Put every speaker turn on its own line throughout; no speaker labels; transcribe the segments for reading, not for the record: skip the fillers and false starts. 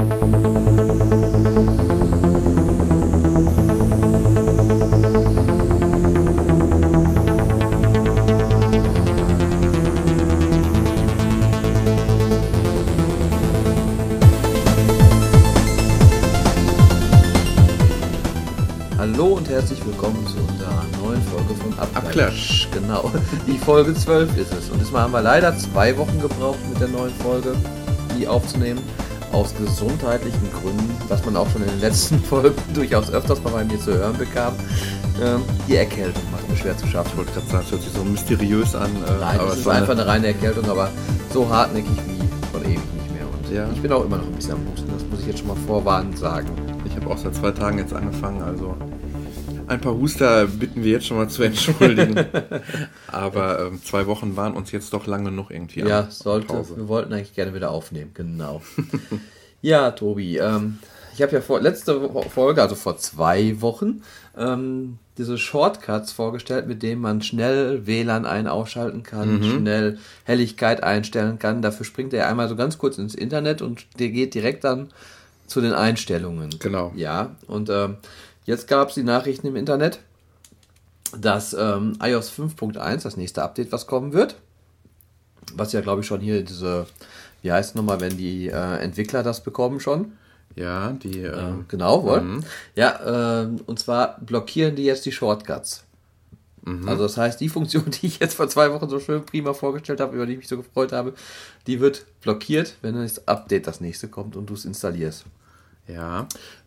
Hallo und herzlich willkommen zu unserer neuen Folge von
Abklatsch.
Genau, die Folge 12 ist es. Und diesmal haben wir leider 2 Wochen gebraucht mit der neuen Folge, die aufzunehmen. Aus gesundheitlichen Gründen, was man auch schon in den letzten Folgen durchaus öfters bei mir zu hören bekam. Die Erkältung macht mir schwer zu schaffen.
Ich wollte gerade sagen, es hört sich so mysteriös an.
Nein, es ist einfach eine reine Erkältung, aber so hartnäckig wie von ewig nicht mehr. Und
ja.
Ich bin auch immer noch ein bisschen am Husten, das muss ich jetzt schon mal vorwarnend sagen.
Ich habe auch seit 2 Tagen jetzt angefangen, also ein paar Huster bitten wir jetzt schon mal zu entschuldigen. Aber 2 Wochen waren uns jetzt doch lang genug irgendwie.
Ja, wir wollten eigentlich gerne wieder aufnehmen, genau. Ja, Tobi, ich habe ja letzte Folge, also vor 2 Wochen, diese Shortcuts vorgestellt, mit denen man schnell WLAN ausschalten kann, schnell Helligkeit einstellen kann. Dafür springt er einmal so ganz kurz ins Internet und der geht direkt dann zu den Einstellungen.
Genau.
Ja, und jetzt gab es die Nachrichten im Internet, dass iOS 5.1, das nächste Update, was kommen wird, was ja, glaube ich, schon hier diese, wie heißt es nochmal, wenn die Entwickler das bekommen schon?
Ja, die...
genau, wohl. Ja, und zwar blockieren die jetzt die Shortcuts. Also das heißt, die Funktion, die ich jetzt vor 2 Wochen so schön prima vorgestellt habe, über die ich mich so gefreut habe, die wird blockiert, wenn das Update das nächste kommt und du es installierst.
Ja.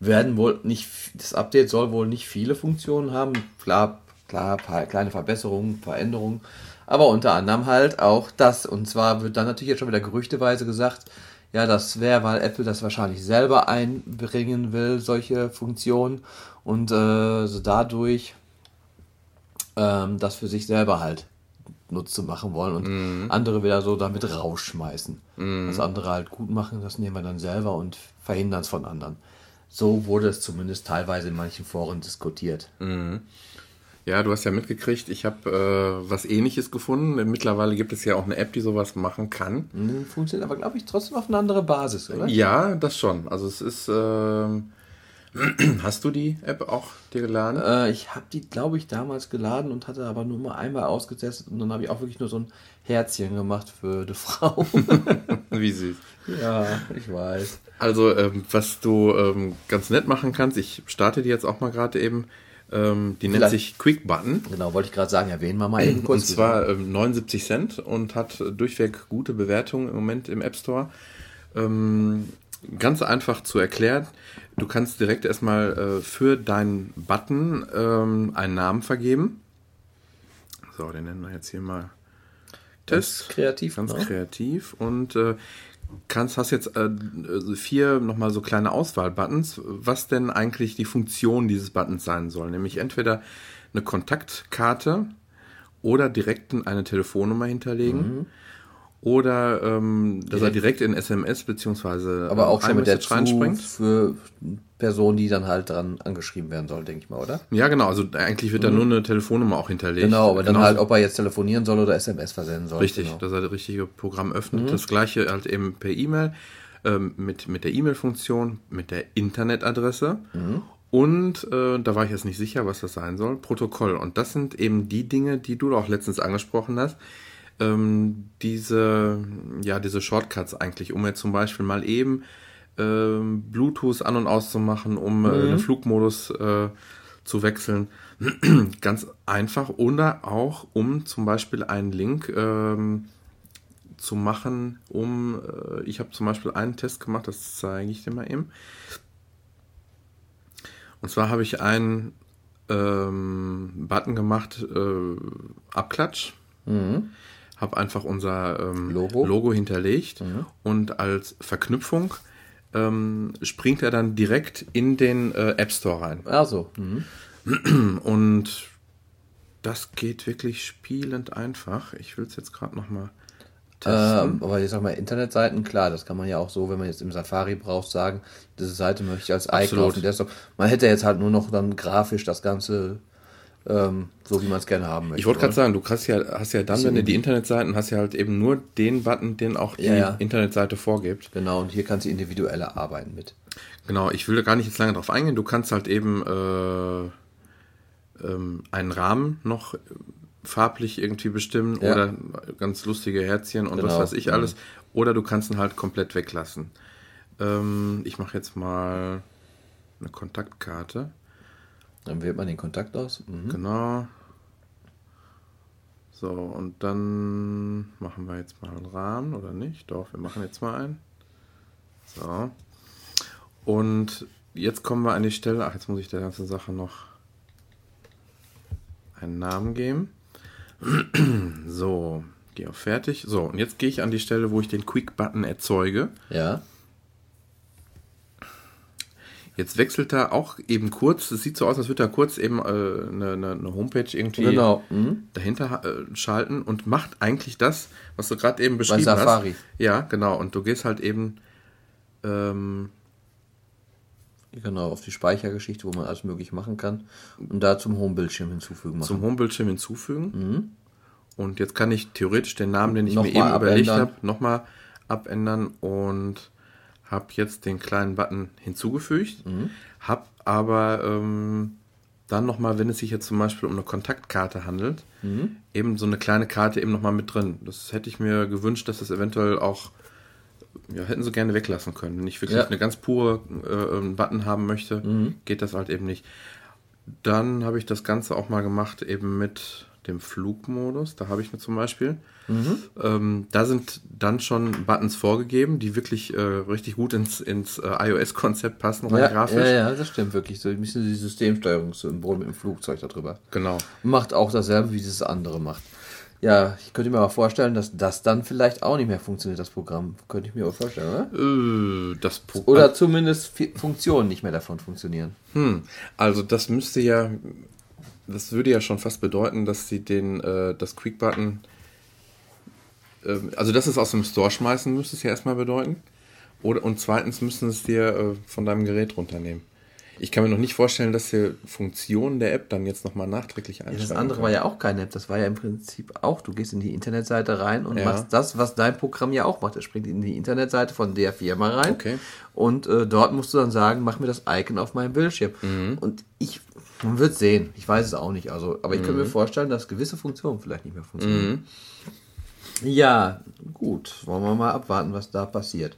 Das Update soll wohl nicht viele Funktionen haben. Klar, kleine Verbesserungen, Veränderungen, aber unter anderem halt auch das. Und zwar wird dann natürlich jetzt schon wieder gerüchteweise gesagt, ja, das wäre, weil Apple das wahrscheinlich selber einbringen will, solche Funktionen, und so dadurch das für sich selber halt Nutze machen wollen und andere wieder so damit rausschmeißen. Das andere halt gut machen, das nehmen wir dann selber und verhindern es von anderen. So wurde es zumindest teilweise in manchen Foren diskutiert.
Ja, du hast ja mitgekriegt, ich habe was Ähnliches gefunden. Mittlerweile gibt es ja auch eine App, die sowas machen kann.
Funktioniert aber, glaube ich, trotzdem auf eine andere Basis, oder?
Ja, das schon. Also es ist... Hast du die App auch dir geladen?
Ich habe die, glaube ich, damals geladen und hatte aber nur mal einmal ausgetestet und dann habe ich auch wirklich nur so ein Herzchen gemacht für eine Frau.
Wie süß.
Ja, ich weiß.
Also, was du ganz nett machen kannst, ich starte die jetzt auch mal gerade eben, die nennt sich Quick Button.
Genau, wollte ich gerade sagen, erwähnen wir mal eben kurz.
Und zwar 79 Cent und hat durchweg gute Bewertungen im Moment im App Store. Ganz einfach zu erklären. Du kannst direkt erstmal für deinen Button einen Namen vergeben. So, den nennen wir jetzt hier mal Test.
Kreativ.
Ganz kreativ. Und hast jetzt 4 nochmal so kleine Auswahlbuttons, was denn eigentlich die Funktion dieses Buttons sein soll. Nämlich entweder eine Kontaktkarte oder direkt eine Telefonnummer hinterlegen. Oder dass er direkt in SMS bzw.
aber auch schon mit der
reinspringt.
Für Personen, die dann halt dran angeschrieben werden soll, denke ich mal, oder?
Ja, genau. Also eigentlich wird da nur eine Telefonnummer auch hinterlegt.
Genau, aber dann halt, ob er jetzt telefonieren soll oder SMS versenden soll.
Richtig,
genau.
Dass er das richtige Programm öffnet. Das gleiche halt eben per E-Mail, mit der E-Mail-Funktion, mit der Internetadresse. Und da war ich jetzt nicht sicher, was das sein soll, Protokoll. Und das sind eben die Dinge, die du auch letztens angesprochen hast. Diese Shortcuts eigentlich, um jetzt zum Beispiel mal eben Bluetooth an- und auszumachen, um den Flugmodus zu wechseln. Ganz einfach. Oder auch, um zum Beispiel einen Link zu machen, ich habe zum Beispiel einen Test gemacht, das zeige ich dir mal eben. Und zwar habe ich einen Button gemacht, Abklatsch. Habe einfach unser Logo hinterlegt und als Verknüpfung springt er dann direkt in den App Store rein.
Ach so.
Und das geht wirklich spielend einfach. Ich will es jetzt gerade nochmal testen.
Aber ich sag mal, Internetseiten, klar, das kann man ja auch so, wenn man jetzt im Safari braucht, sagen, diese Seite möchte ich als Icon auf dem Desktop. Man hätte jetzt halt nur noch dann grafisch das Ganze so wie man es gerne haben möchte.
Ich wollte gerade sagen, du hast ja dann, wenn du die Internetseiten hast, ja halt eben nur den Button, den auch die Internetseite vorgibt.
Genau, und hier kannst du individueller arbeiten mit.
Genau, ich will da gar nicht jetzt lange drauf eingehen. Du kannst halt eben einen Rahmen noch farblich irgendwie bestimmen oder ganz lustige Herzchen und was weiß ich alles. Oder du kannst ihn halt komplett weglassen. Ich mache jetzt mal eine Kontaktkarte.
Dann wählt man den Kontakt aus.
Genau. So, und dann machen wir jetzt mal einen Rahmen, oder nicht? Doch, wir machen jetzt mal einen. So. Und jetzt kommen wir an die Stelle, jetzt muss ich der ganzen Sache noch einen Namen geben. So, gehe auf Fertig. So, und jetzt gehe ich an die Stelle, wo ich den Quick-Button erzeuge.
Ja.
Jetzt wechselt er auch eben kurz, es sieht so aus, als würde er kurz eben eine Homepage irgendwie dahinter schalten und macht eigentlich das, was du gerade eben beschrieben hast. Bei Safari. Ja, genau. Und du gehst halt eben
genau, auf die Speichergeschichte, wo man alles möglich machen kann. Und da zum Home-Bildschirm hinzufügen.
Zum Home-Bildschirm hinzufügen. Und jetzt kann ich theoretisch den Namen, den ich mir eben überlegt habe, nochmal abändern und habe jetzt den kleinen Button hinzugefügt, habe aber dann nochmal, wenn es sich jetzt zum Beispiel um eine Kontaktkarte handelt, eben so eine kleine Karte eben nochmal mit drin. Das hätte ich mir gewünscht, dass das eventuell auch, hätten sie gerne weglassen können. Wenn ich wirklich eine ganz pure Button haben möchte, geht das halt eben nicht. Dann habe ich das Ganze auch mal gemacht eben mit dem Flugmodus. Da habe ich mir zum Beispiel, da sind dann schon Buttons vorgegeben, die wirklich richtig gut ins iOS-Konzept passen, rein grafisch.
Ja, das stimmt wirklich. So ein bisschen die Systemsteuerungssymbol mit dem Flugzeug da drüber.
Genau.
Macht auch dasselbe, wie das andere macht. Ja, ich könnte mir aber vorstellen, dass das dann vielleicht auch nicht mehr funktioniert, das Programm. Könnte ich mir auch vorstellen, oder? Oder zumindest Funktionen nicht mehr davon funktionieren.
Also das würde ja schon fast bedeuten, dass sie das Quick-Button, also dass es aus dem Store schmeißen, müsste es ja erstmal bedeuten. Und zweitens müssen es dir von deinem Gerät runternehmen. Ich kann mir noch nicht vorstellen, dass die Funktionen der App dann jetzt nochmal nachträglich einstellen.
Ja, das andere war ja auch keine App, das war ja im Prinzip auch, du gehst in die Internetseite rein und machst das, was dein Programm ja auch macht. Es springt in die Internetseite von der Firma rein und dort musst du dann sagen, mach mir das Icon auf meinem Bildschirm. Und man wird sehen, ich weiß es auch nicht, also, aber ich könnte mir vorstellen, dass gewisse Funktionen vielleicht nicht mehr funktionieren. Ja, gut, wollen wir mal abwarten, was da passiert.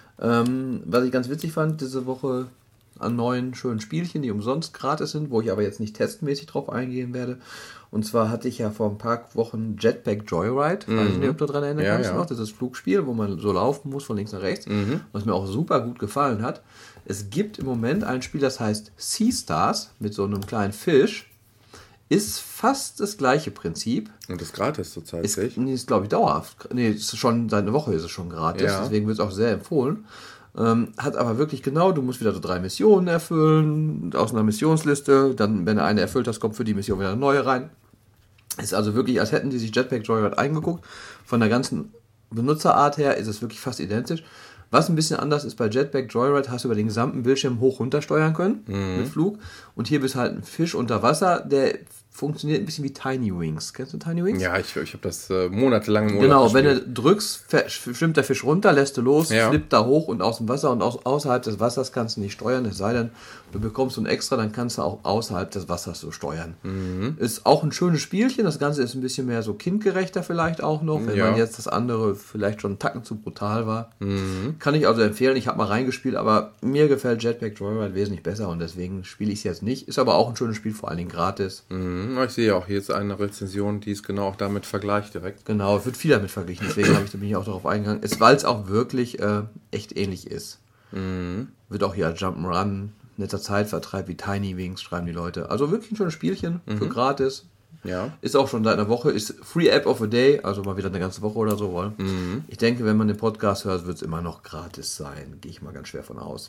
Was ich ganz witzig fand, diese Woche an neuen schönen Spielchen, die umsonst gratis sind, wo ich aber jetzt nicht testmäßig drauf eingehen werde. Und zwar hatte ich ja vor ein paar Wochen Jetpack Joyride, weiß ich nicht, ob du daran erinnern kannst noch, das ist das Flugspiel, wo man so laufen muss von links nach rechts, was mir auch super gut gefallen hat. Es gibt im Moment ein Spiel, das heißt Sea Stars, mit so einem kleinen Fisch, ist fast das gleiche Prinzip.
Und ist gratis zurzeit,
ist glaube ich dauerhaft, ist schon, seit einer Woche ist es schon gratis, deswegen wird es auch sehr empfohlen. Hat aber wirklich genau, du musst wieder so 3 Missionen erfüllen, aus einer Missionsliste, dann, wenn du eine erfüllt hast, kommt für die Mission wieder eine neue rein. Ist also wirklich, als hätten die sich Jetpack Joyride eingeguckt. Von der ganzen Benutzerart her ist es wirklich fast identisch. Was ein bisschen anders ist, bei Jetpack Joyride hast du über den gesamten Bildschirm hoch runter steuern können mit Flug. Und hier bist halt ein Fisch unter Wasser, der funktioniert ein bisschen wie Tiny Wings. Kennst du Tiny Wings?
Ja, ich habe das monatelang im
Urlaub gespielt. Wenn du drückst, schwimmt der Fisch runter, lässt du los, flippt da hoch und aus dem Wasser. Und außerhalb des Wassers kannst du nicht steuern, es sei denn, du bekommst so ein Extra, dann kannst du auch außerhalb des Wassers so steuern. Ist auch ein schönes Spielchen. Das Ganze ist ein bisschen mehr so kindgerechter vielleicht auch noch, wenn man jetzt das andere vielleicht schon einen Tacken zu brutal war. Kann ich also empfehlen. Ich habe mal reingespielt, aber mir gefällt Jetpack Joyride wesentlich besser und deswegen spiele ich es jetzt nicht. Ist aber auch ein schönes Spiel, vor allen Dingen gratis.
Ich sehe auch hier jetzt eine Rezension, die es genau auch damit vergleicht direkt.
Genau, es wird viel damit verglichen, deswegen bin ich auch darauf eingegangen. Weil es auch wirklich echt ähnlich ist. Wird auch hier als Jump'n'Run, netter Zeitvertreib wie Tiny Wings, schreiben die Leute. Also wirklich ein schönes Spielchen für gratis.
Ja.
Ist auch schon seit einer Woche, ist Free App of a Day, also mal wieder eine ganze Woche oder so wollen. Ich denke, wenn man den Podcast hört, wird es immer noch gratis sein. Gehe ich mal ganz schwer von aus.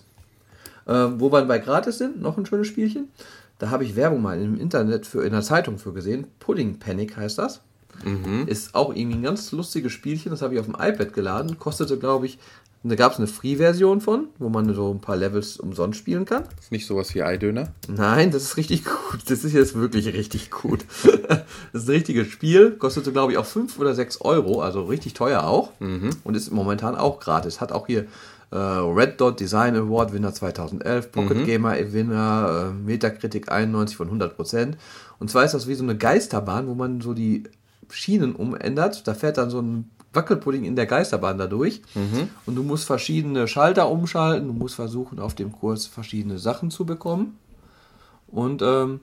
Wo wir bei gratis sind, noch ein schönes Spielchen. Da habe ich Werbung mal im Internet in der Zeitung für gesehen. Pudding Panic heißt das. Ist auch irgendwie ein ganz lustiges Spielchen. Das habe ich auf dem iPad geladen. Kostete, glaube ich, Und da gab es eine Free-Version von, wo man so ein paar Levels umsonst spielen kann.
Ist nicht sowas wie Eidöner?
Nein, das ist richtig gut. Das ist jetzt wirklich richtig gut. Das ist ein richtiges Spiel. Kostet so, glaube ich, auch 5 oder 6 Euro. Also richtig teuer auch. Und ist momentan auch gratis. Hat auch hier Red Dot Design Award Winner 2011, Pocket Gamer Winner, Metacritic 91 von 100%. Und zwar ist das wie so eine Geisterbahn, wo man so die Schienen umändert. Da fährt dann so ein Wackelpudding in der Geisterbahn dadurch. Und du musst verschiedene Schalter umschalten. Du musst versuchen, auf dem Kurs verschiedene Sachen zu bekommen. Und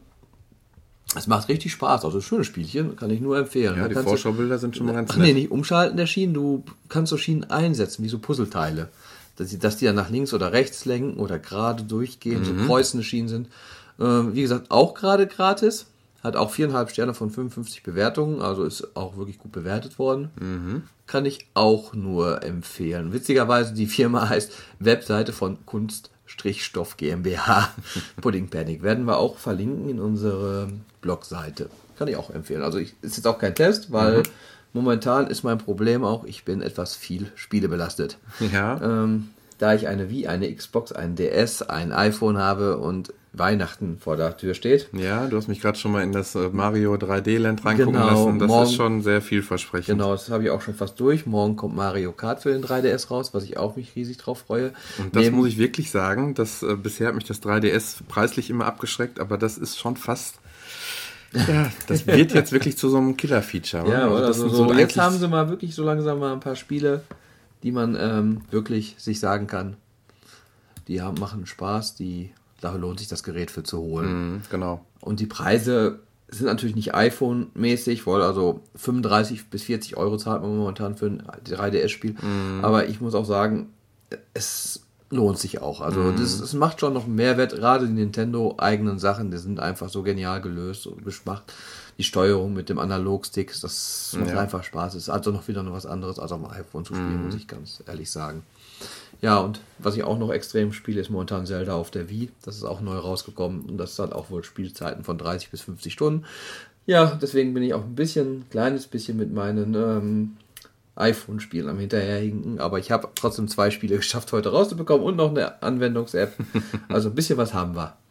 es macht richtig Spaß. Also schönes Spielchen, kann ich nur empfehlen.
Ja, die Vorschaubilder sind schon mal ganz
nett. Nee, nicht umschalten der Schienen. Du kannst so Schienen einsetzen, wie so Puzzleteile. Dass die dann nach links oder rechts lenken oder gerade durchgehen, so kreuzende Schienen sind. Wie gesagt, auch gerade gratis. Hat auch 4,5 Sterne von 55 Bewertungen, also ist auch wirklich gut bewertet worden. Kann ich auch nur empfehlen. Witzigerweise, die Firma heißt Webseite von Kunst-Stoff GmbH. Pudding Panic. Werden wir auch verlinken in unsere Blogseite. Kann ich auch empfehlen. Also ist jetzt auch kein Test, weil momentan ist mein Problem auch, ich bin etwas viel spielebelastet.
Ja.
Da ich eine Wii, eine Xbox, ein DS, ein iPhone habe und Weihnachten vor der Tür steht.
Ja, du hast mich gerade schon mal in das Mario 3D-Land reingucken lassen. Das ist schon sehr vielversprechend.
Genau, das habe ich auch schon fast durch. Morgen kommt Mario Kart für den 3DS raus, was ich auch mich riesig drauf freue.
Und das muss ich wirklich sagen, dass bisher hat mich das 3DS preislich immer abgeschreckt, aber das ist schon fast... Ja, das wird jetzt wirklich zu so einem Killer-Feature.
Ja, oder? Also so jetzt haben sie mal wirklich so langsam mal ein paar Spiele, die man wirklich sich sagen kann, die machen Spaß, da lohnt sich das Gerät für zu holen.
Genau.
Und die Preise sind natürlich nicht iPhone-mäßig, weil also 35 bis 40 Euro zahlt man momentan für ein 3DS-Spiel. Aber ich muss auch sagen, es lohnt sich auch. Also das macht schon noch einen Mehrwert. Gerade die Nintendo-eigenen Sachen, die sind einfach so genial gelöst und gemacht. Die Steuerung mit dem Analogstick, das macht einfach Spaß. Es ist also noch wieder was anderes als auf dem iPhone zu spielen, muss ich ganz ehrlich sagen. Ja, und was ich auch noch extrem spiele, ist momentan Zelda auf der Wii. Das ist auch neu rausgekommen und das hat auch wohl Spielzeiten von 30 bis 50 Stunden. Ja, deswegen bin ich auch kleines bisschen mit meinen iPhone-Spielen am Hinterherhinken. Aber ich habe trotzdem 2 Spiele geschafft, heute rauszubekommen und noch eine Anwendungs-App. Also ein bisschen was haben wir.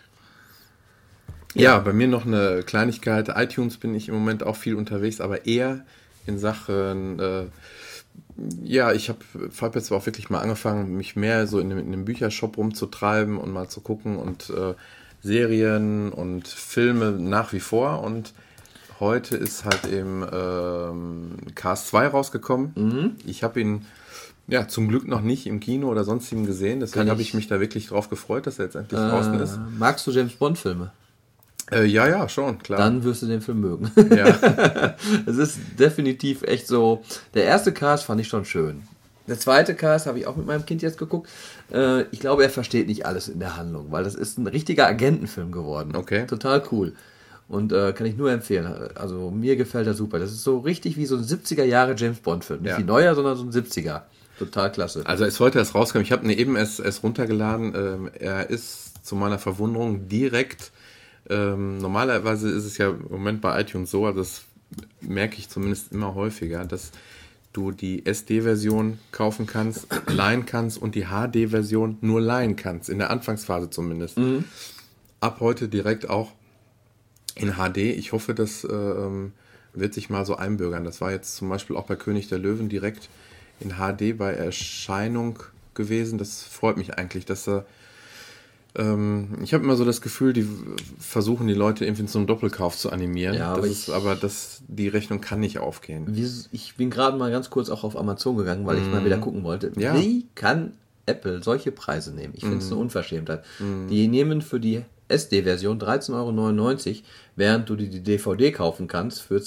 Ja, bei mir noch eine Kleinigkeit. iTunes bin ich im Moment auch viel unterwegs, aber eher in Sachen... ich habe jetzt auch wirklich mal angefangen, mich mehr so in einem Büchershop rumzutreiben und mal zu gucken und Serien und Filme nach wie vor. Und heute ist halt eben Cars 2 rausgekommen. Ich habe ihn zum Glück noch nicht im Kino oder sonstigem gesehen, deswegen habe ich mich da wirklich drauf gefreut, dass er jetzt endlich draußen ist.
Magst du James Bond Filme?
Ja, schon, klar.
Dann wirst du den Film mögen.
Ja.
Es ist definitiv echt so. Der erste Cast fand ich schon schön. Der zweite Cast habe ich auch mit meinem Kind jetzt geguckt. Ich glaube, er versteht nicht alles in der Handlung, weil das ist ein richtiger Agentenfilm geworden.
Okay.
Total cool. Und kann ich nur empfehlen. Also mir gefällt er super. Das ist so richtig wie so ein 70er Jahre James Bond Film. Nicht wie neuer, sondern so ein 70er. Total klasse.
Also ist heute erst rausgekommen. Ich habe ihn eben erst runtergeladen. Er ist zu meiner Verwunderung direkt... normalerweise ist es ja im Moment bei iTunes so, also das merke ich zumindest immer häufiger, dass du die SD-Version kaufen kannst, leihen kannst und die HD-Version nur leihen kannst, in der Anfangsphase zumindest. Ab heute direkt auch in HD. Ich hoffe, das wird sich mal so einbürgern. Das war jetzt zum Beispiel auch bei König der Löwen direkt in HD bei Erscheinung gewesen. Das freut mich eigentlich, dass ich habe immer so das Gefühl, die versuchen die Leute irgendwie zu einem Doppelkauf zu animieren. Ja, aber die Rechnung kann nicht aufgehen.
Ich bin gerade mal ganz kurz auch auf Amazon gegangen, weil ich mal wieder gucken wollte.
Ja.
Wie kann Apple solche Preise nehmen? Ich finde es eine Unverschämtheit. Die nehmen für die SD-Version 13,99 €, während du die DVD kaufen kannst für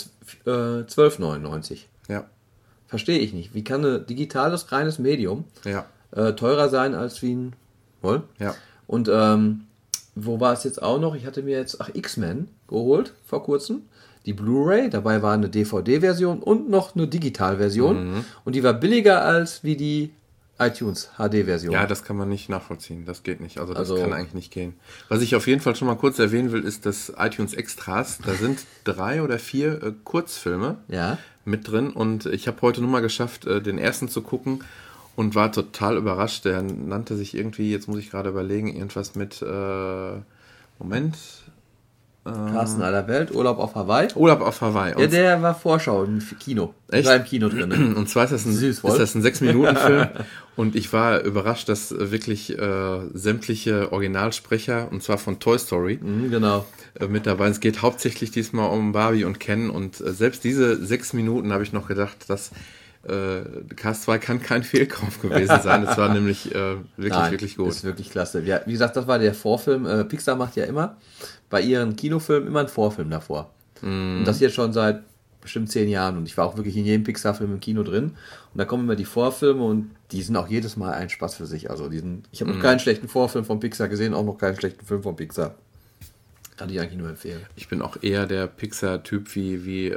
12,99 €.
Ja.
Verstehe ich nicht. Wie kann ein digitales, reines Medium teurer sein als wie ein... Wohl?
Ja.
Und wo war es jetzt auch noch? Ich hatte mir jetzt X-Men geholt vor kurzem. Die Blu-ray, dabei war eine DVD-Version und noch eine Digital-Version. Und die war billiger als wie die iTunes HD-Version.
Ja, das kann man nicht nachvollziehen. Das geht nicht. Also das kann eigentlich nicht gehen. Was ich auf jeden Fall schon mal kurz erwähnen will, ist das iTunes Extras. Da sind 3 oder 4 Kurzfilme mit drin. Und ich habe heute nur mal geschafft, den ersten zu gucken. und war total überrascht. Der nannte sich irgendwie, jetzt muss ich gerade überlegen, irgendwas mit, Moment.
Carsten Allerwelt, Urlaub auf Hawaii.
Urlaub auf Hawaii.
Ja, der war Vorschau im Kino.
Echt?
War im Kino drin.
Und zwar ist das ein 6-Minuten-Film. Und ich war überrascht, dass wirklich sämtliche Originalsprecher, und zwar von Toy Story,
genau.
Mit dabei. Es geht hauptsächlich diesmal um Barbie und Ken. Und selbst diese 6 Minuten habe ich noch gedacht, dass Cars 2 kann kein Fehlkauf gewesen sein. Es war nämlich wirklich gut.
Das ist wirklich klasse. Ja, wie gesagt, das war der Vorfilm. Pixar macht ja immer bei ihren Kinofilmen immer einen Vorfilm davor. Und das jetzt schon seit bestimmt 10 Jahren. Und ich war auch wirklich in jedem Pixar-Film im Kino drin. Und da kommen immer die Vorfilme und die sind auch jedes Mal ein Spaß für sich. Also ich habe noch keinen schlechten Vorfilm von Pixar gesehen, auch noch keinen schlechten Film von Pixar. Kann ich eigentlich nur empfehlen.
Ich bin auch eher der Pixar-Typ wie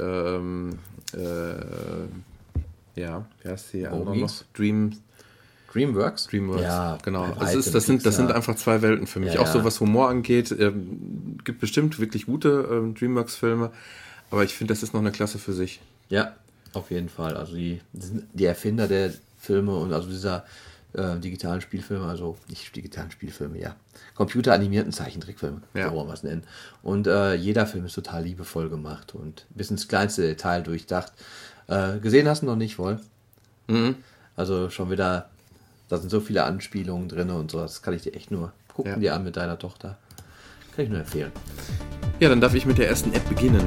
wie heißt die andere noch?
DreamWorks?
Ja, genau. Also das sind einfach zwei Welten für mich. Ja, auch so was Humor angeht, gibt bestimmt wirklich gute DreamWorks-Filme, aber ich finde, das ist noch eine Klasse für sich.
Ja, auf jeden Fall. Also die Erfinder der Filme und also dieser digitalen Spielfilme, also nicht digitalen Spielfilme, ja, computeranimierten Zeichentrickfilme, so wollen wir es nennen. Und jeder Film ist total liebevoll gemacht und bis ins kleinste Detail durchdacht. Gesehen hast du noch nicht, wohl?
Mhm.
Also schon wieder, da sind so viele Anspielungen drin und so, das kann ich dir echt nur gucken dir an mit deiner Tochter. Kann ich nur empfehlen.
Ja, dann darf ich mit der ersten App beginnen.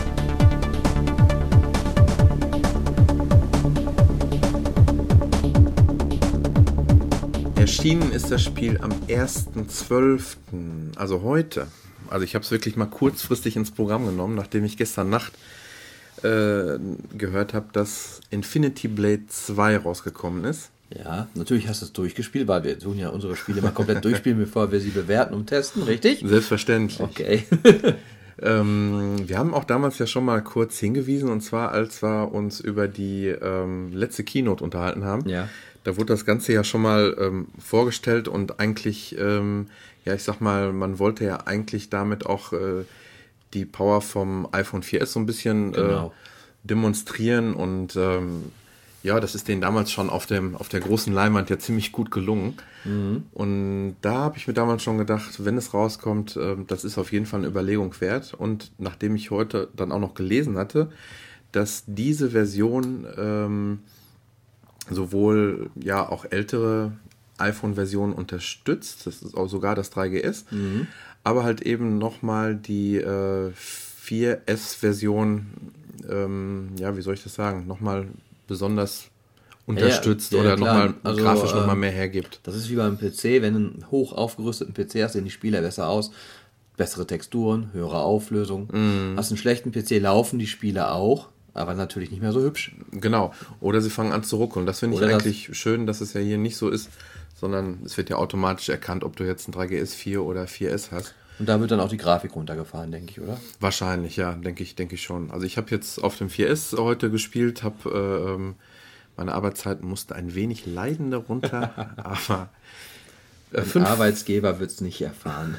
Erschienen ist das Spiel am 1.12., also heute. Also ich habe es wirklich mal kurzfristig ins Programm genommen, nachdem ich gestern Nacht gehört habe, dass Infinity Blade 2 rausgekommen ist.
Ja, natürlich hast du es durchgespielt, weil wir tun ja unsere Spiele mal komplett durchspielen, bevor wir sie bewerten und testen, richtig?
Selbstverständlich.
Okay.
Wir haben auch damals ja schon mal kurz hingewiesen, und zwar als wir uns über die letzte Keynote unterhalten haben.
Ja.
Da wurde das Ganze ja schon mal vorgestellt und eigentlich, ich sag mal, man wollte ja eigentlich damit auch die Power vom iPhone 4S so ein bisschen demonstrieren und das ist denen damals schon auf der großen Leinwand ja ziemlich gut gelungen.
Mhm.
Und da habe ich mir damals schon gedacht, wenn es rauskommt, das ist auf jeden Fall eine Überlegung wert. Und nachdem ich heute dann auch noch gelesen hatte, dass diese Version sowohl auch ältere iPhone-Versionen unterstützt, das ist auch sogar das 3GS, aber halt eben nochmal die 4S-Version, wie soll ich das sagen, nochmal besonders unterstützt oder nochmal grafisch nochmal mehr hergibt.
Das ist wie beim PC, wenn du einen hoch aufgerüsteten PC hast, sehen die Spieler besser aus, bessere Texturen, höhere Auflösung. Hast einen schlechten PC, laufen die Spiele auch, aber natürlich nicht mehr so hübsch.
Genau, oder sie fangen an zu ruckeln. Das finde ich eigentlich schön, dass es ja hier nicht so ist, sondern es wird ja automatisch erkannt, ob du jetzt ein 3GS 4 oder 4S hast.
Und da wird dann auch die Grafik runtergefahren, denke ich, oder?
Wahrscheinlich, ja, denke ich schon. Also ich habe jetzt auf dem 4S heute gespielt, habe meine Arbeitszeit musste ein wenig leiden darunter, aber
ein Arbeitsgeber wird es nicht erfahren.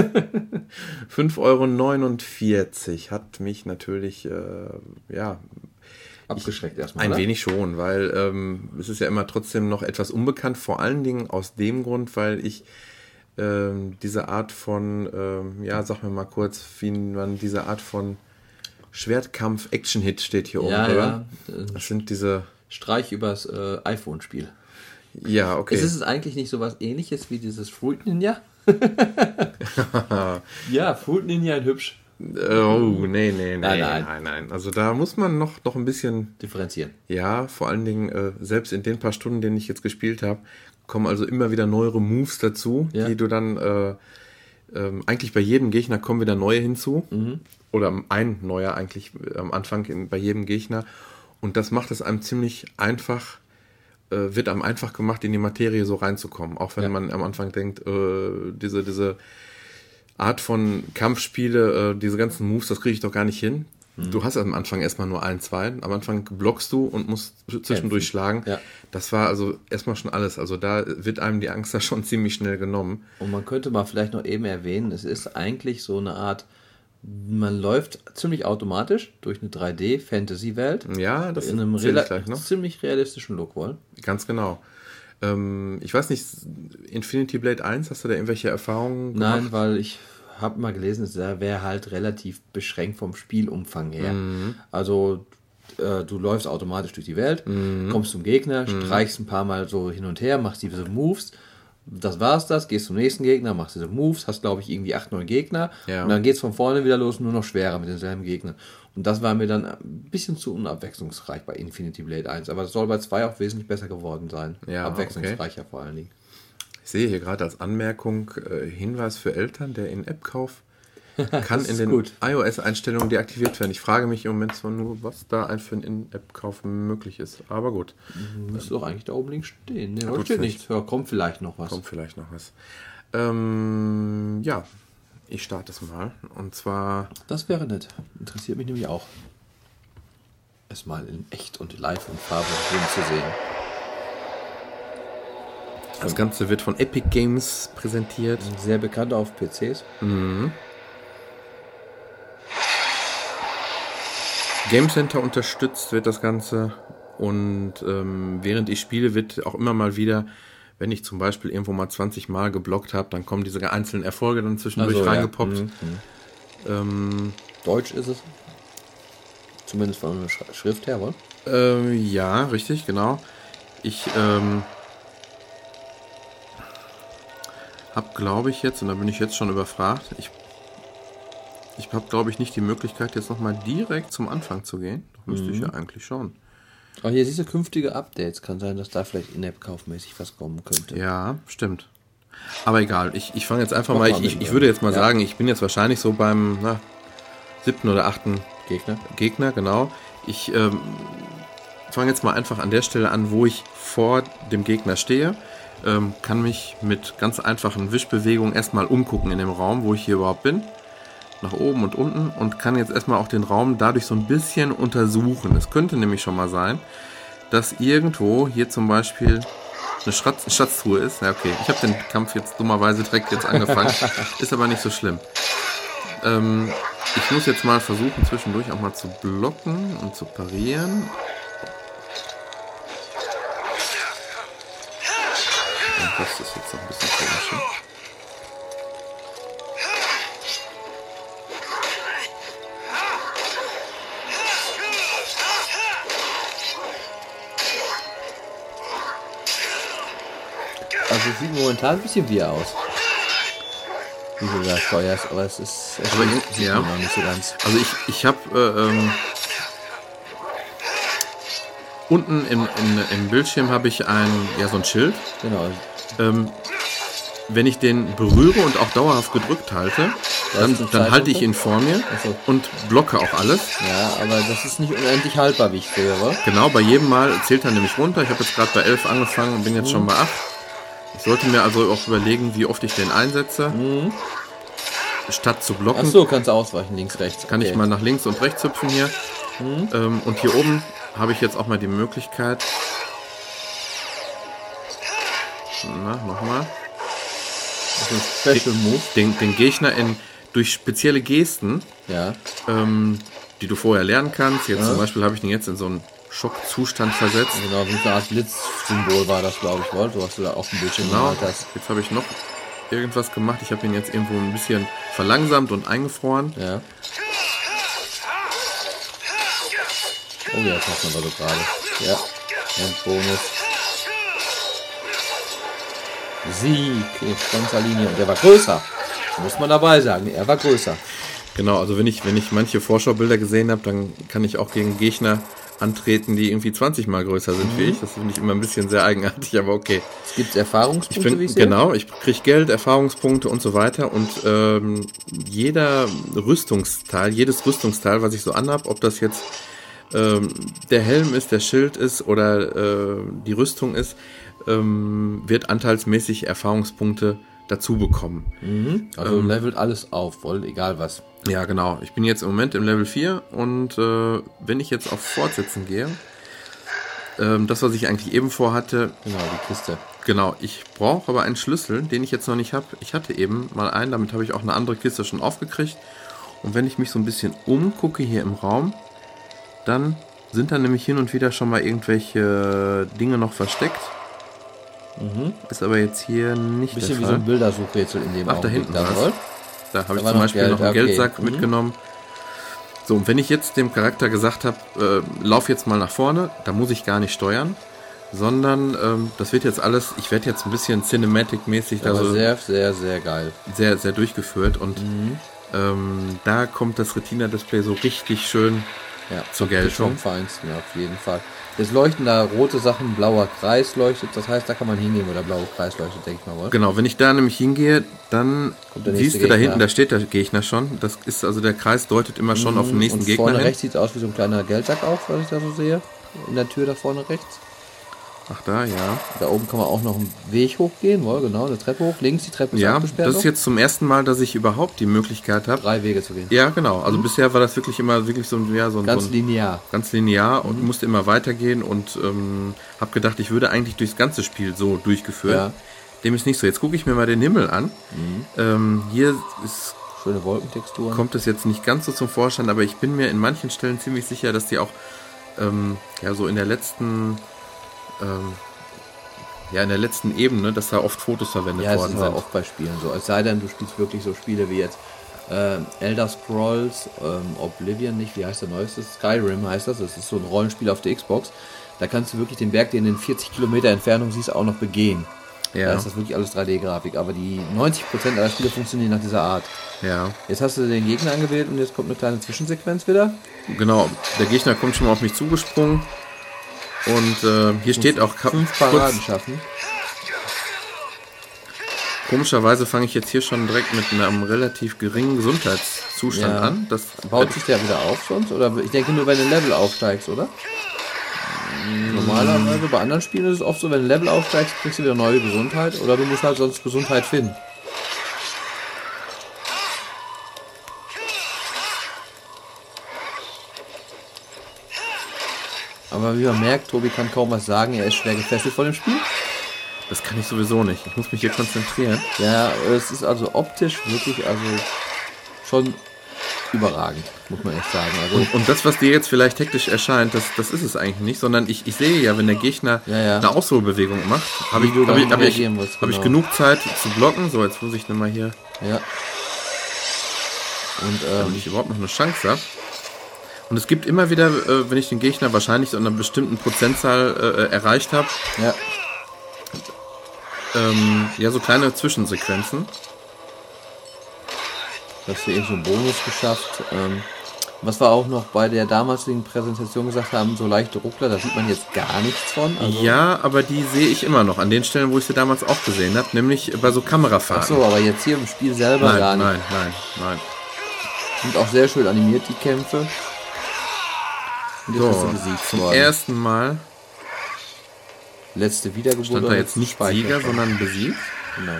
5,49 € hat mich natürlich,
abgeschreckt erstmal.
Ein wenig schon, weil es ist ja immer trotzdem noch etwas unbekannt, vor allen Dingen aus dem Grund, weil ich diese Art von, sag mir mal kurz, wie man diese Art von Schwertkampf-Action-Hit steht hier oben, oder? Ja. Das sind diese...
Streich übers iPhone-Spiel.
Ja, okay.
Ist es eigentlich nicht so was Ähnliches wie dieses Fruit Ninja? Ja, Fruit Ninja in hübsch.
Oh, nein. Also da muss man noch ein bisschen...
differenzieren.
Ja, vor allen Dingen, selbst in den paar Stunden, denen ich jetzt gespielt habe, kommen also immer wieder neuere Moves dazu, die du dann... eigentlich bei jedem Gegner kommen wieder neue hinzu. Oder ein neuer eigentlich am Anfang bei jedem Gegner. Und das macht es einem ziemlich einfach... wird einem einfach gemacht, in die Materie so reinzukommen. Auch wenn man am Anfang denkt, diese Art von Kampfspiele, diese ganzen Moves, das kriege ich doch gar nicht hin. Du hast am Anfang erstmal nur 1, 2. Am Anfang blockst du und musst zwischendurch schlagen. Ja. Das war also erstmal schon alles. Also da wird einem die Angst da schon ziemlich schnell genommen.
Und man könnte mal vielleicht noch eben erwähnen, es ist eigentlich so eine Art, man läuft ziemlich automatisch durch eine 3D-Fantasy-Welt.
Ja, das
in einem ziemlich realistischen Look wohl.
Ganz genau. Ich weiß nicht, Infinity Blade 1, hast du da irgendwelche Erfahrungen gemacht?
Nein, weil ich habe mal gelesen, es wäre halt relativ beschränkt vom Spielumfang her. Also du läufst automatisch durch die Welt, kommst zum Gegner, streichst ein paar Mal so hin und her, machst diese Moves. Das war's gehst zum nächsten Gegner, machst diese Moves, hast glaube ich irgendwie 8, 9 Gegner und dann geht's von vorne wieder los, nur noch schwerer mit denselben Gegnern. Und das war mir dann ein bisschen zu unabwechslungsreich bei Infinity Blade 1, aber es soll bei 2 auch wesentlich besser geworden sein.
Ja,
abwechslungsreicher vor allen Dingen.
Ich sehe hier gerade als Anmerkung Hinweis für Eltern, der In-App-Kauf kann in den iOS-Einstellungen deaktiviert werden. Ich frage mich im Moment zwar nur, was da für einen In-App-Kauf möglich ist, aber gut.
Müsste doch eigentlich da oben links stehen. Ne, da steht nichts. Ja, kommt vielleicht noch was.
Ja, ich starte es mal. Und zwar...
Das wäre nett. Interessiert mich nämlich auch. Es mal in echt und live und Farbe zu sehen.
Das Ganze wird von Epic Games präsentiert.
Sehr bekannt auf PCs.
Game Center unterstützt wird das Ganze. Und während ich spiele, wird auch immer mal wieder, wenn ich zum Beispiel irgendwo mal 20 Mal geblockt habe, dann kommen diese einzelnen Erfolge dann zwischendurch reingepoppt.
Deutsch ist es. Zumindest von der Schrift her, oder?
Ja, richtig, genau. Ich habe, glaube ich jetzt, und da bin ich jetzt schon überfragt, ich habe, glaube ich, nicht die Möglichkeit, jetzt nochmal direkt zum Anfang zu gehen. Doch müsste ich ja eigentlich schon.
Aber hier siehst du künftige Updates. Kann sein, dass da vielleicht in-App-kaufmäßig was kommen könnte.
Ja, stimmt. Aber egal, ich fange jetzt einfach mal, ich würde jetzt mal sagen, ich bin jetzt wahrscheinlich so beim 7. oder 8. Gegner, genau. Ich fange jetzt mal einfach an der Stelle an, wo ich vor dem Gegner stehe. Kann mich mit ganz einfachen Wischbewegungen erstmal umgucken in dem Raum, wo ich hier überhaupt bin. Nach oben und unten und kann jetzt erstmal auch den Raum dadurch so ein bisschen untersuchen. Es könnte nämlich schon mal sein, dass irgendwo hier zum Beispiel eine Schatztruhe ist. Ja, okay, ich habe den Kampf jetzt dummerweise direkt jetzt angefangen. Ist aber nicht so schlimm. Ich muss jetzt mal versuchen, zwischendurch auch mal zu blocken und zu parieren. Und das ist jetzt noch ein bisschen komisch.
Also es sieht momentan ein bisschen wie aus. Wie du da steuerst, aber es ist noch nicht so ganz.
Also ich habe unten im Bildschirm habe ich so ein Schild.
Genau.
Wenn ich den berühre und auch dauerhaft gedrückt halte, dann halte ich ihn vor mir und blocke auch alles.
Ja, aber das ist nicht unendlich haltbar, wie ich höre.
Genau, bei jedem Mal zählt er nämlich runter. Ich habe jetzt gerade bei 11 angefangen und bin jetzt schon bei 8. Ich sollte mir also auch überlegen, wie oft ich den einsetze, statt zu blocken.
Ach so, kannst du ausweichen, links, rechts.
Kann ich mal nach links und rechts hüpfen hier. Und hier oben habe ich jetzt auch mal die Möglichkeit. Nochmal.
Also Special Move.
Den Gegner durch spezielle Gesten, die du vorher lernen kannst. Jetzt zum Beispiel habe ich den jetzt in so einen Schockzustand versetzt.
Genau, wie eine Art Blitzsymbol war das, glaube ich, so was du da auf dem Bildschirm
gemacht hast. Jetzt habe ich noch irgendwas gemacht. Ich habe ihn jetzt irgendwo ein bisschen verlangsamt und eingefroren.
Ja. Oh ja, das macht man so gerade. Ja, und Bonus. Sieg in ganzer Linie. Und der war größer. Muss man dabei sagen, er war größer.
Genau, also wenn ich manche Vorschaubilder gesehen habe, dann kann ich auch gegen Gegner antreten, die irgendwie 20 Mal größer sind wie ich. Das finde ich immer ein bisschen sehr eigenartig, aber okay.
Es gibt Erfahrungspunkte, wie ich sehe.
Genau, ich kriege Geld, Erfahrungspunkte und so weiter. Und jedes Rüstungsteil, was ich so anhab, ob das jetzt der Helm ist, der Schild ist oder die Rüstung ist, wird anteilsmäßig Erfahrungspunkte dazu bekommen.
Also levelt alles auf, egal was.
Ja, genau. Ich bin jetzt im Moment im Level 4 und wenn ich jetzt auf Fortsetzen gehe, das, was ich eigentlich eben vorhatte...
Genau, die Kiste.
Genau, ich brauche aber einen Schlüssel, den ich jetzt noch nicht habe. Ich hatte eben mal einen, damit habe ich auch eine andere Kiste schon aufgekriegt. Und wenn ich mich so ein bisschen umgucke hier im Raum, dann sind da nämlich hin und wieder schon mal irgendwelche Dinge noch versteckt. Ist aber jetzt hier nicht
Bisschen
der
wie
Fall.
so ein Bildersuchrätsel in dem
Ach, da hinten was.
jawohl.
Da habe ich
war
zum
noch
Beispiel
Geld,
noch einen
okay.
Geldsack mitgenommen. So, und wenn ich jetzt dem Charakter gesagt habe, lauf jetzt mal nach vorne, da muss ich gar nicht steuern, sondern das wird jetzt alles, ich werde jetzt ein bisschen Cinematic-mäßig da so
sehr, sehr, sehr geil.
sehr, sehr durchgeführt und da kommt das Retina-Display so richtig schön zur Geltung.
Vom Feinsten, auf jeden Fall. Jetzt leuchten da rote Sachen, blauer Kreis leuchtet, das heißt, da kann man hingehen, wo der blaue Kreis leuchtet, denke ich mal, wohl.
Genau, wenn ich da nämlich hingehe, dann siehst du da hinten, da steht der Gegner schon. Das ist also, der Kreis deutet immer schon auf den nächsten
und
Gegner
vorne
hin.
rechts sieht es aus wie so ein kleiner Geldsack auch, was ich da so sehe. In der Tür da vorne rechts.
Ach da, ja.
Da oben kann man auch noch einen Weg hochgehen, wohl, genau, eine Treppe hoch. Links, die Treppe ist
Ja,
abgesperrt.
das ist jetzt zum ersten Mal, dass ich überhaupt die Möglichkeit habe.
3 Wege zu gehen.
Ja, genau. Also bisher war das wirklich immer wirklich so ein
Ganz linear.
Ganz linear und musste immer weitergehen und habe gedacht, ich würde eigentlich durchs ganze Spiel so durchgeführt.
Ja.
Dem ist nicht so. Jetzt gucke ich mir mal den Himmel an. Hier
schöne Wolkentexturen.
Kommt es jetzt nicht ganz so zum Vorschein, aber ich bin mir in manchen Stellen ziemlich sicher, dass die auch so in der letzten in der letzten Ebene, dass da oft Fotos verwendet worden sind.
Ja, das ist oft bei Spielen so. Es sei denn, du spielst wirklich so Spiele wie jetzt Elder Scrolls, Oblivion nicht, wie heißt der neueste? Skyrim heißt das. Das ist so ein Rollenspiel auf der Xbox. Da kannst du wirklich den Berg, den in 40 Kilometer Entfernung siehst, auch noch begehen. Ja. Da ist das wirklich alles 3D-Grafik. Aber die 90% aller Spiele funktionieren nach dieser Art.
Ja.
Jetzt hast du den Gegner angewählt und jetzt kommt eine kleine Zwischensequenz wieder.
Genau, der Gegner kommt schon mal auf mich zugesprungen. Und hier steht auch
5 Paraden schaffen.
Komischerweise fange ich jetzt hier schon direkt mit einem relativ geringen Gesundheitszustand an. Das
baut sich der wieder auf sonst? Oder ich denke nur, wenn du Level aufsteigst, oder? Normalerweise bei anderen Spielen ist es oft so, wenn du Level aufsteigst, kriegst du wieder neue Gesundheit. Oder du musst halt sonst Gesundheit finden. Aber wie man merkt, Tobi kann kaum was sagen, er ist schwer gefesselt vor dem Spiel.
Das kann ich sowieso nicht. Ich muss mich hier konzentrieren.
Ja, es ist also optisch wirklich schon überragend, muss man echt sagen. Also
und das, was dir jetzt vielleicht hektisch erscheint, das ist es eigentlich nicht, sondern ich sehe ja, wenn der Gegner eine Ausholbewegung macht, habe ich genug Zeit zu blocken. So, jetzt muss ich nochmal hier.
Ja. Und
damit ich überhaupt noch eine Chance habe. Und es gibt immer wieder, wenn ich den Gegner wahrscheinlich so einer bestimmten Prozentzahl erreicht habe, so kleine Zwischensequenzen.
Hast du eben so einen Bonus geschafft. Was wir auch noch bei der damaligen Präsentation gesagt haben, so leichte Ruckler, da sieht man jetzt gar nichts von.
Also ja, aber die sehe ich immer noch, an den Stellen, wo ich sie damals auch gesehen habe, nämlich bei so Kamerafahrten.
Ach so, aber jetzt hier im Spiel selber gar nicht.
Nein.
Und auch sehr schön animiert, die Kämpfe.
Und jetzt bist du besiegt zum ersten Mal.
Letzte Wiedergeburt.
Stand da jetzt nicht Sieger, sondern besiegt?
Genau.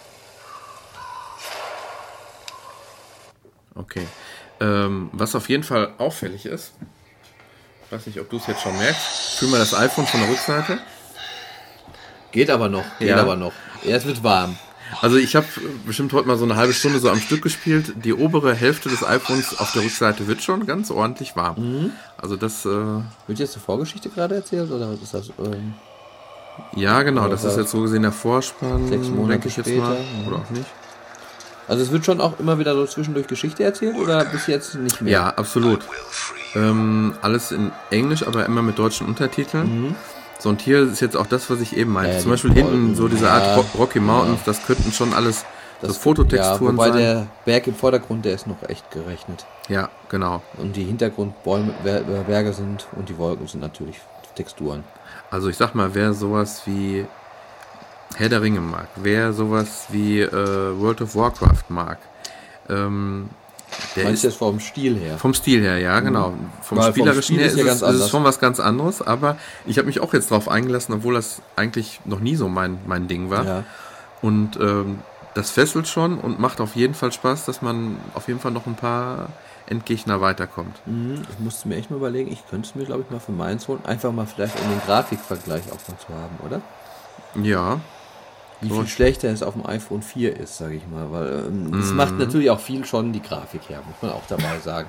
Okay. Was auf jeden Fall auffällig ist, ich weiß nicht, ob du es jetzt schon merkst, fühl mal das iPhone von der Rückseite.
Geht aber noch. Erst wird warm.
Also ich habe bestimmt heute mal so eine halbe Stunde so am Stück gespielt. Die obere Hälfte des iPhones auf der Rückseite wird schon ganz ordentlich warm. Also das...
Wird jetzt eine Vorgeschichte gerade erzählt oder ist das...
Ja, genau, das ist jetzt so gesehen der Vorspann.
6 Monate später. Mal,
oder auch nicht.
Also es wird schon auch immer wieder so zwischendurch Geschichte erzählt oder bis jetzt nicht mehr?
Ja, absolut. Alles in Englisch, aber immer mit deutschen Untertiteln. So, und hier ist jetzt auch das, was ich eben meinte.
Ja,
zum Beispiel hinten so diese Art Rocky Mountains, das könnten schon alles das Fototexturen
wobei
sein.
Der Berg im Vordergrund, der ist noch echt gerechnet.
Ja, genau.
Und die Hintergrundbäume, Berge sind und die Wolken sind natürlich Texturen.
Also ich sag mal, wer sowas wie Herr der Ringe mag, wer sowas wie World of Warcraft mag,
der ist jetzt vom Stil her.
Vom Stil her, ja, genau. Vom Spielerischen her ist es schon was ganz anderes, aber ich habe mich auch jetzt drauf eingelassen, obwohl das eigentlich noch nie so mein Ding war.
Ja.
Und das fesselt schon und macht auf jeden Fall Spaß, dass man auf jeden Fall noch ein paar Endgegner weiterkommt.
Ich musste mir echt mal überlegen, ich könnte es mir, glaube ich, mal für meins holen, einfach mal vielleicht um den Grafikvergleich auch mal zu haben, oder?
Ja.
Wie viel schlechter es auf dem iPhone 4 ist, sage ich mal, weil es macht natürlich auch viel schon die Grafik her, muss man auch dabei sagen.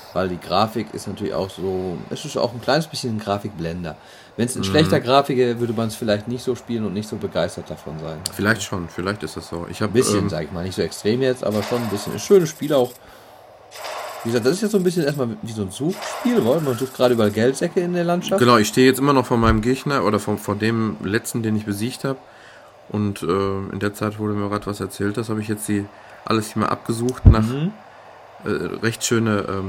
Weil die Grafik ist natürlich auch so, es ist auch ein kleines bisschen ein Grafikblender. Wenn es ein schlechter Grafik wäre, würde man es vielleicht nicht so spielen und nicht so begeistert davon sein.
Vielleicht schon, vielleicht ist es so.
Ein bisschen, sag ich mal, nicht so extrem jetzt, aber schon ein bisschen. Ein schönes Spiel auch. Wie gesagt, das ist jetzt so ein bisschen erstmal wie so ein Suchspiel, weil man sucht gerade überall Geldsäcke in der Landschaft.
Genau, ich stehe jetzt immer noch vor meinem Gegner oder vor dem letzten, den ich besiegt habe. Und in der Zeit, wo du mir gerade was erzählt hast, habe ich jetzt alles hier mal abgesucht nach recht schöne.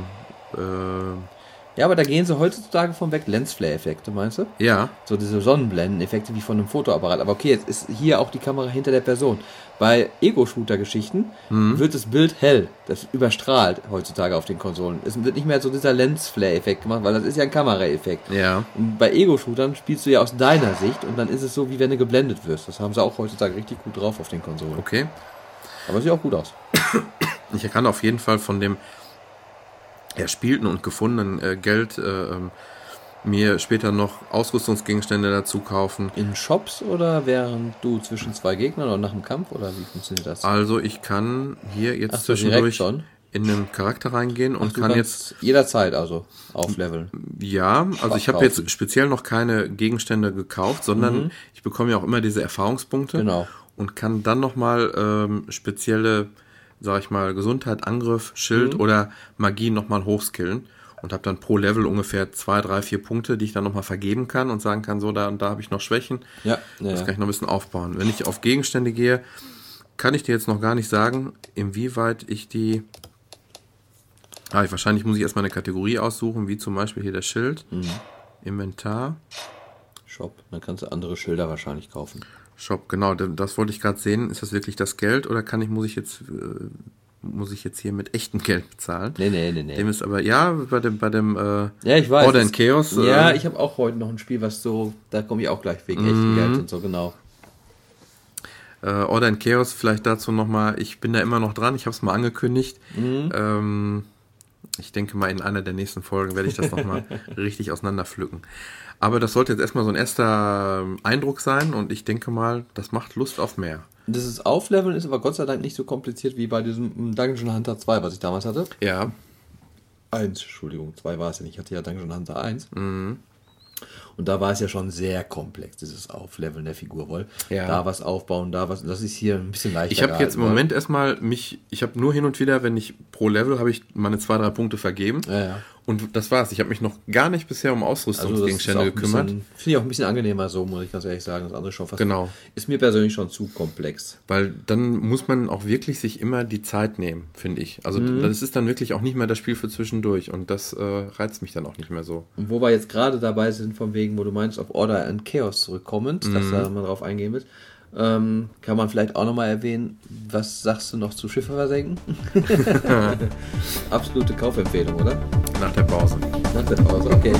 Ja, aber da gehen sie heutzutage von weg. Lensflare-Effekte, meinst du?
Ja.
So diese Sonnenblenden-Effekte wie von einem Fotoapparat. Aber okay, jetzt ist hier auch die Kamera hinter der Person. Bei Ego-Shooter-Geschichten wird das Bild hell. Das überstrahlt heutzutage auf den Konsolen. Es wird nicht mehr so dieser Lensflare-Effekt gemacht, weil das ist ja ein Kameraeffekt.
Ja.
Und bei Ego-Shootern spielst du ja aus deiner Sicht und dann ist es so, wie wenn du geblendet wirst. Das haben sie auch heutzutage richtig gut drauf auf den Konsolen.
Okay.
Aber sieht auch gut aus.
Ich kann auf jeden Fall von dem erspielten und gefundenen Geld mir später noch Ausrüstungsgegenstände dazu kaufen.
In Shops oder während du zwischen zwei Gegnern oder nach dem Kampf oder wie funktioniert das?
Also ich kann hier jetzt zwischendurch in den Charakter reingehen und kann jetzt
jederzeit also aufleveln.
Ja, also ich habe jetzt speziell noch keine Gegenstände gekauft, sondern ich bekomme ja auch immer diese Erfahrungspunkte.
Genau.
Und kann dann nochmal spezielle, sag ich mal, Gesundheit, Angriff, Schild oder Magie nochmal hochskillen. Und habe dann pro Level ungefähr 2, 3, 4 Punkte, die ich dann nochmal vergeben kann und sagen kann, so, da und da habe ich noch Schwächen. Das kann ich noch ein bisschen aufbauen. Wenn ich auf Gegenstände gehe, kann ich dir jetzt noch gar nicht sagen, inwieweit ich die... wahrscheinlich muss ich erstmal eine Kategorie aussuchen, wie zum Beispiel hier der Schild. Inventar.
Shop, dann kannst du andere Schilder wahrscheinlich kaufen.
Shop, genau, das wollte ich gerade sehen. Ist das wirklich das Geld oder muss ich jetzt hier mit echtem Geld bezahlen?
Nee.
Dem ist aber, ja, bei dem
ja, ich weiß,
Order and Chaos.
Ja, ich habe auch heute noch ein Spiel, was so, da komme ich auch gleich wegen echtem Geld und so, genau.
Order and Chaos, vielleicht dazu nochmal, ich bin da immer noch dran, ich habe es mal angekündigt. Ich denke mal, in einer der nächsten Folgen werde ich das nochmal richtig auseinanderpflücken. Aber das sollte jetzt erstmal so ein erster Eindruck sein und ich denke mal, das macht Lust auf mehr.
Das Aufleveln ist aber Gott sei Dank nicht so kompliziert wie bei diesem Dungeon Hunter 2, was ich damals hatte.
Ja.
2 war es ja nicht. Ich hatte ja Dungeon Hunter 1. Und da war es ja schon sehr komplex, dieses Aufleveln der Figur wohl.
Ja.
Da was aufbauen, da was. Das ist hier ein bisschen leichter.
Ich habe jetzt im Moment erstmal ich habe nur hin und wieder, wenn ich pro Level, habe ich meine 2, 3 Punkte vergeben.
Ja.
Und das war's. Ich habe mich noch gar nicht bisher um Ausrüstungsgegenstände gekümmert.
Finde ich auch ein bisschen angenehmer so, muss ich ganz ehrlich sagen. Das andere schon fast.
Genau.
Ist mir persönlich schon zu komplex.
Weil dann muss man auch wirklich sich immer die Zeit nehmen, finde ich. Also das ist dann wirklich auch nicht mehr das Spiel für zwischendurch. Und das reizt mich dann auch nicht mehr so.
Und wo wir jetzt gerade dabei sind, von wegen, wo du meinst, auf Order and Chaos zurückkommend, dass da mal drauf eingehen wird, kann man vielleicht auch nochmal erwähnen, was sagst du noch zu Schiffe versenken? Absolute Kaufempfehlung, oder?
Nach der Pause.
Nach der Pause, okay.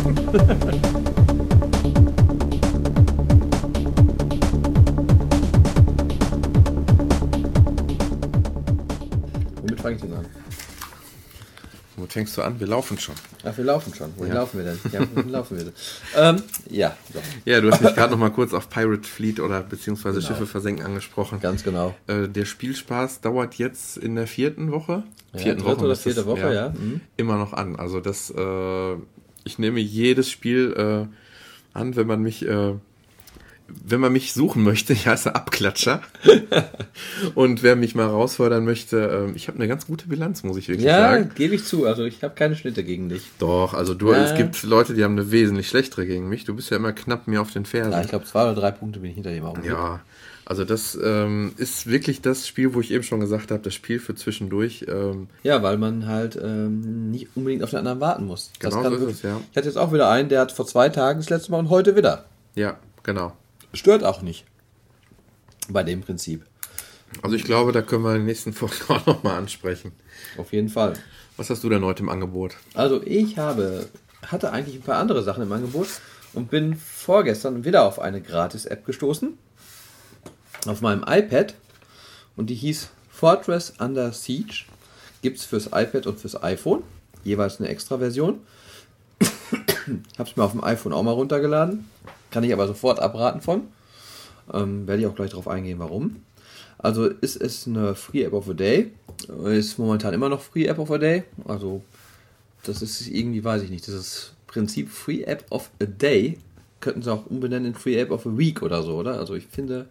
Womit fange ich denn an?
Womit fängst du an? Wir laufen schon.
Ach, wir laufen schon. Wohin laufen wir denn? Ja, wohin laufen wir denn? Ja. So.
Ja, du hast mich gerade noch mal kurz auf Pirate Fleet oder beziehungsweise Schiffe versenken angesprochen.
Ganz genau.
Der Spielspaß dauert jetzt in der 4. Woche.
Dritte oder vierte Woche, ja.
Immer noch an. Also das, ich nehme jedes Spiel an, wenn man mich suchen möchte, ich heiße Abklatscher. Und wer mich mal herausfordern möchte, ich habe eine ganz gute Bilanz, muss ich wirklich sagen.
Ja, gebe ich zu. Also ich habe keine Schnitte gegen dich.
Doch, also es gibt Leute, die haben eine wesentlich schlechtere gegen mich. Du bist ja immer knapp mir auf den Fersen.
Ja, ich glaube 2 oder 3 Punkte bin ich hinter dem Augenblick.
Ja, also das ist wirklich das Spiel, wo ich eben schon gesagt habe, das Spiel für zwischendurch.
Ja, weil man halt nicht unbedingt auf den anderen warten muss.
Genau so ist es, ja.
Ich hatte jetzt auch wieder einen, der hat vor 2 Tagen das letzte Mal und heute wieder.
Ja, genau.
Stört auch nicht. Bei dem Prinzip.
Also ich glaube, da können wir in den nächsten Folgen auch nochmal ansprechen.
Auf jeden Fall.
Was hast du denn heute im Angebot?
Also ich hatte eigentlich ein paar andere Sachen im Angebot und bin vorgestern wieder auf eine Gratis-App gestoßen. Auf meinem iPad. Und die hieß Fortress Under Siege. Gibt es fürs iPad und fürs iPhone. Jeweils eine extra Version. Habe es mir auf dem iPhone auch mal runtergeladen. Kann ich aber sofort abraten von. Werde ich auch gleich drauf eingehen, warum. Also ist eine Free App of the Day. Ist momentan immer noch Free App of the Day. Also das ist irgendwie, weiß ich nicht, das Prinzip Free App of a Day könnten sie auch umbenennen in Free App of a Week oder so, oder? Also ich finde,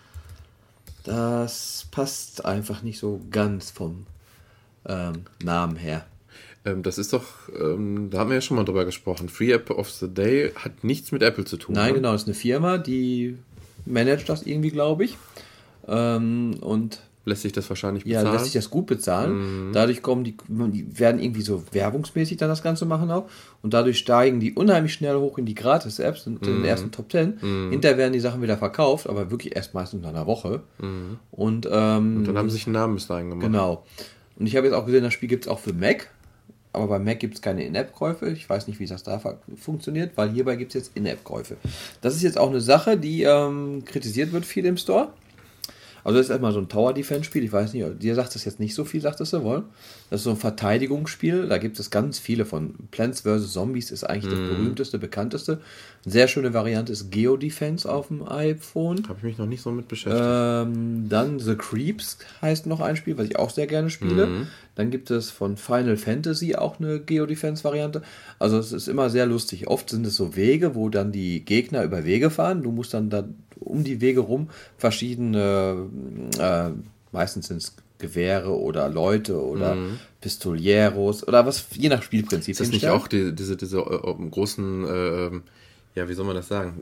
das passt einfach nicht so ganz vom Namen her.
Das ist doch, da haben wir ja schon mal drüber gesprochen. Free App of the Day hat nichts mit Apple zu tun.
Nein,
ne?
genau, das ist eine Firma, die managt das irgendwie, glaube ich. Und
lässt sich das wahrscheinlich bezahlen.
ja, lässt sich das gut bezahlen. Dadurch kommen die werden irgendwie so werbungsmäßig dann das Ganze machen auch. Und dadurch steigen die unheimlich schnell hoch in die Gratis-Apps, in den ersten Top 10. Hinterher werden die Sachen wieder verkauft, aber wirklich erst meistens nach einer Woche. Und
dann haben sie sich einen Namen bis dahin gemacht.
genau. Und ich habe jetzt auch gesehen, das Spiel gibt es auch für Mac. Aber bei Mac gibt es keine In-App-Käufe. Ich weiß nicht, wie das da funktioniert, weil hierbei gibt es jetzt In-App-Käufe. Das ist jetzt auch eine Sache, die kritisiert wird viel im Store. Also das ist erstmal so ein Tower-Defense-Spiel. Ich weiß nicht, dir sagt das jetzt nicht so viel, sagtest du wohl? Das ist so ein Verteidigungsspiel. Da gibt es ganz viele von. Plants vs. Zombies ist eigentlich das berühmteste, bekannteste. Eine sehr schöne Variante ist Geo-Defense auf dem iPhone.
Habe ich mich noch nicht so mit beschäftigt.
Dann The Creeps heißt noch ein Spiel, was ich auch sehr gerne spiele. Dann gibt es von Final Fantasy auch eine Geo-Defense-Variante. Also es ist immer sehr lustig. Oft sind es so Wege, wo dann die Gegner über Wege fahren. Du musst dann da um die Wege rum verschiedene, meistens sind es Gewehre oder Leute oder Pistolieros oder was, je nach Spielprinzip.
Ist das nicht auch diese großen, ja, wie soll man das sagen?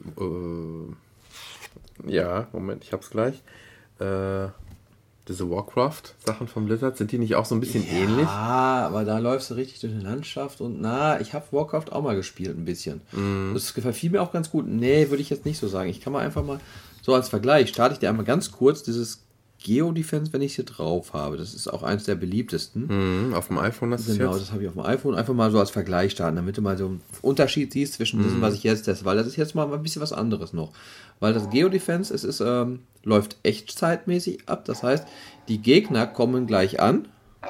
Ja, Moment, ich hab's gleich. Diese Warcraft-Sachen vom Blizzard, sind die nicht auch so ein bisschen ähnlich?
Ja, aber da läufst du richtig durch eine Landschaft und ich habe Warcraft auch mal gespielt ein bisschen. Das gefiel mir auch ganz gut. Nee, würde ich jetzt nicht so sagen. Ich kann mal einfach mal, so als Vergleich, starte ich dir einmal ganz kurz dieses Geo-Defense, wenn ich es hier drauf habe. Das ist auch eins der beliebtesten.
Auf dem iPhone hast du es
Genau,
jetzt?
das habe ich auf dem iPhone. Einfach mal so als Vergleich starten, damit du mal so einen Unterschied siehst zwischen diesem, was ich jetzt teste. Weil das ist jetzt mal ein bisschen was anderes noch. Weil das Geo-Defense, es ist, läuft echtzeitmäßig ab. Das heißt, die Gegner kommen gleich an.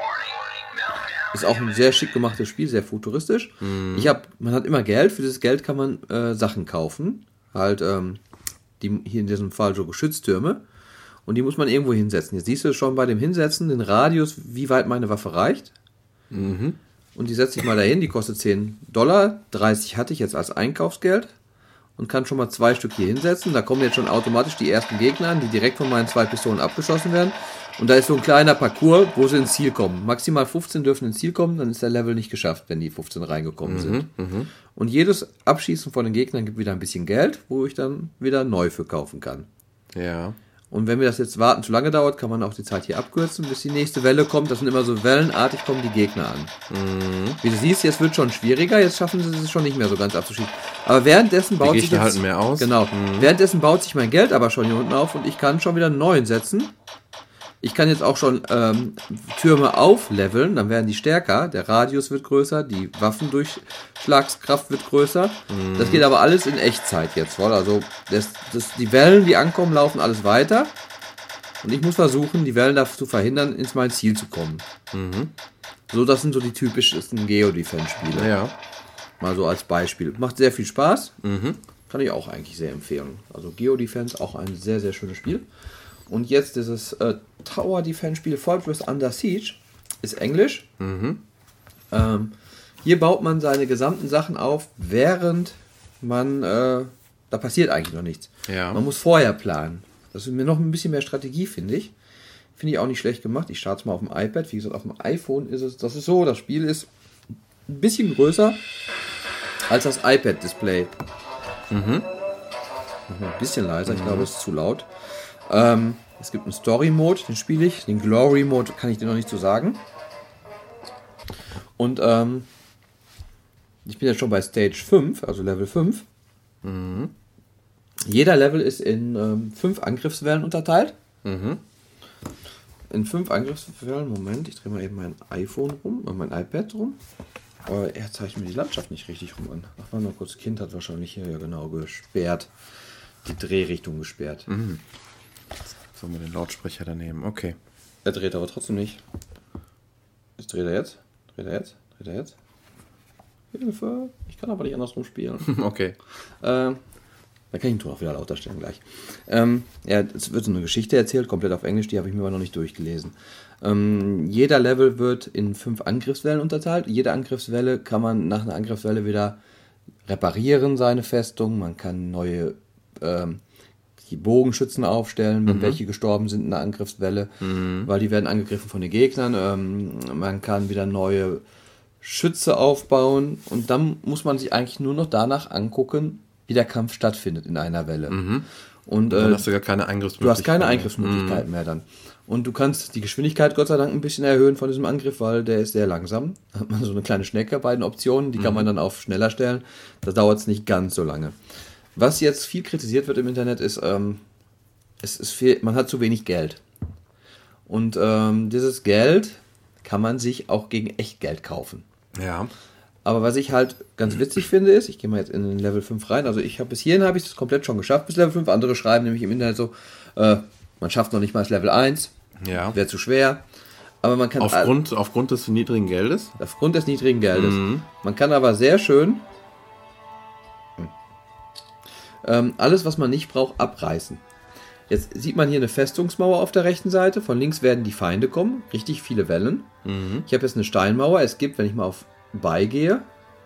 Ist auch ein sehr schick gemachtes Spiel, sehr futuristisch. Man hat immer Geld. Für dieses Geld kann man Sachen kaufen. Halt, die hier in diesem Fall so Geschütztürme. Und die muss man irgendwo hinsetzen. Jetzt siehst du schon bei dem Hinsetzen den Radius, wie weit meine Waffe reicht. Und die setze ich mal dahin, die kostet $10. 30 hatte ich jetzt als Einkaufsgeld. Und kann schon mal 2 Stück hier hinsetzen. Da kommen jetzt schon automatisch die ersten Gegner an, die direkt von meinen 2 Pistolen abgeschossen werden. Und da ist so ein kleiner Parcours, wo sie ins Ziel kommen. Maximal 15 dürfen ins Ziel kommen, dann ist der Level nicht geschafft, wenn die 15 reingekommen sind. Und jedes Abschießen von den Gegnern gibt wieder ein bisschen Geld, wo ich dann wieder neu für kaufen kann.
Ja.
Und wenn mir das jetzt warten zu lange dauert, kann man auch die Zeit hier abkürzen, bis die nächste Welle kommt. Das sind immer so wellenartig, kommen die Gegner an. Wie du siehst, jetzt wird schon schwieriger, jetzt schaffen sie es schon nicht mehr so ganz abzuschießen. Aber währenddessen baut sich jetzt,
halten mehr aus.
Genau. Währenddessen baut sich mein Geld aber schon hier unten auf und ich kann schon wieder einen neuen setzen. Ich kann jetzt auch schon Türme aufleveln, dann werden die stärker, der Radius wird größer, die Waffendurchschlagskraft wird größer. Das geht aber alles in Echtzeit jetzt voll. Also die Wellen, die ankommen, laufen alles weiter. Und ich muss versuchen, die Wellen dafür zu verhindern, ins mein Ziel zu kommen. So, das sind so die typischsten Geo-Defense-Spiele.
Ja.
Mal so als Beispiel. Macht sehr viel Spaß. Kann ich auch eigentlich sehr empfehlen. Also Geo-Defense, auch ein sehr, sehr schönes Spiel. Und jetzt dieses Tower-Defense-Spiel Fortress Under Siege ist Englisch. Hier baut man seine gesamten Sachen auf, während man, da passiert eigentlich noch nichts.
Ja.
Man muss vorher planen. Das ist mir noch ein bisschen mehr Strategie, finde ich. Finde ich auch nicht schlecht gemacht. Ich starte es mal auf dem iPad. Wie gesagt, auf dem iPhone ist es, das ist so, das Spiel ist ein bisschen größer als das iPad-Display. Ein bisschen leiser, ich glaube, es ist zu laut. Es gibt einen Story-Mode, den spiele ich. Den Glory-Mode kann ich dir noch nicht so sagen. Und ich bin jetzt schon bei Stage 5, also Level 5. Jeder Level ist in 5 Angriffswellen unterteilt. In 5 Angriffswellen, Moment, ich drehe mal eben mein iPhone rum, mein iPad rum. Aber er zeigt mir die Landschaft nicht richtig rum an. Ach, warte mal kurz, Kind hat wahrscheinlich hier, ja genau, gesperrt. Die Drehrichtung gesperrt.
Sollen wir den Lautsprecher daneben? Okay.
Er dreht aber trotzdem nicht. Jetzt dreht er jetzt? Dreht er jetzt? Dreht er jetzt? Hilfe! Ich kann aber nicht andersrum spielen.
Okay.
Da kann ich den Ton auch wieder lauter stellen gleich. Es wird so eine Geschichte erzählt, komplett auf Englisch, die habe ich mir aber noch nicht durchgelesen. Jeder Level wird in 5 Angriffswellen unterteilt. Jede Angriffswelle kann man nach einer Angriffswelle wieder reparieren, seine Festung. Man kann neue die Bogenschützen aufstellen, wenn welche gestorben sind in der Angriffswelle, weil die werden angegriffen von den Gegnern. Man kann wieder neue Schütze aufbauen und dann muss man sich eigentlich nur noch danach angucken, wie der Kampf stattfindet in einer Welle. Und
dann hast du gar keine Eingriffsmöglichkeit.
Du hast keine Eingriffsmöglichkeit mehr dann. Und du kannst die Geschwindigkeit Gott sei Dank ein bisschen erhöhen von diesem Angriff, weil der ist sehr langsam. Da hat man so eine kleine Schnecke bei den Optionen, die kann man dann auf schneller stellen. Da dauert es nicht ganz so lange. Was jetzt viel kritisiert wird im Internet ist, man hat zu wenig Geld. Und dieses Geld kann man sich auch gegen Echtgeld kaufen.
Ja.
Aber was ich halt ganz witzig finde ist, ich gehe mal jetzt in den Level 5 rein, also bis hierhin habe ich es komplett schon geschafft bis Level 5. Andere schreiben nämlich im Internet so, man schafft noch nicht mal das Level 1, wäre zu schwer. Aber man kann
aufgrund des niedrigen Geldes?
Aufgrund des niedrigen Geldes. Man kann aber sehr schön alles, was man nicht braucht, abreißen. Jetzt sieht man hier eine Festungsmauer auf der rechten Seite. Von links werden die Feinde kommen. Richtig viele Wellen. Ich habe jetzt eine Steinmauer. Es gibt, wenn ich mal auf beigehe,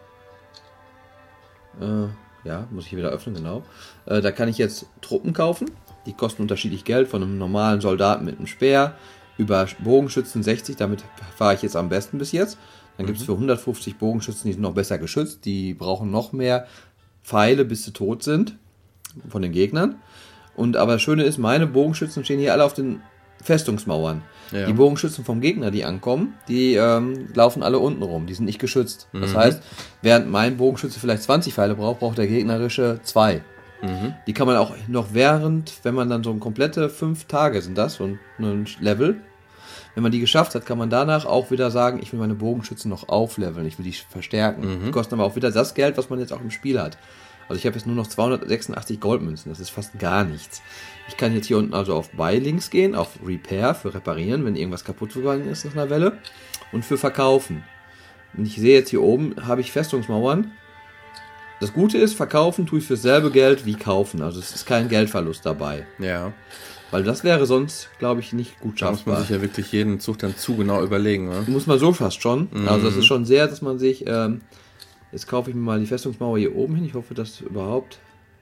muss ich hier wieder öffnen, genau. Da kann ich jetzt Truppen kaufen. Die kosten unterschiedlich Geld. Von einem normalen Soldaten mit einem Speer über Bogenschützen 60. Damit fahre ich jetzt am besten bis jetzt. Dann gibt es für 150 Bogenschützen, die sind noch besser geschützt. Die brauchen noch mehr Pfeile, bis sie tot sind von den Gegnern. Aber das Schöne ist, meine Bogenschützen stehen hier alle auf den Festungsmauern. Ja. Die Bogenschützen vom Gegner, die ankommen, die laufen alle unten rum. Die sind nicht geschützt. Das heißt, während mein Bogenschütze vielleicht 20 Pfeile braucht der gegnerische 2. Die kann man auch noch wenn man dann so ein komplette 5 Tage sind das, so ein Level, wenn man die geschafft hat, kann man danach auch wieder sagen, ich will meine Bogenschützen noch aufleveln, ich will die verstärken. Die kosten aber auch wieder das Geld, was man jetzt auch im Spiel hat. Also ich habe jetzt nur noch 286 Goldmünzen, das ist fast gar nichts. Ich kann jetzt hier unten also auf Buy links gehen, auf Repair für Reparieren, wenn irgendwas kaputt gegangen ist nach einer Welle, und für Verkaufen. Und ich sehe jetzt hier oben, habe ich Festungsmauern. Das Gute ist, verkaufen tue ich für dasselbe Geld wie kaufen, also es ist kein Geldverlust dabei.
Ja.
Weil das wäre sonst, glaube ich, nicht gut schaffbar.
Da muss man sich ja wirklich jeden Zug dann zu genau überlegen, ne?
Muss man so fast schon. Also das ist schon sehr, dass man sich... jetzt kaufe ich mir mal die Festungsmauer hier oben hin. Ich hoffe, dass überhaupt...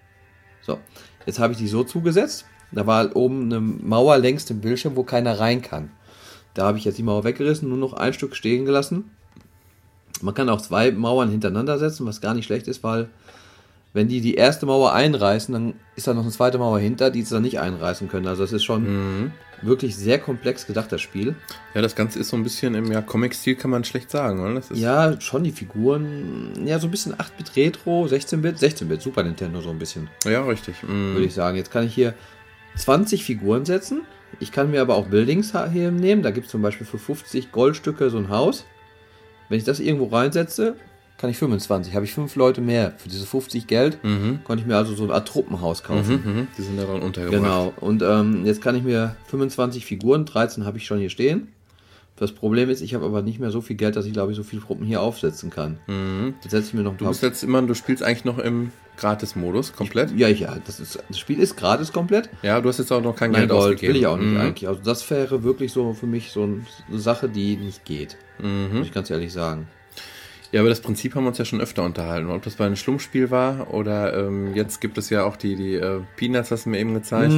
So, jetzt habe ich die so zugesetzt. Da war oben eine Mauer längs dem Bildschirm, wo keiner rein kann. Da habe ich jetzt die Mauer weggerissen, nur noch ein Stück stehen gelassen. Man kann auch 2 Mauern hintereinander setzen, was gar nicht schlecht ist, weil wenn die erste Mauer einreißen, dann ist da noch eine zweite Mauer hinter, die sie dann nicht einreißen können. Also das ist schon wirklich sehr komplex gedacht, das Spiel.
Ja, das Ganze ist so ein bisschen im Comic-Stil, kann man schlecht sagen, oder? Das ist
ja, schon die Figuren, ja, so ein bisschen 8-Bit Retro, 16-Bit, Super Nintendo so ein bisschen.
Ja, richtig.
Würde ich sagen. Jetzt kann ich hier 20 Figuren setzen. Ich kann mir aber auch Buildings hier nehmen. Da gibt es zum Beispiel für 50 Goldstücke so ein Haus. Wenn ich das irgendwo reinsetze, kann ich 25. Habe ich 5 Leute mehr. Für diese 50 Geld konnte ich mir also so eine Art Truppenhaus kaufen.
Die sind daran untergebracht.
Genau. Und jetzt kann ich mir 25 Figuren, 13 habe ich schon hier stehen. Das Problem ist, ich habe aber nicht mehr so viel Geld, dass ich, glaube ich, so viele Truppen hier aufsetzen kann. Jetzt setze ich mir noch ein paar...
Du spielst eigentlich noch im Gratis-Modus komplett?
Das Spiel ist gratis komplett.
Ja, du hast jetzt auch noch kein Geld ausgegeben.
Will ich auch nicht eigentlich. Also das wäre wirklich so für mich so eine Sache, die nicht geht. Muss ich ganz ehrlich sagen.
Ja, aber das Prinzip haben wir uns ja schon öfter unterhalten. Ob das bei einem Schlummspiel war oder jetzt gibt es ja auch die Peanuts, hast du mir eben gezeigt.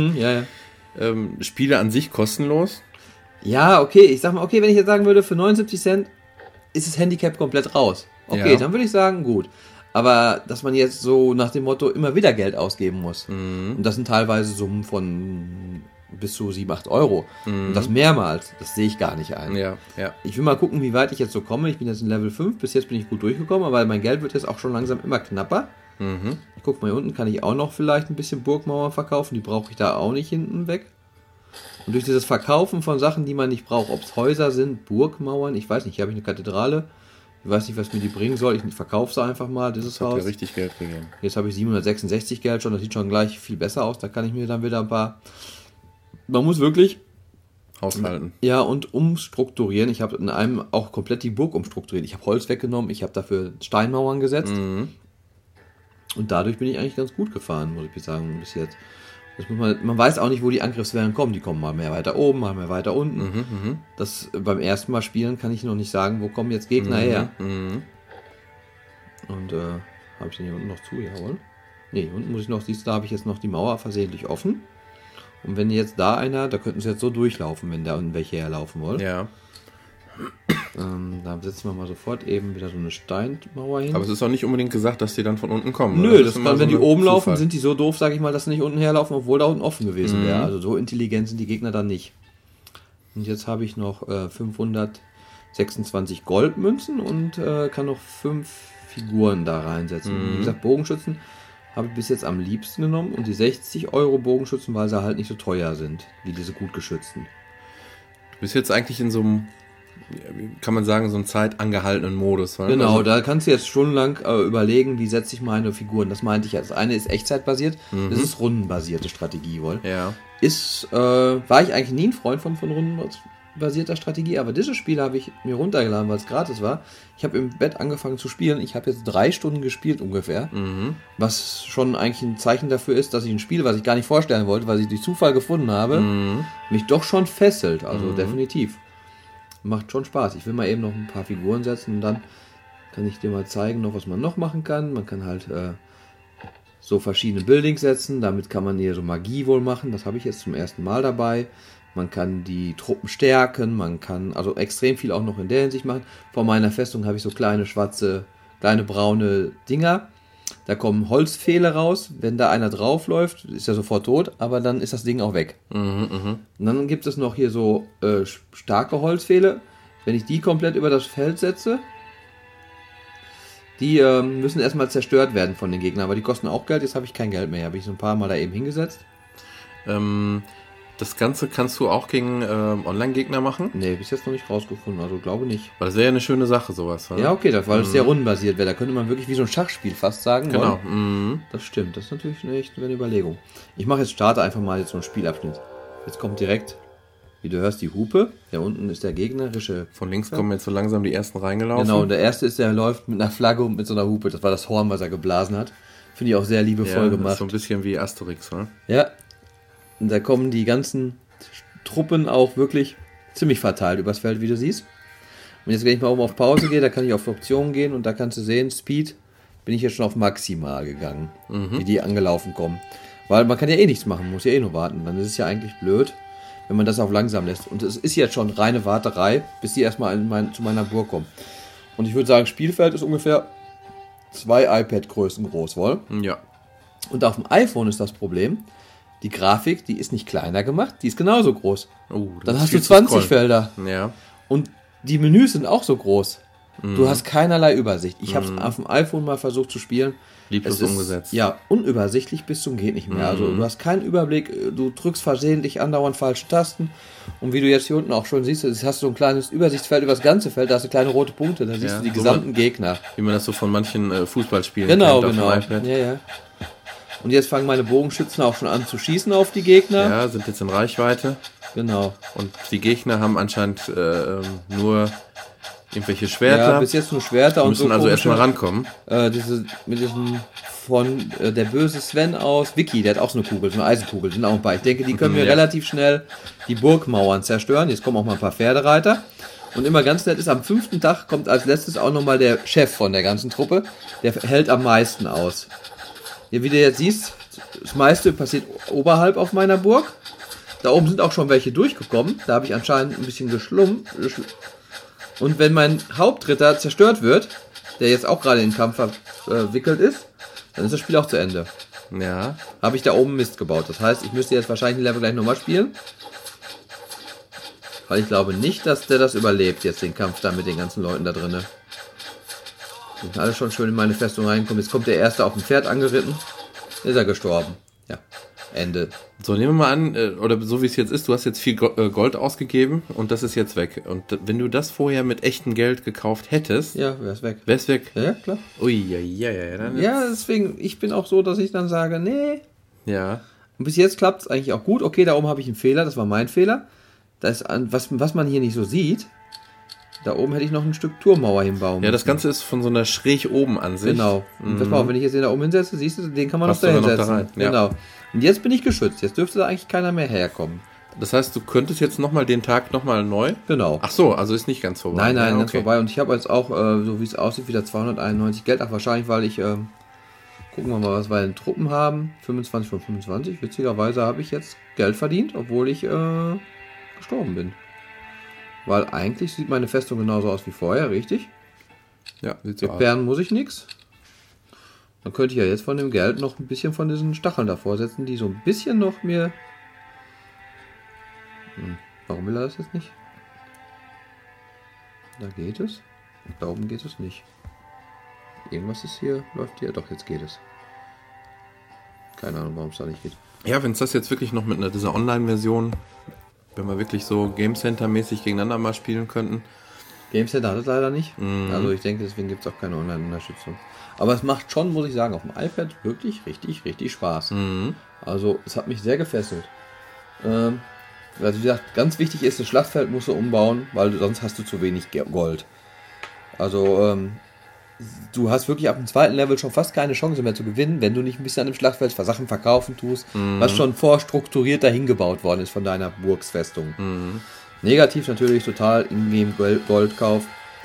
Spiele an sich kostenlos.
Ja, okay. Ich sag mal, okay, wenn ich jetzt sagen würde, für 79 Cent ist das Handicap komplett raus. Okay, dann würde ich sagen, gut. Aber dass man jetzt so nach dem Motto immer wieder Geld ausgeben muss. Und das sind teilweise Summen von bis zu 7-8 Euro. Und das mehrmals, das sehe ich gar nicht ein.
Ja.
Ich will mal gucken, wie weit ich jetzt so komme. Ich bin jetzt in Level 5, bis jetzt bin ich gut durchgekommen, aber mein Geld wird jetzt auch schon langsam immer knapper. Ich guck mal, hier unten kann ich auch noch vielleicht ein bisschen Burgmauern verkaufen, die brauche ich da auch nicht hinten weg. Und durch dieses Verkaufen von Sachen, die man nicht braucht, ob es Häuser sind, Burgmauern, ich weiß nicht, hier habe ich eine Kathedrale, ich weiß nicht, was mir die bringen soll, ich verkaufe sie einfach mal, dieses
das
Haus.
Hat ja richtig Geld gegeben.
Jetzt habe ich 766 Geld schon, das sieht schon gleich viel besser aus, da kann ich mir dann wieder ein paar... Man muss wirklich
haushalten.
Ja, und umstrukturieren. Ich habe in einem auch komplett die Burg umstrukturiert. Ich habe Holz weggenommen, ich habe dafür Steinmauern gesetzt. Und dadurch bin ich eigentlich ganz gut gefahren, muss ich sagen, bis jetzt. Man weiß auch nicht, wo die Angriffswellen kommen. Die kommen mal mehr weiter oben, mal mehr weiter unten. Das beim ersten Mal spielen kann ich noch nicht sagen, wo kommen jetzt Gegner her. Und habe ich den hier unten noch zu? Jawohl. Ne, unten muss ich noch, siehst du, da habe ich jetzt noch die Mauer versehentlich offen. Und wenn jetzt da könnten sie jetzt so durchlaufen, wenn da unten welche herlaufen wollen.
Ja.
Da setzen wir mal sofort eben wieder so eine Steinmauer hin.
Aber es ist auch nicht unbedingt gesagt, dass die dann von unten kommen.
Nö, das kann, wenn die oben laufen, sind die so doof, sage ich mal, dass sie nicht unten herlaufen, obwohl da unten offen gewesen wäre. Also so intelligent sind die Gegner dann nicht. Und jetzt habe ich noch 526 Goldmünzen und kann noch 5 Figuren da reinsetzen. Wie gesagt, Bogenschützen habe ich bis jetzt am liebsten genommen und die 60 Euro Bogenschützen, weil sie halt nicht so teuer sind, wie diese gut geschützten.
Du bist jetzt eigentlich in so einem, kann man sagen, so einen zeitangehaltenen Modus. Weil
genau, also, da kannst du jetzt stundenlang überlegen, wie setze ich meine Figuren. Das meinte ich ja. Das eine ist echtzeitbasiert, das ist rundenbasierte Strategie wohl.
Ja.
War ich eigentlich nie ein Freund von rundenbasierter Strategie, aber dieses Spiel habe ich mir runtergeladen, weil es gratis war. Ich habe im Bett angefangen zu spielen. Ich habe jetzt 3 Stunden gespielt ungefähr, was schon eigentlich ein Zeichen dafür ist, dass ich ein Spiel, was ich gar nicht vorstellen wollte, was ich durch Zufall gefunden habe, mich doch schon fesselt. Also definitiv. Macht schon Spaß. Ich will mal eben noch ein paar Figuren setzen und dann kann ich dir mal zeigen, noch was man noch machen kann. Man kann halt so verschiedene Buildings setzen. Damit kann man hier so Magie wohl machen. Das habe ich jetzt zum ersten Mal dabei. Man kann die Truppen stärken. Man kann also extrem viel auch noch in der Hinsicht machen. Vor meiner Festung habe ich so kleine braune Dinger. Da kommen Holzpfähle raus. Wenn da einer draufläuft, ist er sofort tot, aber dann ist das Ding auch weg. Und dann gibt es noch hier so starke Holzpfähle. Wenn ich die komplett über das Feld setze, die müssen erstmal zerstört werden von den Gegnern, aber die kosten auch Geld. Jetzt habe ich kein Geld mehr. Habe ich so ein paar Mal da eben hingesetzt.
Das Ganze kannst du auch gegen Online-Gegner machen?
Nee, bis jetzt noch nicht rausgefunden, also glaube nicht.
Weil das wäre ja eine schöne Sache, sowas. Oder?
Ja, okay, weil es sehr rundenbasiert wäre. Da könnte man wirklich wie so ein Schachspiel fast sagen.
Genau.
Das stimmt, das ist natürlich echt eine Überlegung. Ich mache jetzt, starte einfach mal jetzt so einen Spielabschnitt. Jetzt kommt direkt, wie du hörst, die Hupe. Da unten ist der gegnerische.
Von links kommen jetzt so langsam die ersten reingelaufen.
Genau, und der erste der läuft mit einer Flagge und mit so einer Hupe. Das war das Horn, was er geblasen hat. Finde ich auch sehr liebevoll gemacht. Das ist
so ein bisschen wie Asterix, ne?
Ja. Und da kommen die ganzen Truppen auch wirklich ziemlich verteilt übers Feld, wie du siehst. Und jetzt, wenn ich mal oben auf Pause gehe, da kann ich auf Optionen gehen und da kannst du sehen, Speed, bin ich jetzt schon auf maximal gegangen, wie die angelaufen kommen. Weil man kann ja eh nichts machen, muss ja eh nur warten. Dann ist es ja eigentlich blöd, wenn man das auf langsam lässt. Und es ist jetzt schon reine Warterei, bis die erstmal zu meiner Burg kommen. Und ich würde sagen, Spielfeld ist ungefähr 2 iPad-Größen groß, wohl?
Ja.
Und auf dem iPhone ist das Problem, die Grafik, die ist nicht kleiner gemacht, die ist genauso groß. Dann hast du 20 Felder.
Ja.
Und die Menüs sind auch so groß. Du hast keinerlei Übersicht. Ich habe es auf dem iPhone mal versucht zu spielen.
Lieblos umgesetzt.
Ja, unübersichtlich bis zum geht nicht mehr. Also du hast keinen Überblick, du drückst versehentlich andauernd falsche Tasten. Und wie du jetzt hier unten auch schon siehst, hast du so ein kleines Übersichtsfeld über das ganze Feld, da hast du kleine rote Punkte, da siehst du die gesamten Gegner.
Wie man das so von manchen Fußballspielen
kennt. Genau. Ja. Und jetzt fangen meine Bogenschützen auch schon an zu schießen auf die Gegner.
Ja, sind jetzt in Reichweite.
Genau.
Und die Gegner haben anscheinend nur irgendwelche Schwerter.
Ja, bis jetzt nur Schwerter.
Die müssen
so
also erstmal rankommen.
Mit diesem von der böse Sven aus, Vicky, der hat auch so eine Kugel, so eine Eisenkugel, sind auch ein paar. Ich denke, die können wir relativ schnell die Burgmauern zerstören. Jetzt kommen auch mal ein paar Pferdereiter. Und immer ganz nett ist, am 5. Tag kommt als letztes auch nochmal der Chef von der ganzen Truppe. Der hält am meisten aus. Ja, wie du jetzt siehst, das meiste passiert oberhalb auf meiner Burg. Da oben sind auch schon welche durchgekommen. Da habe ich anscheinend ein bisschen geschlummt. Und wenn mein Hauptritter zerstört wird, der jetzt auch gerade in den Kampf verwickelt ist, dann ist das Spiel auch zu Ende.
Ja.
Habe ich da oben Mist gebaut. Das heißt, ich müsste jetzt wahrscheinlich ein Level gleich nochmal spielen. Weil ich glaube nicht, dass der das überlebt, jetzt den Kampf da mit den ganzen Leuten da drinnen. Die sind alle schon schön in meine Festung reingekommen. Jetzt kommt der Erste auf dem Pferd angeritten. Ist er gestorben. Ja, Ende.
So, nehmen wir mal an, oder so wie es jetzt ist, du hast jetzt viel Gold ausgegeben und das ist jetzt weg. Und wenn du das vorher mit echtem Geld gekauft hättest...
Ja, wär's weg.
Wär's weg?
Ja, klar.
Ui, ja.
Ja, deswegen, ich bin auch so, dass ich dann sage, nee.
Ja.
Und bis jetzt klappt es eigentlich auch gut. Okay, da oben habe ich einen Fehler, das war mein Fehler. Das ist was man hier nicht so sieht. da oben hätte ich noch ein Stück Turmmauer hinbauen
Ja, das Ganze ist von so einer schräg oben Ansicht.
Genau. Und pass mal auf, wenn ich jetzt den da oben hinsetze, siehst du, den kann man
Passt
noch da
sogar noch
hinsetzen.
da rein, ja.
Genau. Und jetzt bin ich geschützt. Jetzt dürfte da eigentlich keiner mehr herkommen.
Das heißt, du könntest jetzt nochmal den Tag nochmal neu?
Genau.
Ach so, also ist nicht ganz vorbei.
Nein,
ja,
ganz vorbei. Und ich habe jetzt auch, so wie es aussieht, wieder 291 Geld. Ach, wahrscheinlich, weil ich, gucken wir mal, was wir in Truppen haben. 25 von 25. Witzigerweise habe ich jetzt Geld verdient, obwohl ich gestorben bin. Weil eigentlich sieht meine Festung genauso aus wie vorher, richtig?
Ja, sieht so aus.
Repairen muss ich nichts. Dann könnte ich ja jetzt von dem Geld noch ein bisschen von diesen Stacheln davor setzen, die so ein bisschen noch mir... Warum will er das jetzt nicht? Da geht es. Da oben geht es nicht. Irgendwas ist hier, läuft hier. Doch, jetzt geht es. Keine Ahnung, warum es da nicht geht.
Ja, wenn es das jetzt wirklich noch mit dieser Online-Version, wenn wir wirklich so Game Center-mäßig gegeneinander mal spielen könnten.
Game Center hat es leider nicht. Also ich denke, deswegen gibt es auch keine Online-Unterstützung. Aber es macht schon, muss ich sagen, auf dem iPad wirklich richtig, richtig Spaß. Also es hat mich sehr gefesselt. Also wie gesagt, ganz wichtig ist, das Schlachtfeld musst du umbauen, weil sonst hast du zu wenig Gold. Also du hast wirklich ab dem zweiten Level schon fast keine Chance mehr zu gewinnen, wenn du nicht ein bisschen an dem Schlachtfeld Sachen verkaufen tust, was schon vorstrukturiert dahin gebaut worden ist von deiner Burgsfestung. Negativ natürlich total in-game Goldkauf.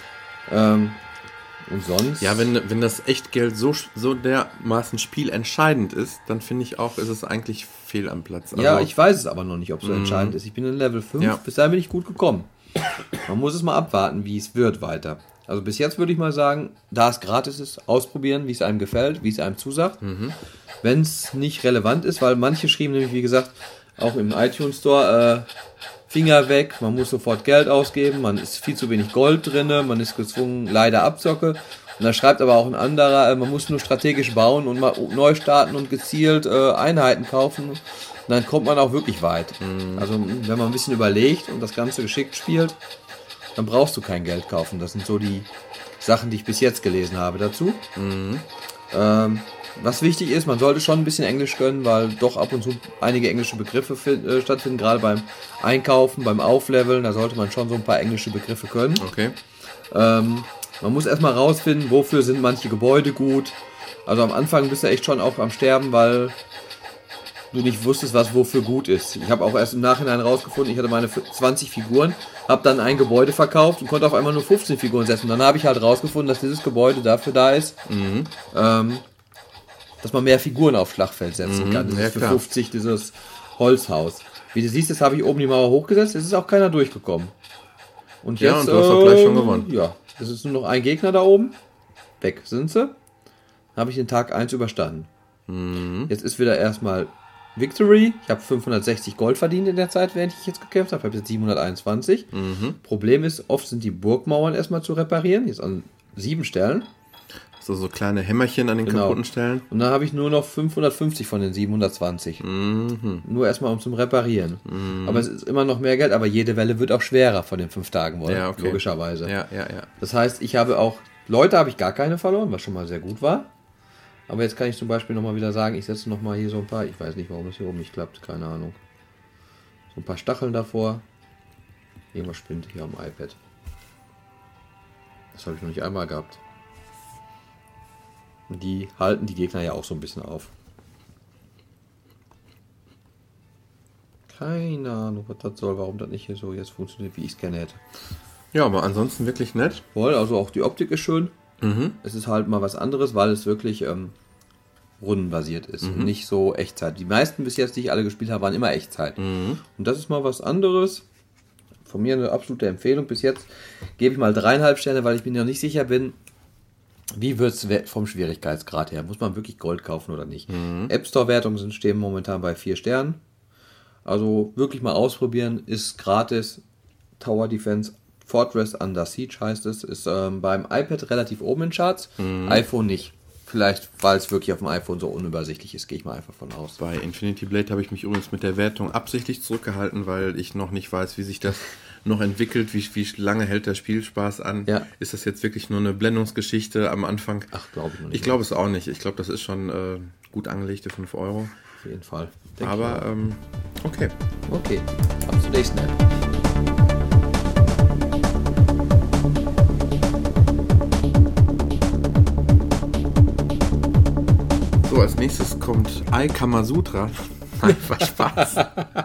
Und sonst...
Ja, wenn das Echtgeld so dermaßen spielentscheidend ist, dann finde ich auch, ist es eigentlich fehl am Platz. Also,
ja, ich weiß es aber noch nicht, ob es so entscheidend ist. Ich bin in Level 5,
Ja.
bis dahin bin ich gut gekommen. Man muss es mal abwarten, wie es wird weiter. Also bis jetzt würde ich mal sagen, da es gratis ist, ausprobieren, wie es einem gefällt, wie es einem zusagt. Wenn es nicht relevant ist, weil manche schrieben nämlich, wie gesagt, auch im iTunes Store, Finger weg, man muss sofort Geld ausgeben, man ist viel zu wenig Gold drin, man ist gezwungen, leider Abzocke. Und da schreibt aber auch ein anderer, man muss nur strategisch bauen und mal neu starten und gezielt Einheiten kaufen. Und dann kommt man auch wirklich weit. Also wenn man ein bisschen überlegt und das Ganze geschickt spielt, dann brauchst du kein Geld kaufen. Das sind so die Sachen, die ich bis jetzt gelesen habe dazu. Was wichtig ist, man sollte schon ein bisschen Englisch können, weil doch ab und zu einige englische Begriffe stattfinden, gerade beim Einkaufen, beim Aufleveln, da sollte man schon so ein paar englische Begriffe können.
Okay.
Man muss erstmal rausfinden, wofür sind manche Gebäude gut. Also am Anfang bist du echt schon auch am Sterben, weil du nicht wusstest, was wofür gut ist. Ich habe auch erst im Nachhinein rausgefunden, ich hatte meine 20 Figuren, habe dann ein Gebäude verkauft und konnte auf einmal nur 15 Figuren setzen. Dann habe ich halt rausgefunden, dass dieses Gebäude dafür da ist, dass man mehr Figuren aufs Schlachtfeld setzen kann. Das
ja,
ist für
klar.
50 dieses Holzhaus. Wie du siehst, jetzt habe ich oben die Mauer hochgesetzt, es ist auch keiner durchgekommen. Und jetzt,
Ja, und du hast auch gleich schon gewonnen.
Ja, es ist nur noch ein Gegner da oben. Weg sind sie. Dann habe ich den Tag 1 überstanden. Jetzt ist wieder erstmal Victory. Ich habe 560 Gold verdient in der Zeit, während ich jetzt gekämpft habe. Ich habe jetzt 721. Problem ist, oft sind die Burgmauern erstmal zu reparieren. Jetzt an 7 Stellen.
So kleine Hämmerchen an den
Genau.
kaputten Stellen.
Und dann habe ich nur noch 550 von den 720. Nur erstmal um zum Reparieren. Aber es ist immer noch mehr Geld, aber jede Welle wird auch schwerer von den 5 Tagen,
Ja, okay.
logischerweise.
Ja.
Das heißt, ich habe auch, Leute habe ich gar keine verloren, was schon mal sehr gut war. Aber jetzt kann ich zum Beispiel nochmal wieder sagen, ich setze nochmal hier so ein paar, ich weiß nicht, warum das hier oben nicht klappt, keine Ahnung. So ein paar Stacheln davor. Irgendwas spinnt hier am iPad. Das habe ich noch nicht einmal gehabt. Und die halten die Gegner ja auch so ein bisschen auf. Keine Ahnung, was das soll, warum das nicht hier so jetzt funktioniert, wie ich es gerne hätte.
Ja, aber ansonsten wirklich nett.
Voll, also auch die Optik ist schön. Es ist halt mal was anderes, weil es wirklich rundenbasiert ist und nicht so Echtzeit. Die meisten bis jetzt, die ich alle gespielt habe, waren immer Echtzeit. Und das ist mal was anderes. Von mir eine absolute Empfehlung. Bis jetzt gebe ich mal 3,5 Sterne, weil ich mir noch nicht sicher bin, wie wird es vom Schwierigkeitsgrad her. Muss man wirklich Gold kaufen oder nicht? App Store Wertungen stehen momentan bei 4 Sternen. Also wirklich mal ausprobieren, ist gratis. Tower Defense Fortress Under Siege heißt es. Ist beim iPad relativ oben in Charts, iPhone nicht. Vielleicht, weil es wirklich auf dem iPhone so unübersichtlich ist, gehe ich mal einfach von aus.
Bei Infinity Blade habe ich mich übrigens mit der Wertung absichtlich zurückgehalten, weil ich noch nicht weiß, wie sich das noch entwickelt, wie lange hält der Spielspaß an.
Ja.
Ist das jetzt wirklich nur eine Blendungsgeschichte am Anfang?
Ach, glaube ich noch nicht.
Ich glaube es auch nicht. Ich glaube, das ist schon gut angelegte 5 €.
Auf jeden Fall. Denk
Aber okay.
ich mal. Okay, ab zur nächsten App.
als nächstes kommt iKamasutra. Nein, war Spaß.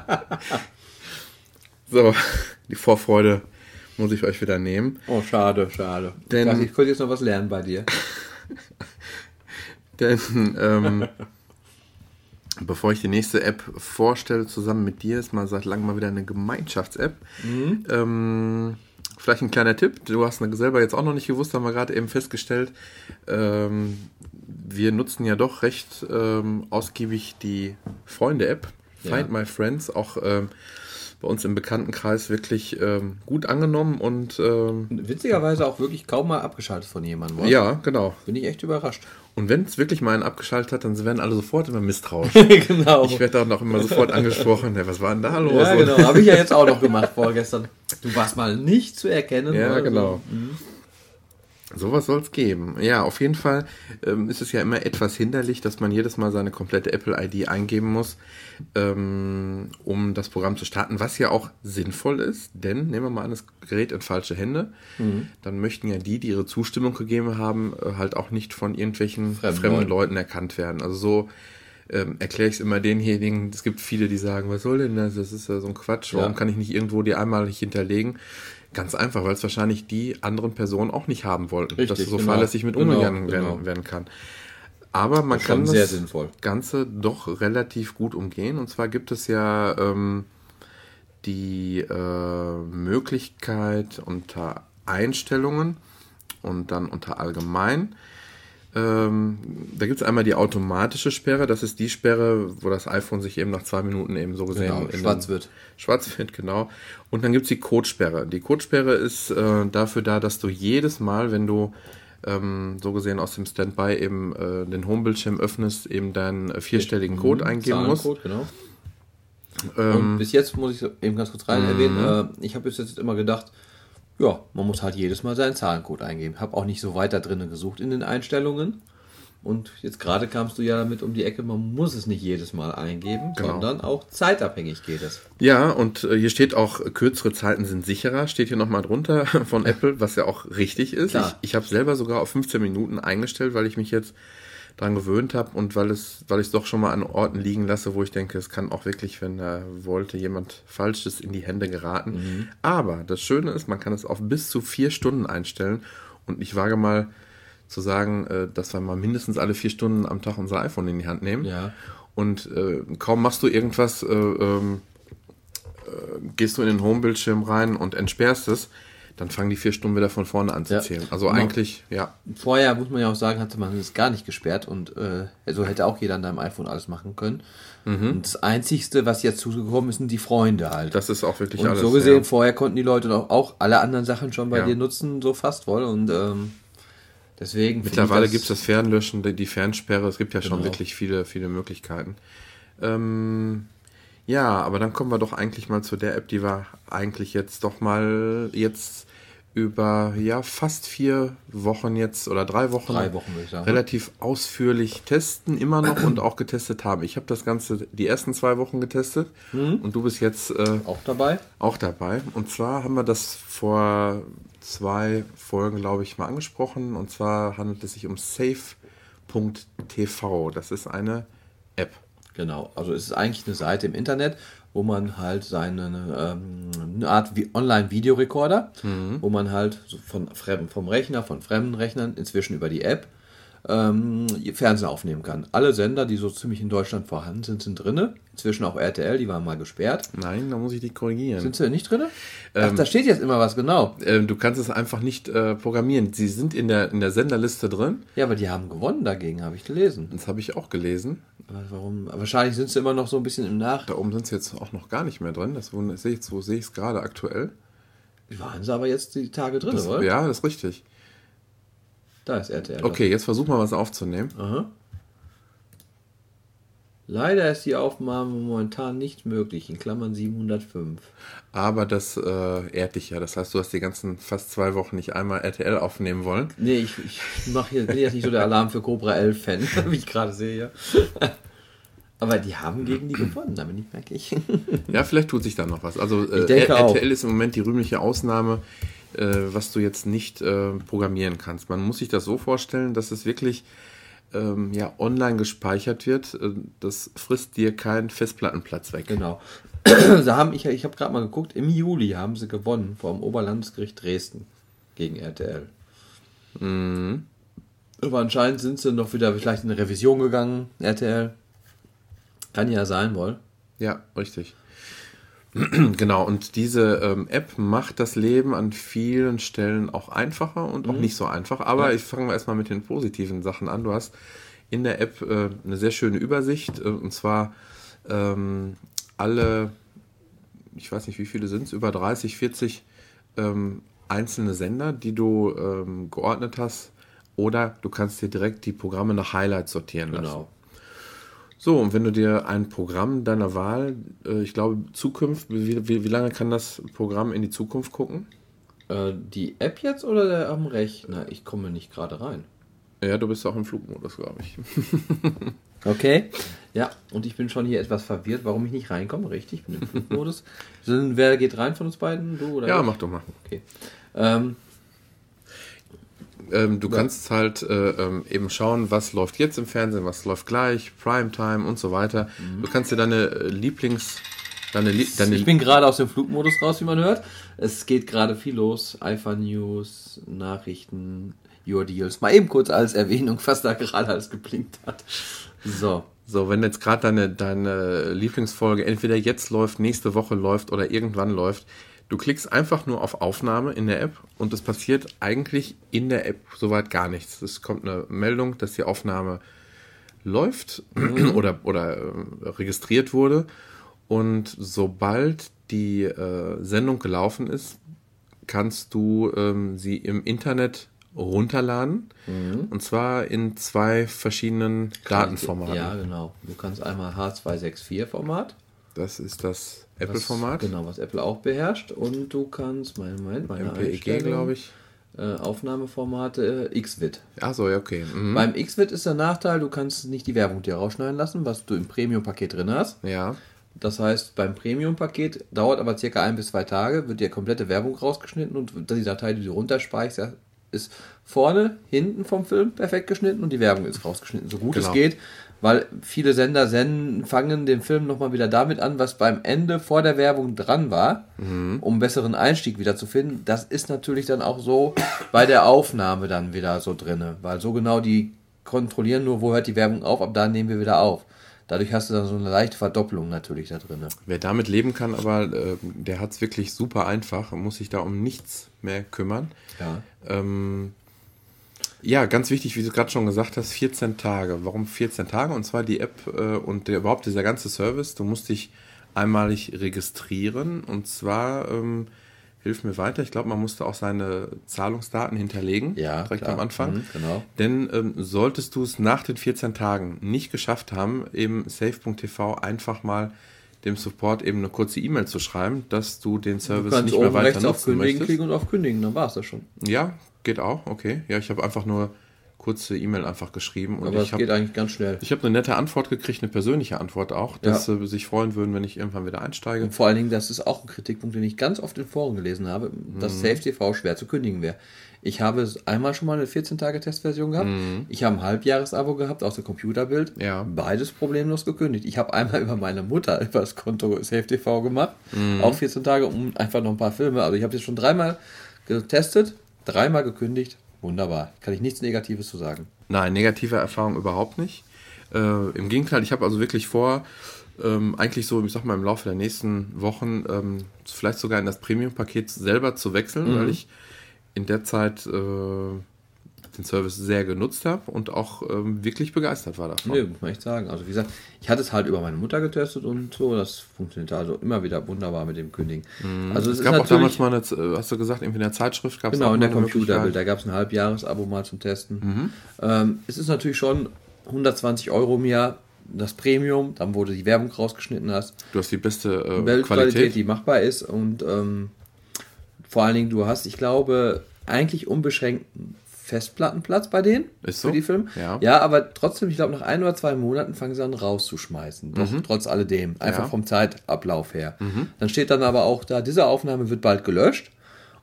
So, die Vorfreude muss ich euch wieder nehmen.
Oh, schade.
Denn,
ich dachte, ich könnte jetzt noch was lernen bei dir.
Denn, bevor ich die nächste App vorstelle, zusammen mit dir, ist mal seit langem mal wieder eine Gemeinschafts-App. Vielleicht ein kleiner Tipp, du hast selber jetzt auch noch nicht gewusst, haben wir gerade eben festgestellt. Wir nutzen ja doch recht ausgiebig die Freunde-App, Find My Friends, auch bei uns im Bekanntenkreis wirklich gut angenommen und
witzigerweise auch wirklich kaum mal abgeschaltet von jemandem. Was?
Ja, genau.
Bin ich echt überrascht.
Und wenn es wirklich mal einen abgeschaltet hat, dann werden alle sofort immer misstrauisch.
Genau.
Ich werde dann auch immer sofort angesprochen. Ja, was war denn da los?
Ja, genau. Habe ich ja jetzt auch noch gemacht vorgestern. Du warst mal nicht zu erkennen.
Ja,
oder
genau. Sowas soll es geben. Ja, auf jeden Fall ist es ja immer etwas hinderlich, dass man jedes Mal seine komplette Apple-ID eingeben muss, um das Programm zu starten, was ja auch sinnvoll ist, denn nehmen wir mal an, das gerät in falsche Hände, dann möchten ja die ihre Zustimmung gegeben haben, halt auch nicht von irgendwelchen fremden Leuten erkannt werden. Also so erkläre ich es immer denjenigen, es gibt viele, die sagen, was soll denn das? Das ist ja so ein Quatsch, warum kann ich nicht irgendwo die einmalig hinterlegen? Ganz einfach, weil es wahrscheinlich die anderen Personen auch nicht haben wollten, dass es so fahrlässig mit umgegangen werden kann. Aber man kann das Ganze doch relativ gut umgehen. Und zwar gibt es ja die Möglichkeit unter Einstellungen und dann unter Allgemein. Da gibt es einmal die automatische Sperre, das ist die Sperre, wo das iPhone sich eben nach 2 Minuten eben so gesehen
schwarz wird,
genau. Und dann gibt es die Codesperre. Die Codesperre ist dafür da, dass du jedes Mal, wenn du so gesehen aus dem Standby eben den Homebildschirm öffnest, eben deinen 4-stelligen Code eingeben musst.
Genau. Und bis jetzt muss ich eben ganz kurz erwähnen, ich habe bis jetzt immer gedacht, ja, man muss halt jedes Mal seinen Zahlencode eingeben. Habe auch nicht so weit da drinnen gesucht in den Einstellungen. Und jetzt gerade kamst du ja damit um die Ecke, man muss es nicht jedes Mal eingeben, sondern auch zeitabhängig geht es.
Ja, und hier steht auch, kürzere Zeiten sind sicherer, steht hier nochmal drunter von Apple, was ja auch richtig ist. Ich habe selber sogar auf 15 Minuten eingestellt, weil ich mich jetzt dran gewöhnt habe und weil ich es doch schon mal an Orten liegen lasse, wo ich denke, es kann auch wirklich, wenn er wollte, jemand Falsches in die Hände geraten. Aber das Schöne ist, man kann es auf bis zu 4 Stunden einstellen und ich wage mal zu sagen, dass wir mal mindestens alle 4 Stunden am Tag unser iPhone in die Hand nehmen.
Ja.
Und kaum machst du irgendwas, gehst du in den Homebildschirm rein und entsperrst es, dann fangen die 4 Stunden wieder von vorne an zu zählen. Also eigentlich, ja.
Vorher, muss man ja auch sagen, hatte man es gar nicht gesperrt und so hätte auch jeder an deinem iPhone alles machen können. Und das Einzigste, was jetzt zugekommen ist, sind die Freunde halt.
Das ist auch wirklich
und
alles.
Und so gesehen, vorher konnten die Leute auch alle anderen Sachen schon bei dir nutzen, so fast voll und deswegen.
Mittlerweile gibt es das Fernlöschen, die Fernsperre, es gibt ja schon wirklich viele, viele Möglichkeiten. Ja, aber dann kommen wir doch eigentlich mal zu der App, die wir eigentlich jetzt doch mal über fast 4 Wochen jetzt oder 3 Wochen,
3 Wochen würde ich sagen,
relativ ausführlich testen immer noch und auch getestet haben. Ich habe das Ganze die ersten 2 Wochen getestet und du bist jetzt
auch dabei.
Und zwar haben wir das vor 2 Folgen, glaube ich, mal angesprochen. Und zwar handelt es sich um safe.tv. Das ist eine App.
Genau, also es ist eigentlich eine Seite im Internet, wo man halt eine Art Online-Videorekorder, wo man halt vom Rechner, von fremden Rechnern, inzwischen über die App, Fernsehen aufnehmen kann. Alle Sender, die so ziemlich in Deutschland vorhanden sind, sind drin. Inzwischen auch RTL, die waren mal gesperrt.
Nein, da muss ich dich korrigieren.
Sind sie nicht drin? Ach, da steht jetzt immer was, genau.
Du kannst es einfach nicht programmieren. Sie sind in der Senderliste drin.
Ja, aber die haben gewonnen dagegen, habe ich gelesen.
Das habe ich auch gelesen.
Warum? Wahrscheinlich sind sie immer noch so ein bisschen im Nach...
Da oben sind sie jetzt auch noch gar nicht mehr drin. Wo sehe ich es gerade aktuell.
Waren sie aber jetzt die Tage drin, oder?
Ja, das ist richtig.
Da ist RTL.
Okay, jetzt versuchen wir was aufzunehmen.
Aha. Leider ist die Aufnahme momentan nicht möglich, in Klammern 705.
Aber das ehrt dich ja. Das heißt, du hast die ganzen fast 2 Wochen nicht einmal RTL aufnehmen wollen.
Nee, ich bin jetzt nicht so der Alarm für Cobra 11-Fan, wie ich gerade sehe. Ja. Aber die haben gegen die gewonnen, da bin ich merklich.
Ja, vielleicht tut sich da noch was. Also
ich denke
RTL
auch.
ist im Moment die rühmliche Ausnahme, was du jetzt nicht programmieren kannst. Man muss sich das so vorstellen, dass es wirklich online gespeichert wird, das frisst dir keinen Festplattenplatz weg.
Genau. Ich habe gerade mal geguckt, im Juli haben sie gewonnen vom Oberlandesgericht Dresden gegen RTL.
Mhm.
Aber anscheinend sind sie noch wieder vielleicht in eine Revision gegangen, RTL. Kann ja sein, wohl.
Ja, richtig. Genau, und diese App macht das Leben an vielen Stellen auch einfacher und auch nicht so einfach. Aber ich fange mal erstmal mit den positiven Sachen an. Du hast in der App eine sehr schöne Übersicht, und zwar alle, ich weiß nicht, wie viele sind es, über 30, 40 einzelne Sender, die du geordnet hast. Oder du kannst dir direkt die Programme nach Highlights sortieren lassen.
Genau.
So, und wenn du dir ein Programm deiner Wahl, ich glaube, wie lange kann das Programm in die Zukunft gucken?
Die App jetzt oder der am Rechner? Ich komme nicht gerade rein.
Ja, du bist auch im Flugmodus, glaube ich.
Okay. Ja, und ich bin schon hier etwas verwirrt, warum ich nicht reinkomme. Richtig, ich bin im Flugmodus. Wer geht rein von uns beiden? Du oder
Ja,
ich?
mach doch mal.
Okay.
Du kannst halt eben schauen, was läuft jetzt im Fernsehen, was läuft gleich, Primetime und so weiter. Du kannst dir deine
Ich bin gerade aus dem Flugmodus raus, wie man hört. Es geht gerade viel los. IFA News, Nachrichten, Your Deals. Mal eben kurz als Erwähnung, was da gerade alles geblinkt hat.
So, wenn jetzt gerade deine Lieblingsfolge entweder jetzt läuft, nächste Woche läuft oder irgendwann läuft, du klickst einfach nur auf Aufnahme in der App und es passiert eigentlich in der App soweit gar nichts. Es kommt eine Meldung, dass die Aufnahme läuft oder registriert wurde, und sobald die Sendung gelaufen ist, kannst du sie im Internet runterladen, und zwar in 2 verschiedenen Datenformaten.
Ja, genau. Du kannst einmal H264-Format.
Das ist das Apple-Format.
Genau, was Apple auch beherrscht. Und du kannst, meine
MPEG, glaube ich.
Aufnahmeformate XVID.
Achso, ja, okay. Mhm.
Beim XVID ist der Nachteil, du kannst nicht die Werbung dir rausschneiden lassen, was du im Premium-Paket drin hast.
Ja.
Das heißt, beim Premium-Paket dauert aber circa 1 bis 2 Tage, wird dir komplette Werbung rausgeschnitten und die Datei, die du runterspeicherst, ist vorne, hinten vom Film perfekt geschnitten und die Werbung ist rausgeschnitten, so gut es geht. Weil viele Sender fangen den Film nochmal wieder damit an, was beim Ende vor der Werbung dran war, um einen besseren Einstieg wieder zu finden. Das ist natürlich dann auch so bei der Aufnahme dann wieder so drinne, weil so genau die kontrollieren nur, wo hört die Werbung auf, ab da nehmen wir wieder auf. Dadurch hast du dann so eine leichte Verdopplung natürlich da drin.
Wer damit leben kann, aber der hat es wirklich super einfach und muss sich da um nichts mehr kümmern.
Ja.
Ja, ganz wichtig, wie du gerade schon gesagt hast, 14 Tage. Warum 14 Tage? Und zwar die App und überhaupt dieser ganze Service. Du musst dich einmalig registrieren, und zwar, hilf mir weiter, ich glaube, man musste auch seine Zahlungsdaten hinterlegen, direkt am Anfang.
Genau.
Denn solltest du es nach den 14 Tagen nicht geschafft haben, eben safe.tv einfach mal dem Support eben eine kurze E-Mail zu schreiben, dass du den Service nicht mehr weiter nutzen
auf Kündigen klicken und auf Kündigen, dann war es das schon.
Ja, geht auch, okay. Ja, ich habe einfach nur kurze E-Mail einfach geschrieben. Und
aber es geht eigentlich ganz schnell.
Ich habe eine nette Antwort gekriegt, eine persönliche Antwort auch, dass sie sich freuen würden, wenn ich irgendwann wieder einsteige.
Und vor allen Dingen, das ist auch ein Kritikpunkt, den ich ganz oft in Foren gelesen habe, dass SafeTV schwer zu kündigen wäre. Ich habe einmal schon mal eine 14-Tage-Testversion gehabt. Ich habe ein Halbjahresabo gehabt aus dem Computerbild.
Ja.
Beides problemlos gekündigt. Ich habe einmal über meine Mutter über das Konto SafeTV gemacht. Auch 14 Tage, um einfach noch ein paar Filme. Also ich habe jetzt schon 3-mal getestet, 3-mal gekündigt. Wunderbar. Kann ich nichts Negatives zu sagen.
Nein, negative Erfahrung überhaupt nicht. Im Gegenteil, ich habe also wirklich vor, eigentlich so, ich sag mal, im Laufe der nächsten Wochen vielleicht sogar in das Premium-Paket selber zu wechseln, weil ich in der Zeit den Service sehr genutzt habe und auch wirklich begeistert war davon.
Nee, muss man echt sagen. Also wie gesagt, ich hatte es halt über meine Mutter getestet und so, das funktioniert also immer wieder wunderbar mit dem Kündigen. Also
es gab auch damals mal, hast du gesagt, irgendwie in der Zeitschrift gab es
genau, in der Computerbild, da gab es ein Halbjahresabo mal zum Testen. Es ist natürlich schon 120 € im Jahr, das Premium, dann wurde die Werbung rausgeschnitten hast.
Du hast die beste
Qualität, die machbar ist und vor allen Dingen, du hast, ich glaube, eigentlich unbeschränkten Festplattenplatz bei denen
ist so?
Für die Filme. Ja, aber trotzdem, ich glaube, nach 1 oder 2 Monaten fangen sie an rauszuschmeißen. Doch, trotz alledem. Einfach vom Zeitablauf her. Dann steht dann aber auch da, diese Aufnahme wird bald gelöscht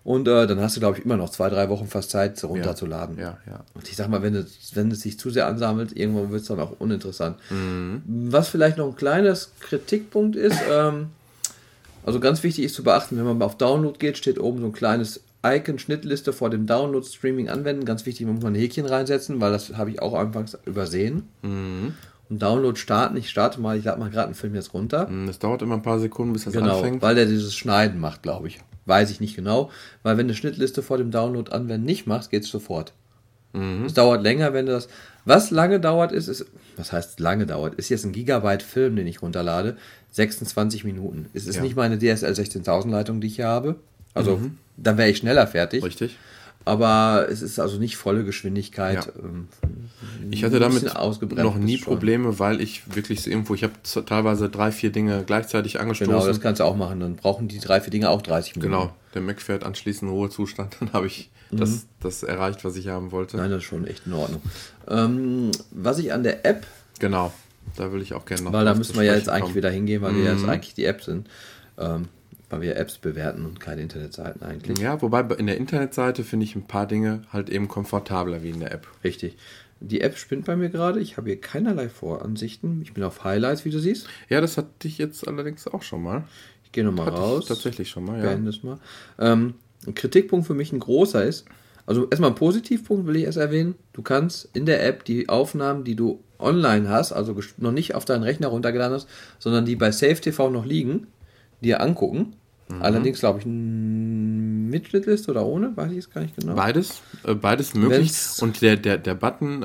Und dann hast du, glaube ich, immer noch 2-3 Wochen fast Zeit, runterzuladen.
Ja.
Und ich sag mal, wenn es sich zu sehr ansammelt, irgendwann wird es dann auch uninteressant. Was vielleicht noch ein kleines Kritikpunkt ist, also ganz wichtig ist zu beachten, wenn man auf Download geht, steht oben so ein kleines Icon, Schnittliste vor dem Download, Streaming anwenden. Ganz wichtig, man muss mal ein Häkchen reinsetzen, weil das habe ich auch anfangs übersehen. Und Download starten. Ich starte mal, ich lade mal gerade einen Film jetzt runter.
Das dauert immer ein paar Sekunden, bis das
Genau,
anfängt.
weil der dieses Schneiden macht, glaube ich. Weiß ich nicht genau. Weil wenn du Schnittliste vor dem Download anwenden nicht machst, geht es sofort. Es dauert länger, wenn du das... Was lange dauert ist... Was heißt lange dauert? Ist jetzt ein Gigabyte Film, den ich runterlade. 26 Minuten. Es ist nicht meine DSL 16.000 Leitung, die ich hier habe. Also, dann wäre ich schneller fertig.
Richtig.
Aber es ist also nicht volle Geschwindigkeit.
Ja. Ich hatte damit noch nie
schon.
Probleme, weil ich wirklich so irgendwo, ich habe teilweise 3-4 Dinge gleichzeitig angestoßen.
Genau, das kannst du auch machen. Dann brauchen die 3-4 Dinge auch 30 Minuten.
Genau, der Mac fährt anschließend in Ruhezustand. Dann habe ich das erreicht, was ich haben wollte.
Nein, das ist schon echt in Ordnung. Was ich an der App...
Genau, da will ich auch gerne noch...
Weil da müssen wir ja jetzt eigentlich wieder hingehen, weil wir jetzt eigentlich die App sind. Weil wir Apps bewerten und keine Internetseiten eigentlich.
Ja, wobei in der Internetseite finde ich ein paar Dinge halt eben komfortabler wie in der App.
Richtig. Die App spinnt bei mir gerade. Ich habe hier keinerlei Voransichten. Ich bin auf Highlights, wie du siehst.
Ja, das hatte ich jetzt allerdings auch schon mal.
Ich gehe nochmal raus.
Tatsächlich schon mal, ja.
Beende es mal. Ein Kritikpunkt für mich ein großer ist, also erstmal ein Positivpunkt will ich erst erwähnen. Du kannst in der App die Aufnahmen, die du online hast, also noch nicht auf deinen Rechner runtergeladen hast, sondern die bei Save TV noch liegen, dir angucken. Allerdings, glaube ich, mit Schnittliste oder ohne, weiß ich jetzt gar nicht genau.
Beides möglich. Und der Button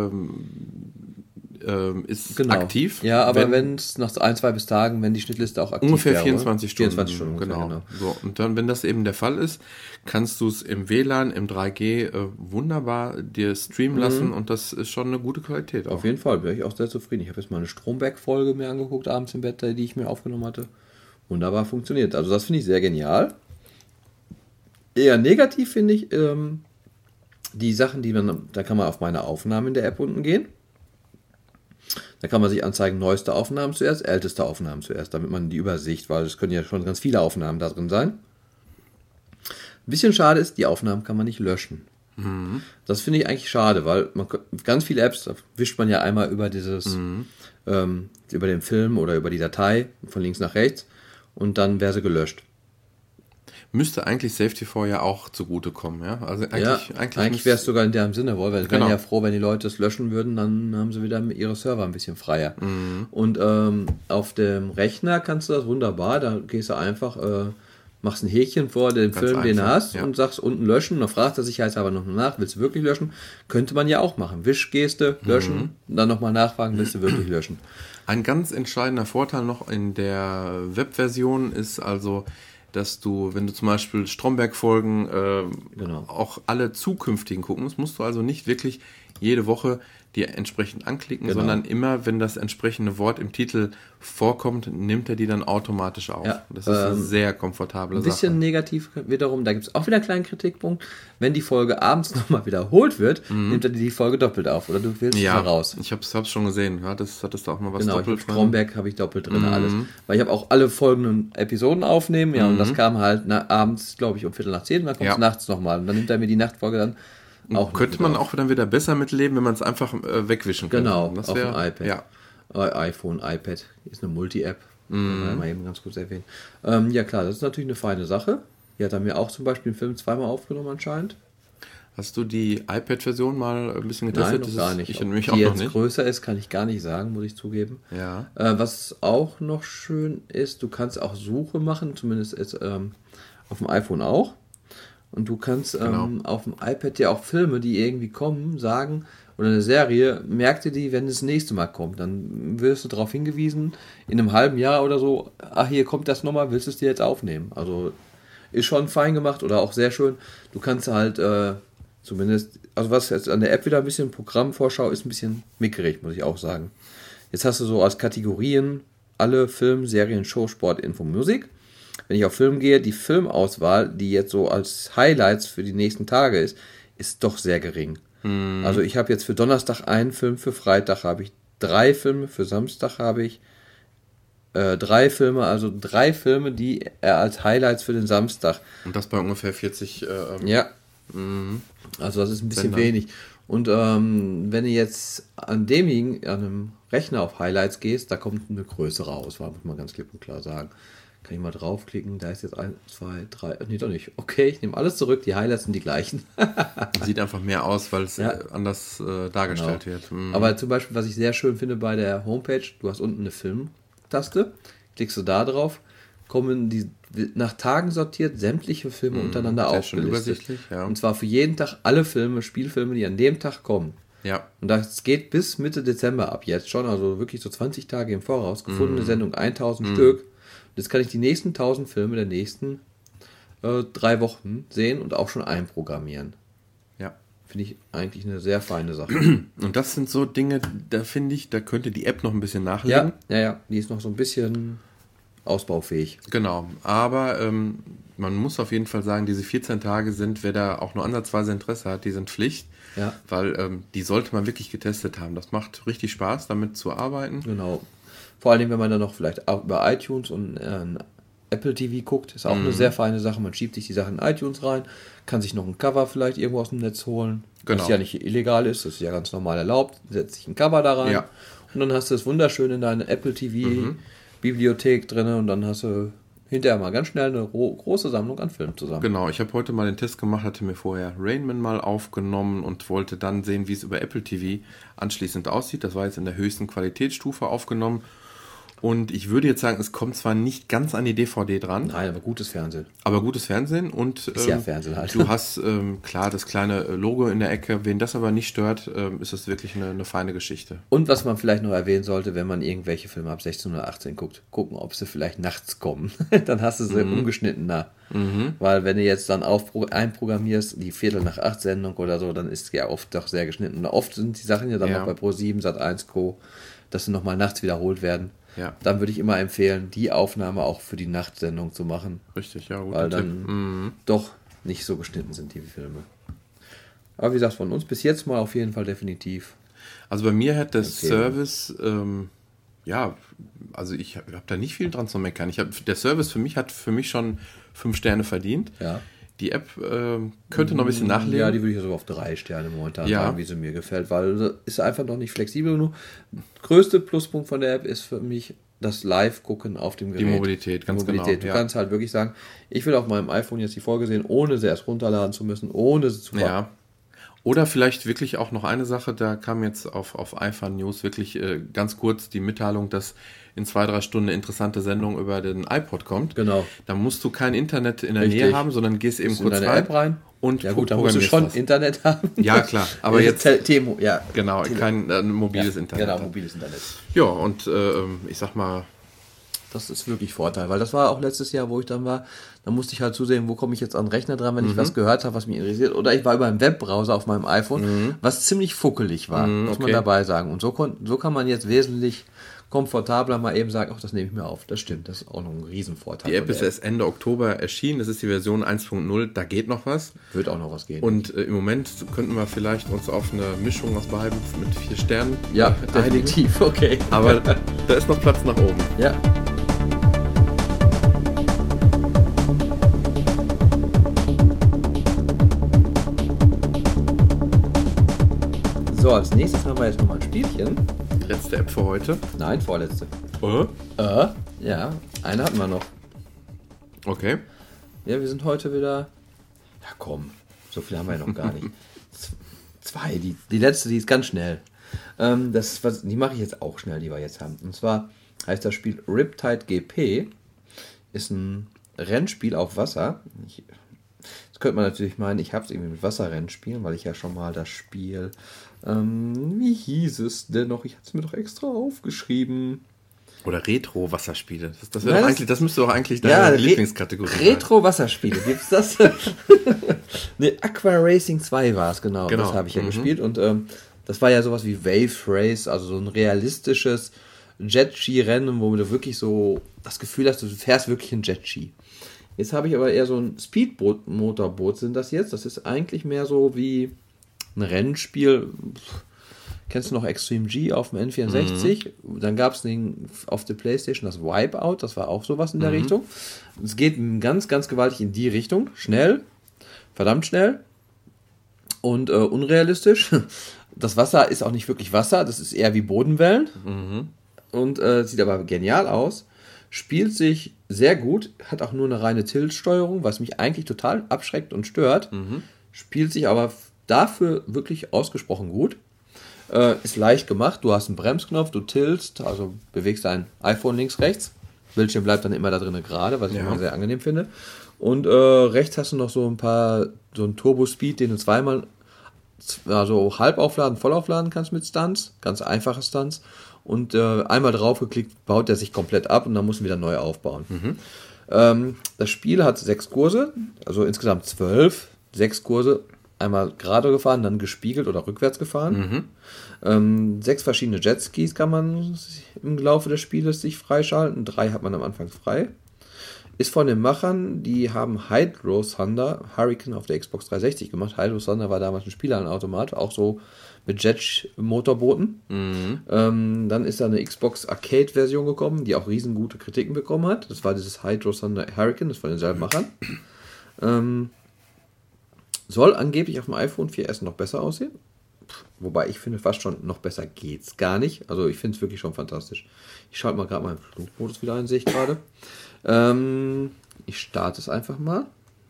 ist aktiv.
Ja, aber wenn es nach 1-2 bis Tagen, wenn die Schnittliste auch aktiv
ungefähr
wäre.
24 Stunden.
24 Stunden,
genau. So, und dann, wenn das eben der Fall ist, kannst du es im WLAN, im 3G wunderbar dir streamen lassen und das ist schon eine gute Qualität.
Auf jeden Fall, bin ich auch sehr zufrieden. Ich habe jetzt mal eine Stromberg-Folge mir angeguckt, abends im Bett, die ich mir aufgenommen hatte. Wunderbar funktioniert. Also das finde ich sehr genial. Eher negativ finde ich die Sachen, da kann man auf meine Aufnahmen in der App unten gehen. Da kann man sich anzeigen, neueste Aufnahmen zuerst, älteste Aufnahmen zuerst, damit man die Übersicht, weil es können ja schon ganz viele Aufnahmen da drin sein. Ein bisschen schade ist, die Aufnahmen kann man nicht löschen. Das finde ich eigentlich schade, weil ganz viele Apps, da wischt man ja einmal über über den Film oder über die Datei von links nach rechts und dann wäre sie gelöscht.
Müsste eigentlich SafeTV ja auch zugutekommen, ja? Also
eigentlich wäre es sogar in deren Sinne, weil wir wären ja froh, wenn die Leute es löschen würden, dann haben sie wieder ihre Server ein bisschen freier. Und auf dem Rechner kannst du das wunderbar, da gehst du einfach, machst ein Häkchen vor dem Film, einfach, den du hast und sagst unten löschen, dann fragt er sich halt aber noch nach, willst du wirklich löschen? Könnte man ja auch machen. Wischgeste, löschen, dann nochmal nachfragen, willst du wirklich löschen?
Ein ganz entscheidender Vorteil noch in der Webversion ist also, dass du, wenn du zum Beispiel Stromberg-Folgen auch alle zukünftigen gucken musst du also nicht wirklich jede Woche dir entsprechend anklicken, sondern immer, wenn das entsprechende Wort im Titel vorkommt, nimmt er die dann automatisch auf. Ja, das ist eine sehr komfortable Sache.
Ein bisschen negativ wiederum, da gibt es auch wieder einen kleinen Kritikpunkt. Wenn die Folge abends nochmal wiederholt wird, nimmt er die Folge doppelt auf oder du willst sie raus.
Ich hab's schon gesehen. Ja, das hattest du auch mal was
doppelt drin. Stromberg habe ich doppelt drin, alles. Weil ich habe auch alle folgenden Episoden aufnehmen, und das kam halt abends, glaube ich, um 9:15, dann kommt es nachts nochmal. Und dann nimmt er mir die Nachtfolge dann auch
könnte man auch dann wieder besser mitleben, wenn man es einfach wegwischen könnte.
Genau, das auf dem iPad. Ja. iPhone, iPad ist eine Multi-App. Mal eben ganz kurz erwähnen. Ja klar, das ist natürlich eine feine Sache. Hier hat er mir auch zum Beispiel den Film zweimal aufgenommen anscheinend.
Hast du die iPad-Version mal ein bisschen getestet?
Nein, noch gar nicht.
Ich
Ob
mich
die
auch
jetzt
noch nicht.
Größer ist, kann ich gar nicht sagen, muss ich zugeben.
Ja.
Was auch noch schön ist, du kannst auch Suche machen, zumindest jetzt auf dem iPhone auch. Und du kannst auf dem iPad ja auch Filme, die irgendwie kommen, sagen, oder eine Serie, merk dir die, wenn es das nächste Mal kommt. Dann wirst du darauf hingewiesen, in einem halben Jahr oder so, hier kommt das nochmal, willst du es dir jetzt aufnehmen? Also ist schon fein gemacht oder auch sehr schön. Du kannst halt zumindest, also was jetzt an der App wieder ein bisschen Programmvorschau ist, ein bisschen mickerig, muss ich auch sagen. Jetzt hast du so als Kategorien alle Film, Serien, Show, Sport, Info, Musik. Wenn ich auf Film gehe, die Filmauswahl, die jetzt so als Highlights für die nächsten Tage ist doch sehr gering. Also ich habe jetzt für Donnerstag einen Film, für Freitag habe ich 3 Filme, für Samstag habe ich 3 Filme, also 3 Filme, die er als Highlights für den Samstag.
Und das bei ungefähr 40.
Ja. Also das ist ein bisschen wenig. Und wenn du jetzt an einem Rechner auf Highlights gehst, da kommt eine größere Auswahl, muss man ganz klipp und klar sagen. Kann ich mal draufklicken, da ist jetzt 1, 2, 3, nee, doch nicht. Okay, ich nehme alles zurück, die Highlights sind die gleichen.
Sieht einfach mehr aus, weil es anders dargestellt wird.
Aber zum Beispiel, was ich sehr schön finde bei der Homepage, du hast unten eine Filmtaste, klickst du da drauf, kommen die nach Tagen sortiert sämtliche Filme untereinander aufgelistet.
Ja.
Und zwar für jeden Tag alle Filme, Spielfilme, die an dem Tag kommen.
Ja.
Und das geht bis Mitte Dezember ab jetzt schon, also wirklich so 20 Tage im Voraus. Gefundene Sendung 1000 Stück. Jetzt kann ich die nächsten 1000 Filme der nächsten 3 Wochen sehen und auch schon einprogrammieren.
Ja.
Finde ich eigentlich eine sehr feine Sache.
Und das sind so Dinge, da finde ich, da könnte die App noch ein bisschen nachlegen.
Ja, die ist noch so ein bisschen ausbaufähig.
Genau, aber man muss auf jeden Fall sagen, diese 14 Tage sind, wer da auch nur ansatzweise Interesse hat, die sind Pflicht.
Ja.
Weil die sollte man wirklich getestet haben. Das macht richtig Spaß, damit zu arbeiten.
Genau. Vor allem, wenn man dann noch vielleicht auch über iTunes und Apple TV guckt, ist auch eine sehr feine Sache. Man schiebt sich die Sachen in iTunes rein, kann sich noch ein Cover vielleicht irgendwo aus dem Netz holen, was ja nicht illegal ist, das ist ja ganz normal erlaubt. Setzt sich ein Cover da rein und dann hast du es wunderschön in deine Apple TV Bibliothek drin und dann hast du hinterher mal ganz schnell eine große Sammlung an Filmen zusammen.
Genau, ich habe heute mal den Test gemacht, hatte mir vorher Rain Man mal aufgenommen und wollte dann sehen, wie es über Apple TV anschließend aussieht. Das war jetzt in der höchsten Qualitätsstufe aufgenommen. Und ich würde jetzt sagen, es kommt zwar nicht ganz an die DVD dran.
Nein, aber gutes Fernsehen.
Aber gutes Fernsehen und
ist ja Fernsehen halt.
Du hast klar das kleine Logo in der Ecke. Wen das aber nicht stört, ist es wirklich eine feine Geschichte.
Und was man vielleicht noch erwähnen sollte, wenn man irgendwelche Filme ab 16 oder 18 guckt, gucken, ob sie vielleicht nachts kommen. Dann hast du sie ungeschnittener. Weil wenn du jetzt dann einprogrammierst, die 7:45 Sendung oder so, dann ist es ja oft doch sehr geschnitten. Und oft sind die Sachen ja dann noch bei Pro7, Sat.1 Co., dass sie nochmal nachts wiederholt werden.
Ja.
Dann würde ich immer empfehlen, die Aufnahme auch für die Nachtsendung zu machen.
Richtig, ja, gut.
Weil dann doch nicht so geschnitten sind, die Filme. Aber wie gesagt, von uns bis jetzt mal auf jeden Fall definitiv.
Also bei mir hat der Service, also ich habe da nicht viel dran zu meckern. Der Service hat für mich schon 5 Sterne verdient.
Ja.
Die App könnte noch ein bisschen nachlegen.
Ja, die würde ich also auf 3 Sterne momentan sagen, wie sie mir gefällt, weil ist einfach noch nicht flexibel genug. Größte Pluspunkt von der App ist für mich das Live-Gucken auf dem Gerät.
Die Mobilität, ganz genau.
Du kannst halt wirklich sagen, ich will auf meinem iPhone jetzt die Folge sehen, ohne sie erst runterladen zu müssen, ohne sie zu machen.
Ja. Oder vielleicht wirklich auch noch eine Sache, da kam jetzt auf iPhone News wirklich ganz kurz die Mitteilung, dass in 2-3 Stunden eine interessante Sendung über den iPod kommt.
Genau.
Da musst du kein Internet in der Nähe haben, sondern gehst eben kurz
in deine App rein.
Und
ja gut, da musst du schon Internet haben.
Ja, klar. Aber jetzt
genau,
kein mobiles Internet.
Genau, mobiles Internet.
Ja, und ich sag mal,
das ist wirklich Vorteil, weil das war auch letztes Jahr, wo ich dann war, da musste ich halt zusehen, wo komme ich jetzt an den Rechner dran, wenn ich was gehört habe, was mich interessiert. Oder ich war über einen Webbrowser auf meinem iPhone, was ziemlich fuckelig war, muss man dabei sagen. Und so kann man jetzt wesentlich komfortabler mal eben sagen, ach, das nehme ich mir auf. Das stimmt, das ist auch noch ein Riesenvorteil.
Die App ist erst Ende Oktober erschienen, das ist die Version 1.0, da geht noch was.
Wird auch noch was gehen.
Und im Moment könnten wir vielleicht uns auf eine Mischung aus beiden mit 4 Sternen
definitiv, okay.
Aber da ist noch Platz nach oben.
Ja. So, als nächstes haben wir jetzt nochmal ein Spielchen.
Die letzte App für heute?
Nein, vorletzte. Ja, eine hatten wir noch.
Okay.
Ja, wir sind heute wieder... Ja komm, so viel haben wir ja noch gar nicht. 2, die letzte, die ist ganz schnell. Die mache ich jetzt auch schnell, die wir jetzt haben. Und zwar heißt das Spiel Riptide GP. Ist ein Rennspiel auf Wasser. Jetzt könnte man natürlich meinen, ich habe es irgendwie mit Wasserrennspielen, weil ich ja schon mal das Spiel... wie hieß es denn noch? Ich hatte es mir doch extra aufgeschrieben.
Oder Retro-Wasserspiele. Das müsste doch eigentlich deine Lieblingskategorie sein.
Retro-Wasserspiele, gibt's das? Ne, Aqua Racing 2 war es, genau. Das habe ich ja gespielt. Und das war ja sowas wie Wave Race, also so ein realistisches Jet-Ski-Rennen, wo du wirklich so das Gefühl hast, du fährst wirklich ein Jet-Ski. Jetzt habe ich aber eher so ein Speedboot-Motorboot sind das jetzt. Das ist eigentlich mehr so wie ein Rennspiel. Kennst du noch Extreme G auf dem N64? Dann gab es auf der Playstation das Wipeout, das war auch sowas in der Richtung. Es geht ganz, ganz gewaltig in die Richtung. Schnell, verdammt schnell und unrealistisch. Das Wasser ist auch nicht wirklich Wasser, das ist eher wie Bodenwellen. Und sieht aber genial aus. Spielt sich sehr gut, hat auch nur eine reine Tilt-Steuerung, was mich eigentlich total abschreckt und stört. Spielt sich aber dafür wirklich ausgesprochen gut. Ist leicht gemacht, du hast einen Bremsknopf, du tiltst, also bewegst dein iPhone links, rechts. Bildschirm bleibt dann immer da drin gerade, was ich immer sehr angenehm finde. Und rechts hast du noch so einen Turbo-Speed, den du zweimal also halb aufladen, voll aufladen kannst mit Stunts, ganz einfache Stunts. Und einmal drauf geklickt, baut der sich komplett ab und dann musst du wieder neu aufbauen. Das Spiel hat 6 Kurse, also insgesamt 12. 6 Kurse, einmal gerade gefahren, dann gespiegelt oder rückwärts gefahren. 6 verschiedene Jetskis kann man im Laufe des Spieles sich freischalten. 3 hat man am Anfang frei. Ist von den Machern, die haben Hydro Thunder Hurricane auf der Xbox 360 gemacht. Hydro Thunder war damals ein Spielhallenautomat, auch so mit Jet-Motorbooten. Dann ist da eine Xbox Arcade-Version gekommen, die auch riesengute Kritiken bekommen hat. Das war dieses Hydro Thunder Hurricane, das von denselben Machern. Soll angeblich auf dem iPhone 4S noch besser aussehen. Wobei ich finde, fast schon noch besser geht's gar nicht. Also ich finde es wirklich schon fantastisch. Ich schalte mal gerade meinen Flugmodus wieder ein, sehe ich gerade. Ich starte es einfach mal.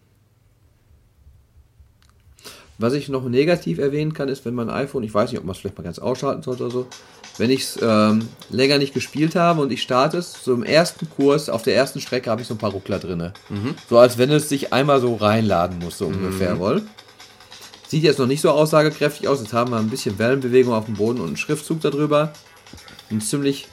Was ich noch negativ erwähnen kann, ist, wenn mein iPhone, ich weiß nicht, ob man es vielleicht mal ganz ausschalten sollte oder so, wenn ich es länger nicht gespielt habe und ich starte es, so im ersten Kurs, auf der ersten Strecke habe ich so ein paar Ruckler drin. So als wenn es sich einmal so reinladen muss, so ungefähr wohl. Sieht jetzt noch nicht so aussagekräftig aus, jetzt haben wir ein bisschen Wellenbewegung auf dem Boden und einen Schriftzug darüber. Eine ziemlich,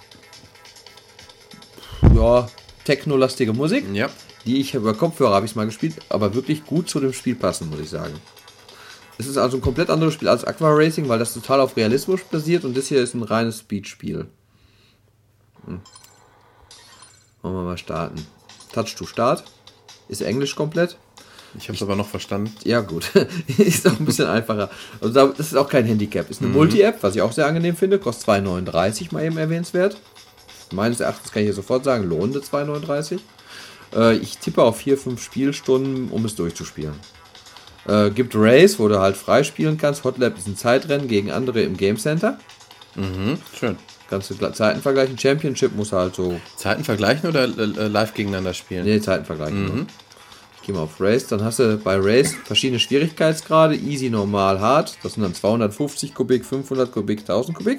technolastige Musik, die ich über Kopfhörer habe ich mal gespielt, aber wirklich gut zu dem Spiel passen, muss ich sagen. Es ist also ein komplett anderes Spiel als Aqua Racing, weil das total auf Realismus basiert und das hier ist ein reines Speed-Spiel. Wollen wir mal starten. Touch to Start. Ist Englisch komplett.
Ich habe es aber noch verstanden.
Ja gut, ist auch ein bisschen einfacher. Also das ist auch kein Handicap. Ist eine Multi-App, was ich auch sehr angenehm finde. Kostet 2,39 mal eben erwähnenswert. Meines Erachtens kann ich hier sofort sagen, lohnende 2,39. Ich tippe auf 4-5 Spielstunden, um es durchzuspielen. Gibt Race, wo du halt frei spielen kannst. Hot Lap ist ein Zeitrennen gegen andere im Game Center.
Schön.
Kannst du Zeiten vergleichen. Championship muss halt so...
Zeiten vergleichen oder live gegeneinander spielen?
Nee, Zeiten vergleichen. Ich gehe mal auf Race. Dann hast du bei Race verschiedene Schwierigkeitsgrade. Easy, normal, hard. Das sind dann 250 Kubik, 500 Kubik, 1000 Kubik.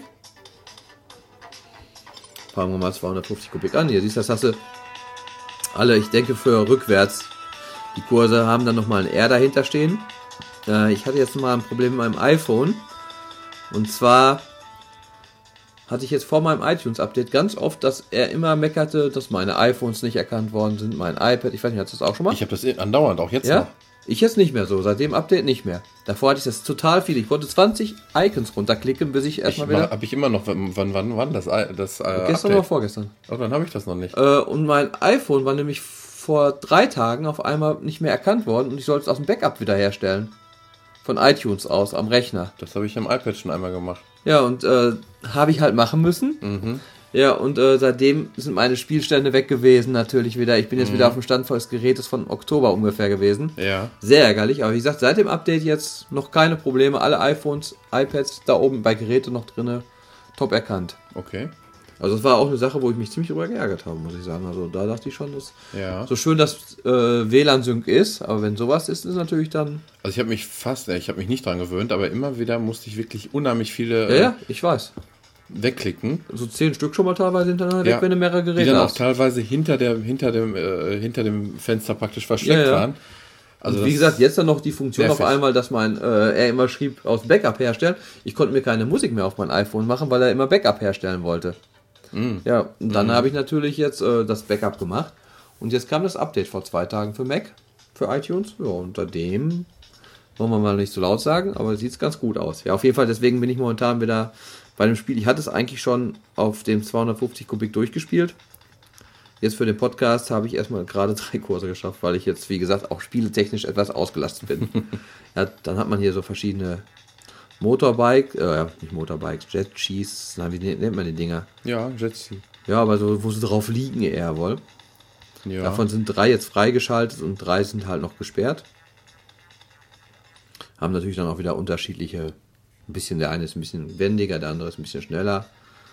Fangen wir mal 250 Kubik an. Hier siehst du, das hast du alle, ich denke, für rückwärts. Die Kurse haben dann nochmal ein R dahinter stehen. Ich hatte jetzt mal ein Problem mit meinem iPhone. Und zwar hatte ich jetzt vor meinem iTunes-Update ganz oft, dass er immer meckerte, dass meine iPhones nicht erkannt worden sind, mein iPad. Ich weiß nicht, hast du das auch schon mal?
Ich habe das andauernd, auch jetzt
noch. Ich jetzt nicht mehr so, seit dem Update nicht mehr. Davor hatte ich das total viel. Ich wollte 20 Icons runterklicken, bis ich erstmal wieder...
Habe ich immer noch, wann das
gestern oder vorgestern.
Oh, dann habe ich das noch nicht.
Und mein iPhone war nämlich vor 3 Tagen auf einmal nicht mehr erkannt worden und ich sollte es aus dem Backup wiederherstellen. Von iTunes aus, am Rechner.
Das habe ich am iPad schon einmal gemacht.
Ja, und habe ich halt machen müssen. Ja, und seitdem sind meine Spielstände weg gewesen, natürlich wieder. Ich bin jetzt wieder auf dem Stand des Gerätes von Oktober ungefähr gewesen.
Ja.
Sehr ärgerlich, aber wie gesagt, seit dem Update jetzt noch keine Probleme. Alle iPhones, iPads da oben bei Geräte noch drin, top erkannt.
Okay.
Also das war auch eine Sache, wo ich mich ziemlich drüber geärgert habe, muss ich sagen. Also da dachte ich schon, dass so schön das WLAN-Sync ist, aber wenn sowas ist, ist es natürlich dann...
Also ich habe mich nicht dran gewöhnt, aber immer wieder musste ich wirklich unheimlich viele...
Ja, ich weiß.
Wegklicken.
So 10 Stück schon mal teilweise hintereinander weg, wenn du mehrere Geräte hast.
Die dann auch teilweise hinter dem Fenster praktisch versteckt waren.
Also wie gesagt, jetzt dann noch die Funktion auf einmal, dass er immer schrieb, aus Backup herstellen. Ich konnte mir keine Musik mehr auf mein iPhone machen, weil er immer Backup herstellen wollte. Ja, und dann habe ich natürlich jetzt das Backup gemacht. Und jetzt kam das Update vor 2 Tagen für Mac, für iTunes. Ja, unter dem wollen wir mal nicht so laut sagen, aber sieht es ganz gut aus. Ja, auf jeden Fall, deswegen bin ich momentan wieder bei dem Spiel. Ich hatte es eigentlich schon auf dem 250 Kubik durchgespielt. Jetzt für den Podcast habe ich erstmal gerade 3 Kurse geschafft, weil ich jetzt, wie gesagt, auch spieletechnisch etwas ausgelastet bin. Ja, dann hat man hier so verschiedene Motorbike, nicht Motorbikes, Jet-Skis, wie nennt man die Dinger?
Ja, Jetski.
Ja, aber so, wo sie drauf liegen eher wohl.
Ja.
Davon sind 3 jetzt freigeschaltet und 3 sind halt noch gesperrt. Haben natürlich dann auch wieder unterschiedliche, ein bisschen, der eine ist ein bisschen wendiger, der andere ist ein bisschen schneller.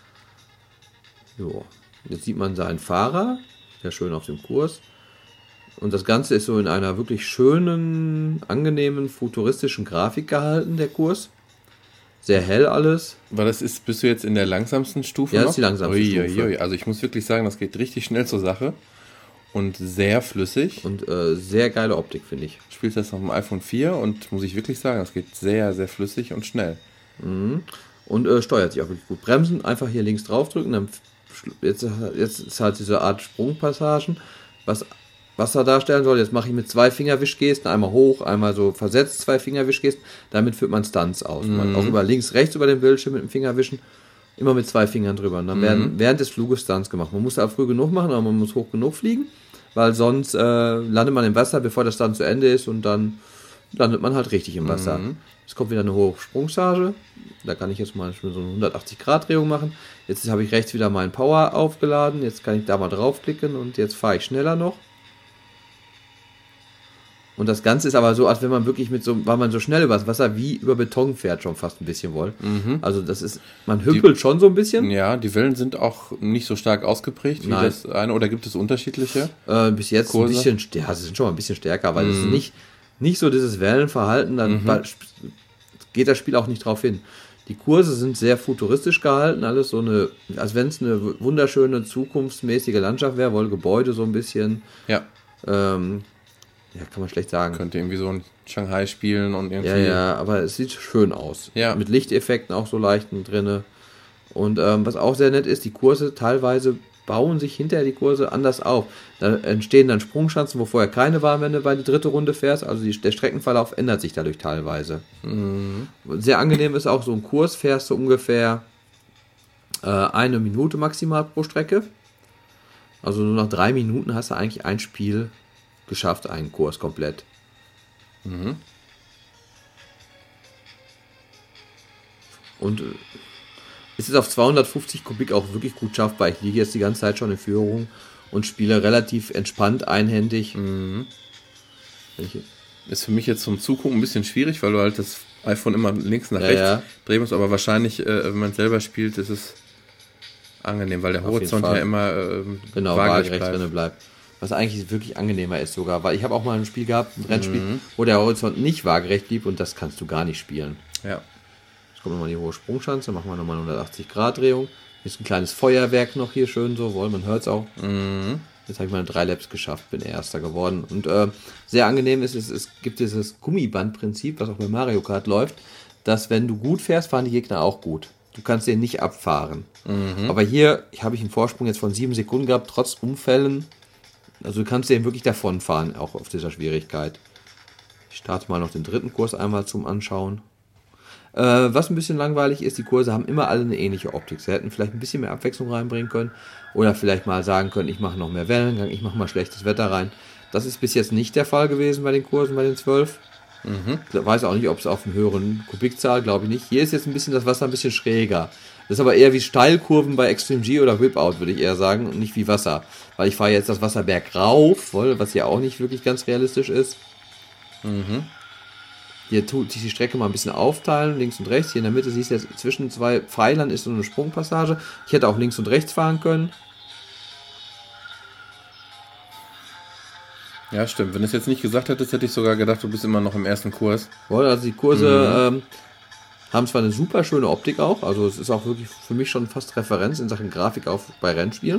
So, jetzt sieht man seinen Fahrer, sehr schön auf dem Kurs. Und das Ganze ist so in einer wirklich schönen, angenehmen, futuristischen Grafik gehalten, der Kurs. Sehr hell alles.
Weil bist du jetzt in der langsamsten Stufe?
Ja, das ist die langsamste Stufe.
Also ich muss wirklich sagen, das geht richtig schnell zur Sache. Und sehr flüssig.
Und sehr geile Optik, finde ich.
Ich spiele das auf dem iPhone 4 und muss ich wirklich sagen, das geht sehr, sehr flüssig und schnell.
Mhm. Und steuert sich auch wirklich gut. Bremsen, einfach hier links draufdrücken. Dann jetzt ist halt diese Art Sprungpassagen. Was er darstellen soll, jetzt mache ich mit 2 Fingerwischgesten, einmal hoch, einmal so versetzt 2 Fingerwischgesten. Damit führt man Stunts aus. Man auch über links, rechts über den Bildschirm mit dem Fingerwischen. Immer mit 2 Fingern drüber. Und dann werden während des Fluges Stunts gemacht. Man muss da früh genug machen, aber man muss hoch genug fliegen. Weil sonst landet man im Wasser, bevor der Stunt zu Ende ist. Und dann landet man halt richtig im Wasser. Es kommt wieder eine hohe Sprungstage. Da kann ich jetzt mal so eine 180-Grad-Drehung machen. Jetzt habe ich rechts wieder meinen Power aufgeladen. Jetzt kann ich da mal draufklicken und jetzt fahre ich schneller noch. Und das Ganze ist aber so, als wenn man wirklich weil man so schnell über das Wasser wie über Beton fährt, schon fast ein bisschen wohl. Also das ist, man hüppelt schon so ein bisschen.
Ja, die Wellen sind auch nicht so stark ausgeprägt wie das eine, oder gibt es unterschiedliche?
Bis jetzt Kurse? Ein bisschen, ja, sie sind schon mal ein bisschen stärker, weil es ist nicht so dieses Wellenverhalten, dann geht das Spiel auch nicht drauf hin. Die Kurse sind sehr futuristisch gehalten, alles so als wenn es eine wunderschöne, zukunftsmäßige Landschaft wäre, wohl Gebäude so ein bisschen.
Ja.
Ja, kann man schlecht sagen.
Könnte irgendwie so in Shanghai spielen und irgendwie.
Ja, aber es sieht schön aus.
Ja.
Mit Lichteffekten auch so leichten drinne. Und was auch sehr nett ist, die Kurse teilweise bauen sich hinterher die Kurse anders auf. Da entstehen dann Sprungschanzen, wo vorher keine waren, wenn du bei der 3. Runde fährst. Also der Streckenverlauf ändert sich dadurch teilweise. Sehr angenehm ist auch, so ein Kurs fährst du ungefähr 1 Minute maximal pro Strecke. Also nur nach 3 Minuten hast du eigentlich ein Spiel geschafft, einen Kurs komplett. Und es ist auf 250 Kubik auch wirklich gut schaffbar. Ich liege jetzt die ganze Zeit schon in Führung und spiele relativ entspannt, einhändig.
Ist für mich jetzt zum Zugucken ein bisschen schwierig, weil du halt das iPhone immer links nach rechts drehen musst, aber wahrscheinlich, wenn man es selber spielt, ist es angenehm, weil der Horizont ja immer
waagerecht drin bleibt. Was eigentlich wirklich angenehmer ist sogar, weil ich habe auch mal ein Spiel gehabt, ein Rennspiel, wo der Horizont nicht waagerecht blieb und das kannst du gar nicht spielen.
Ja.
Jetzt kommt nochmal die hohe Sprungschanze, machen wir nochmal eine 180-Grad-Drehung. Hier ist ein kleines Feuerwerk noch hier schön so, man hört es auch. Jetzt habe ich meine 3 Laps geschafft, bin Erster geworden. Und sehr angenehm ist, es gibt dieses Gummibandprinzip, was auch bei Mario Kart läuft, dass wenn du gut fährst, fahren die Gegner auch gut. Du kannst den nicht abfahren. Aber hier habe ich einen Vorsprung jetzt von 7 Sekunden gehabt, trotz Umfällen. Also du kannst den wirklich davonfahren, auch auf dieser Schwierigkeit. Ich starte mal noch den 3. Kurs einmal zum Anschauen. Was ein bisschen langweilig ist, die Kurse haben immer alle eine ähnliche Optik. Sie hätten vielleicht ein bisschen mehr Abwechslung reinbringen können. Oder vielleicht mal sagen können, ich mache noch mehr Wellengang, ich mache mal schlechtes Wetter rein. Das ist bis jetzt nicht der Fall gewesen bei den Kursen, bei den 12. Ich weiß auch nicht, ob es auf einer höheren Kubikzahl, glaube ich nicht. Hier ist jetzt ein bisschen das Wasser ein bisschen schräger. Das ist aber eher wie Steilkurven bei Extreme G oder Whip-Out, würde ich eher sagen, und nicht wie Wasser. Weil ich fahre jetzt das Wasser bergauf, was ja auch nicht wirklich ganz realistisch ist. Hier tut sich die Strecke mal ein bisschen aufteilen, links und rechts. Hier in der Mitte siehst du jetzt, zwischen 2 Pfeilern ist so eine Sprungpassage. Ich hätte auch links und rechts fahren können.
Ja, stimmt. Wenn du es jetzt nicht gesagt hättest, hätte ich sogar gedacht, du bist immer noch im ersten Kurs.
Also die Kurse haben zwar eine super schöne Optik auch, also es ist auch wirklich für mich schon fast Referenz in Sachen Grafik auch bei Rennspielen.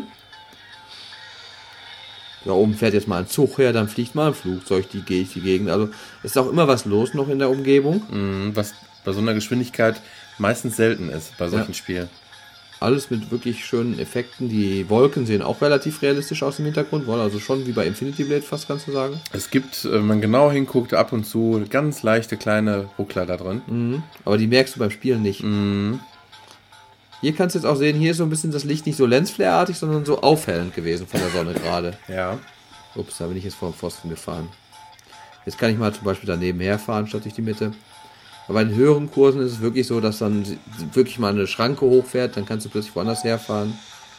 Da oben fährt jetzt mal ein Zug her, dann fliegt mal ein Flugzeug durch die Gegend. Also es ist auch immer was los noch in der Umgebung.
Was bei so einer Geschwindigkeit meistens selten ist bei solchen Spielen.
Alles mit wirklich schönen Effekten. Die Wolken sehen auch relativ realistisch aus im Hintergrund. Also schon wie bei Infinity Blade fast, kannst du sagen.
Es gibt, wenn man genau hinguckt, ab und zu ganz leichte kleine Ruckler da drin.
Aber die merkst du beim Spielen nicht. Hier kannst du jetzt auch sehen, hier ist so ein bisschen das Licht nicht so Lensflare-artig, sondern so aufhellend gewesen von der Sonne gerade.
Ja.
Ups, da bin ich jetzt vor dem Pfosten gefahren. Jetzt kann ich mal zum Beispiel daneben herfahren, statt durch die Mitte. Aber bei den höheren Kursen ist es wirklich so, dass dann wirklich mal eine Schranke hochfährt, dann kannst du plötzlich woanders herfahren.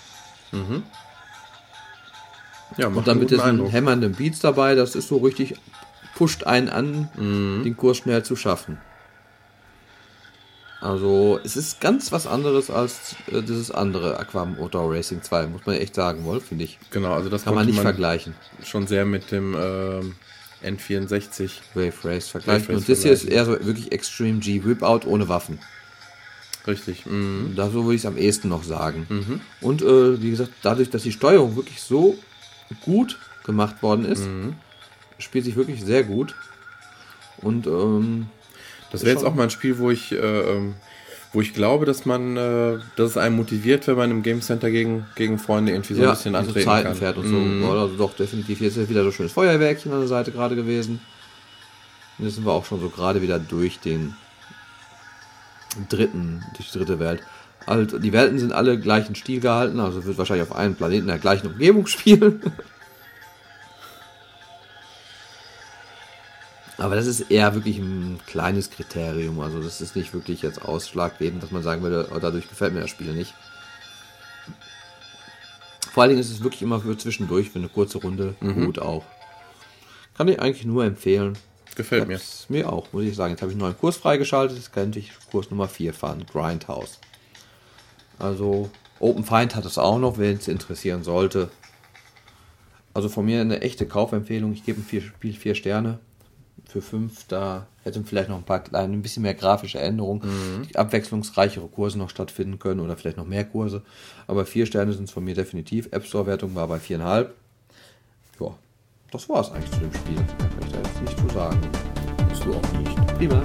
Ja,
und dann mit diesen hämmernden Beats dabei, das ist so richtig, pusht einen an, den Kurs schnell zu schaffen. Also es ist ganz was anderes als dieses andere Aquamotor Racing 2, muss man echt sagen, finde ich.
Genau, also das
kann man nicht vergleichen.
Schon sehr mit dem N64
Wave Race vergleichen. Und das hier ist eher so wirklich Extreme G, Whip-Out ohne Waffen.
Richtig.
Da so würde ich es am ehesten noch sagen. Und wie gesagt, dadurch, dass die Steuerung wirklich so gut gemacht worden ist, spielt sich wirklich sehr gut. Und
das wäre jetzt auch mal ein Spiel, wo ich glaube, dass es einen motiviert, wenn man im Game Center gegen Freunde irgendwie so ein bisschen antreten
Zeiten
kann.
Fährt und so. Also doch, definitiv. Jetzt ist wieder so ein schönes Feuerwerkchen an der Seite gerade gewesen. Und jetzt sind wir auch schon so gerade wieder durch die dritte Welt. Also die Welten sind alle gleichen Stil gehalten, also wird wahrscheinlich auf einem Planeten in der gleichen Umgebung spielen. Aber das ist eher wirklich ein kleines Kriterium. Also das ist nicht wirklich jetzt ausschlaggebend, dass man sagen würde, oh, dadurch gefällt mir das Spiel nicht. Vor allen Dingen ist es wirklich immer für zwischendurch, für eine kurze Runde, gut auch. Kann ich eigentlich nur empfehlen.
Gefällt mir.
Mir auch, muss ich sagen. Jetzt habe ich einen neuen Kurs freigeschaltet, jetzt könnte ich Kurs Nummer 4 fahren, Grindhouse. Also Open Find hat es auch noch, wenn es interessieren sollte. Also von mir eine echte Kaufempfehlung. Ich gebe dem Spiel 4 Sterne. Für 5, da hätten vielleicht noch ein bisschen mehr grafische Änderungen, die abwechslungsreichere Kurse noch stattfinden können oder vielleicht noch mehr Kurse. Aber 4 Sterne sind es von mir definitiv. App Store Wertung war bei 4,5. Ja, das war es eigentlich zu dem Spiel. Mehr kann ich da jetzt nicht zu sagen.
Bist du auch nicht.
Prima.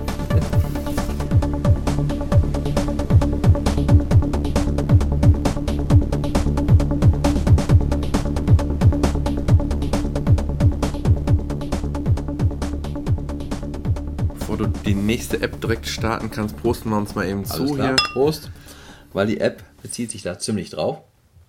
Die nächste App direkt starten kannst, posten wir uns mal eben zu hier.
Prost, weil die App bezieht sich da ziemlich drauf.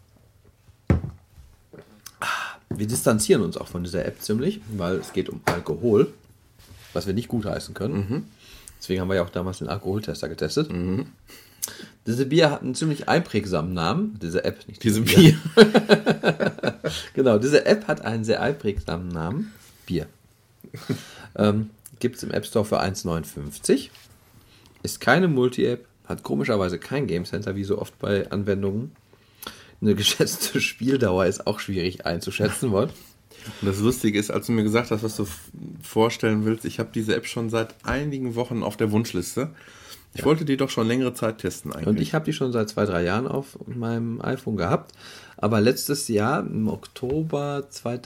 Wir distanzieren uns auch von dieser App ziemlich, weil es geht um Alkohol, was wir nicht gutheißen können. Deswegen haben wir ja auch damals den Alkoholtester getestet. Diese Bier hat einen ziemlich einprägsamen Namen. Diese App, nicht diese Bier. Genau, diese App hat einen sehr einprägsamen Namen. Bier. Gibt es im App Store für 1,59. Ist keine Multi-App, hat komischerweise kein Game Center, wie so oft bei Anwendungen. Eine geschätzte Spieldauer ist auch schwierig einzuschätzen. Und
das Lustige ist, als du mir gesagt hast, was du vorstellen willst, ich habe diese App schon seit einigen Wochen auf der Wunschliste. Ich wollte die doch schon längere Zeit testen eigentlich.
Und ich habe die schon seit 2-3 Jahren auf meinem iPhone gehabt. Aber letztes Jahr, im Oktober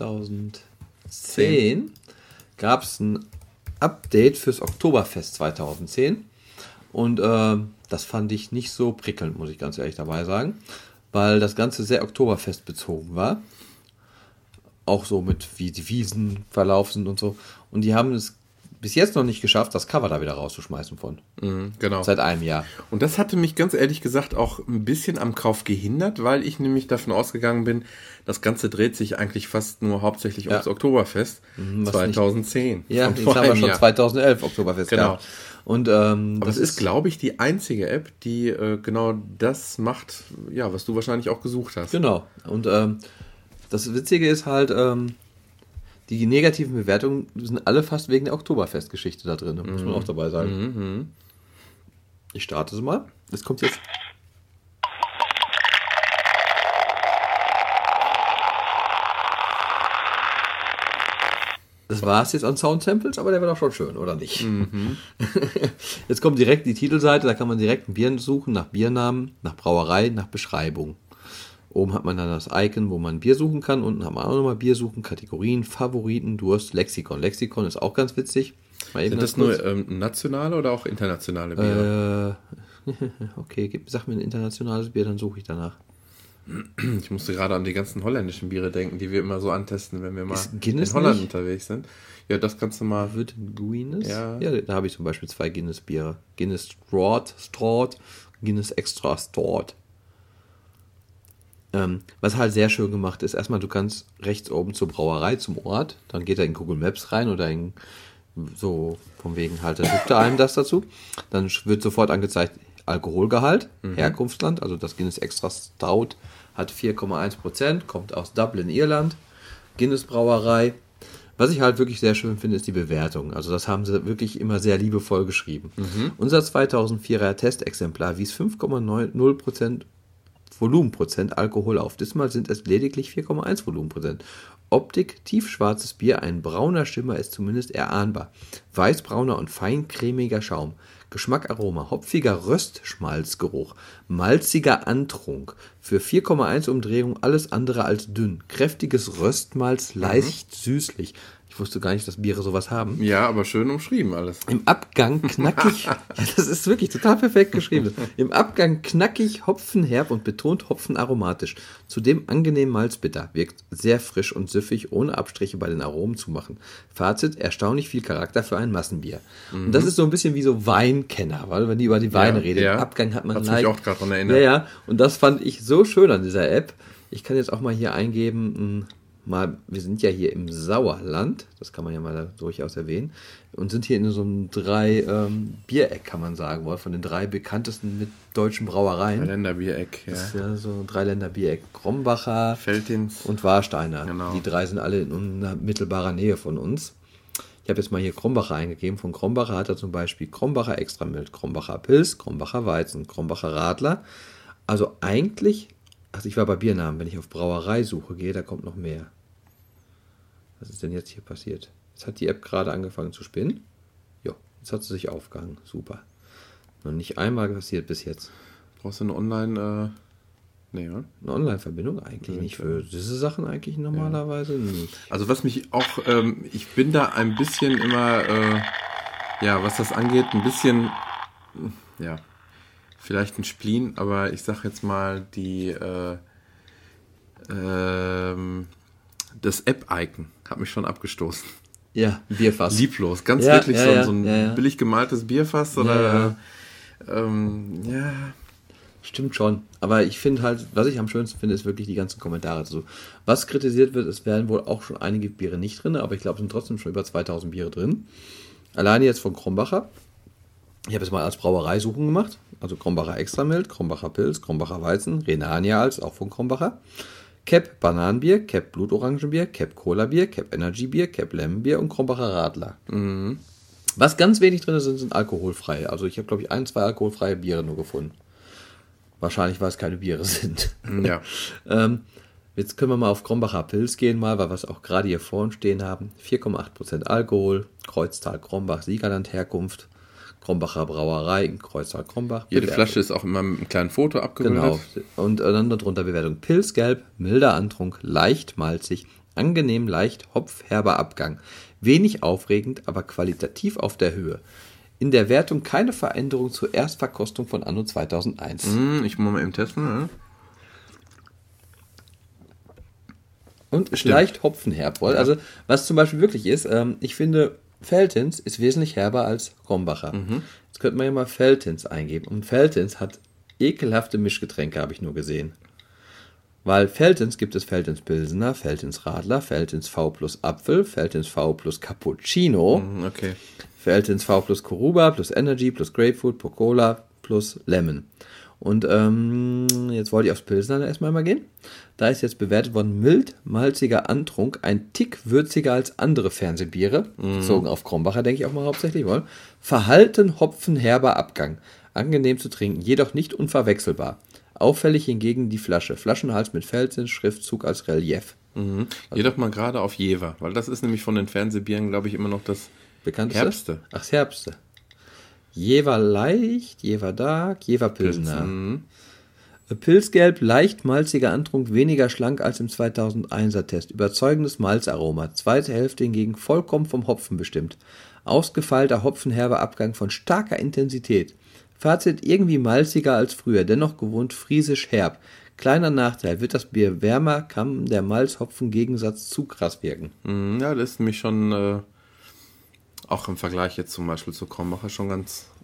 2010, gab es ein Update fürs Oktoberfest 2010 und das fand ich nicht so prickelnd, muss ich ganz ehrlich dabei sagen, weil das Ganze sehr Oktoberfest bezogen war, auch so mit wie die Wiesen verlaufen sind und so, und die haben es bis jetzt noch nicht geschafft, das Cover da wieder rauszuschmeißen von.
Genau.
Seit einem Jahr.
Und das hatte mich ganz ehrlich gesagt auch ein bisschen am Kauf gehindert, weil ich nämlich davon ausgegangen bin, das Ganze dreht sich eigentlich fast nur hauptsächlich ums Oktoberfest 2010.
Ja, jetzt haben wir schon 2011 Oktoberfest gehabt.
Und aber das ist, glaube ich, die einzige App, die genau das macht, ja, was du wahrscheinlich auch gesucht hast.
Genau. Und das Witzige ist halt, die negativen Bewertungen sind alle fast wegen der Oktoberfest-Geschichte da drin, muss man auch dabei sagen. Ich starte es mal. Das kommt jetzt. Das war es jetzt an Sound-Samples, aber der war doch schon schön, oder nicht? Jetzt kommt direkt die Titelseite, da kann man direkt ein Bier suchen, nach Biernamen, nach Brauerei, nach Beschreibung. Oben hat man dann das Icon, wo man Bier suchen kann. Unten haben wir auch nochmal Bier suchen, Kategorien, Favoriten, Durst, Lexikon. Lexikon ist auch ganz witzig.
Sind das nur nationale oder auch internationale Biere?
Okay, sag mir ein internationales Bier, dann suche ich danach.
Ich musste gerade an die ganzen holländischen Biere denken, die wir immer so antesten, wenn wir mal
in
Holland unterwegs sind. Ja, das kannst du mal...
Wird Guinness?
Ja,
da habe ich zum Beispiel 2 Guinness-Biere. Guinness Stout, Guinness Extra Stout. Was halt sehr schön gemacht ist, erstmal, du kannst rechts oben zur Brauerei, zum Ort, dann geht er in Google Maps rein oder in So von wegen halt, da gibt einem das dazu. Dann wird sofort angezeigt, Alkoholgehalt, Herkunftsland, also das Guinness Extra Stout hat 4,1%, kommt aus Dublin, Irland, Guinness Brauerei. Was ich halt wirklich sehr schön finde, ist die Bewertung. Also das haben sie wirklich immer sehr liebevoll geschrieben. Unser 2004er Testexemplar wies 5,90% Volumenprozent Alkohol auf. Diesmal sind es lediglich 4,1 Volumenprozent. Optik, tiefschwarzes Bier, ein brauner Schimmer ist zumindest erahnbar. Weißbrauner und feincremiger Schaum. Geschmack, Aroma, hopfiger Röstschmalzgeruch, malziger Antrunk. Für 4,1 Umdrehungen alles andere als dünn. Kräftiges Röstmalz, leicht süßlich. Ich wusste gar nicht, dass Biere sowas haben.
Ja, aber schön umschrieben alles.
Im Abgang knackig, ja, das ist wirklich total perfekt geschrieben. Im Abgang knackig, hopfenherb und betont hopfenaromatisch. Zudem angenehm malzbitter, wirkt sehr frisch und süffig, ohne Abstriche bei den Aromen zu machen. Fazit, erstaunlich viel Charakter für ein Massenbier. Und das ist so ein bisschen wie so Weinkenner, weil wenn die über die Weine reden, im Abgang hat man
Hat's mich auch gerade daran erinnert.
Ja, ja, und das fand ich so schön an dieser App. Ich kann jetzt auch mal hier eingeben, wir sind ja hier im Sauerland, das kann man ja mal durchaus erwähnen, und sind hier in so einem Biereck, kann man sagen, von den 3 bekanntesten mit deutschen Brauereien.
Dreiländerbiereck, ja.
Das ist ja so ein Dreiländerbiereck. Krombacher,
Veltins
und Warsteiner.
Genau.
Die 3 sind alle in unmittelbarer Nähe von uns. Ich habe jetzt mal hier Krombacher eingegeben. Von Krombacher hat er zum Beispiel Krombacher Extramild, Krombacher Pils, Krombacher Weizen, Krombacher Radler. Also eigentlich, ich war bei Biernamen, wenn ich auf Brauereisuche gehe, da kommt noch mehr. Was ist denn jetzt hier passiert? Jetzt hat die App gerade angefangen zu spinnen. Ja, jetzt hat sie sich aufgehangen. Super. Noch nicht einmal passiert bis jetzt.
Brauchst du eine Online... Nee, oder?
Eine Online-Verbindung eigentlich nicht. Für diese Sachen eigentlich normalerweise nicht.
Also was mich auch... ich bin da ein bisschen immer... was das angeht, ein bisschen... vielleicht ein Spleen, aber ich sag jetzt mal das App-Icon hat mich schon abgestoßen.
Ja, Bierfass.
Lieblos, ganz wirklich so ein billig gemaltes Bierfass oder
Stimmt schon. Aber ich finde halt, was ich am schönsten finde, ist wirklich die ganzen Kommentare dazu. Was kritisiert wird, es werden wohl auch schon einige Biere nicht drin, aber ich glaube, es sind trotzdem schon über 2000 Biere drin. Alleine jetzt von Krombacher. Ich habe es mal als Brauereisuchen gemacht. Also Krombacher Extramild, Krombacher Pils, Krombacher Weizen, Renania als auch von Krombacher. Cap Bananenbier, Cap Blutorangenbier, Cap Cola-Bier, Cap Energy-Bier, Cap Lemon-Bier und Krombacher Radler. Was ganz wenig drin sind alkoholfreie. Also ich habe, glaube ich, 1, 2 alkoholfreie Biere nur gefunden. Wahrscheinlich, weil es keine Biere sind.
Ja.
Jetzt können wir mal auf Krombacher Pils gehen, weil wir es auch gerade hier vor uns stehen haben. 4,8% Alkohol, Kreuztal Krombach, Siegerland Herkunft, Krombacher Brauerei in Kreuztal Krombach.
Jede Flasche ist auch immer mit einem kleinen Foto abgebildet.
Genau. Und dann darunter Bewertung: Pilzgelb, milder Antrunk, leicht malzig, angenehm leicht hopfherber Abgang. Wenig aufregend, aber qualitativ auf der Höhe. In der Wertung keine Veränderung zur Erstverkostung von anno 2001.
Ich muss mal eben testen. Ne?
Und ist leicht hopfenherb. Also, was zum Beispiel wirklich ist, ich finde, Veltins ist wesentlich herber als Krombacher. Jetzt könnte man ja mal Veltins eingeben. Und Veltins hat ekelhafte Mischgetränke, habe ich nur gesehen. Weil Veltins gibt es Veltins Pilsener, Veltins Radler, Veltins V plus Apfel, Veltins V plus Cappuccino, Veltins V plus Coruba plus Energy plus Grapefruit plus Cola plus Lemon. Und jetzt wollte ich aufs Pilsener erstmal mal gehen. Da ist jetzt bewertet worden: mild, malziger Antrunk, ein Tick würziger als andere Fernsehbiere, bezogen auf Krombacher, denke ich auch mal hauptsächlich wohl. Verhalten, hopfenherber Abgang, angenehm zu trinken, jedoch nicht unverwechselbar. Auffällig hingegen die Flasche. Flaschenhals mit Veltins, Schriftzug als Relief.
Geh doch mal gerade auf Jever, weil das ist nämlich von den Fernsehbieren, glaube ich, immer noch das
bekannteste?
Herbste.
Ach, das Herbste. Jever leicht, Jever dark, Jever Pilsner. Pilzgelb, leicht malziger Antrunk, weniger schlank als im 2001er Test. Überzeugendes Malzaroma. Zweite Hälfte hingegen vollkommen vom Hopfen bestimmt. Ausgefeilter hopfenherber Abgang von starker Intensität. Fazit: irgendwie malziger als früher, dennoch gewohnt friesisch herb. Kleiner Nachteil: wird das Bier wärmer, kann der Malz-Hopfen-Gegensatz zu krass wirken.
Ja, das ist nämlich schon auch im Vergleich jetzt zum Beispiel zu Krombacher schon ganz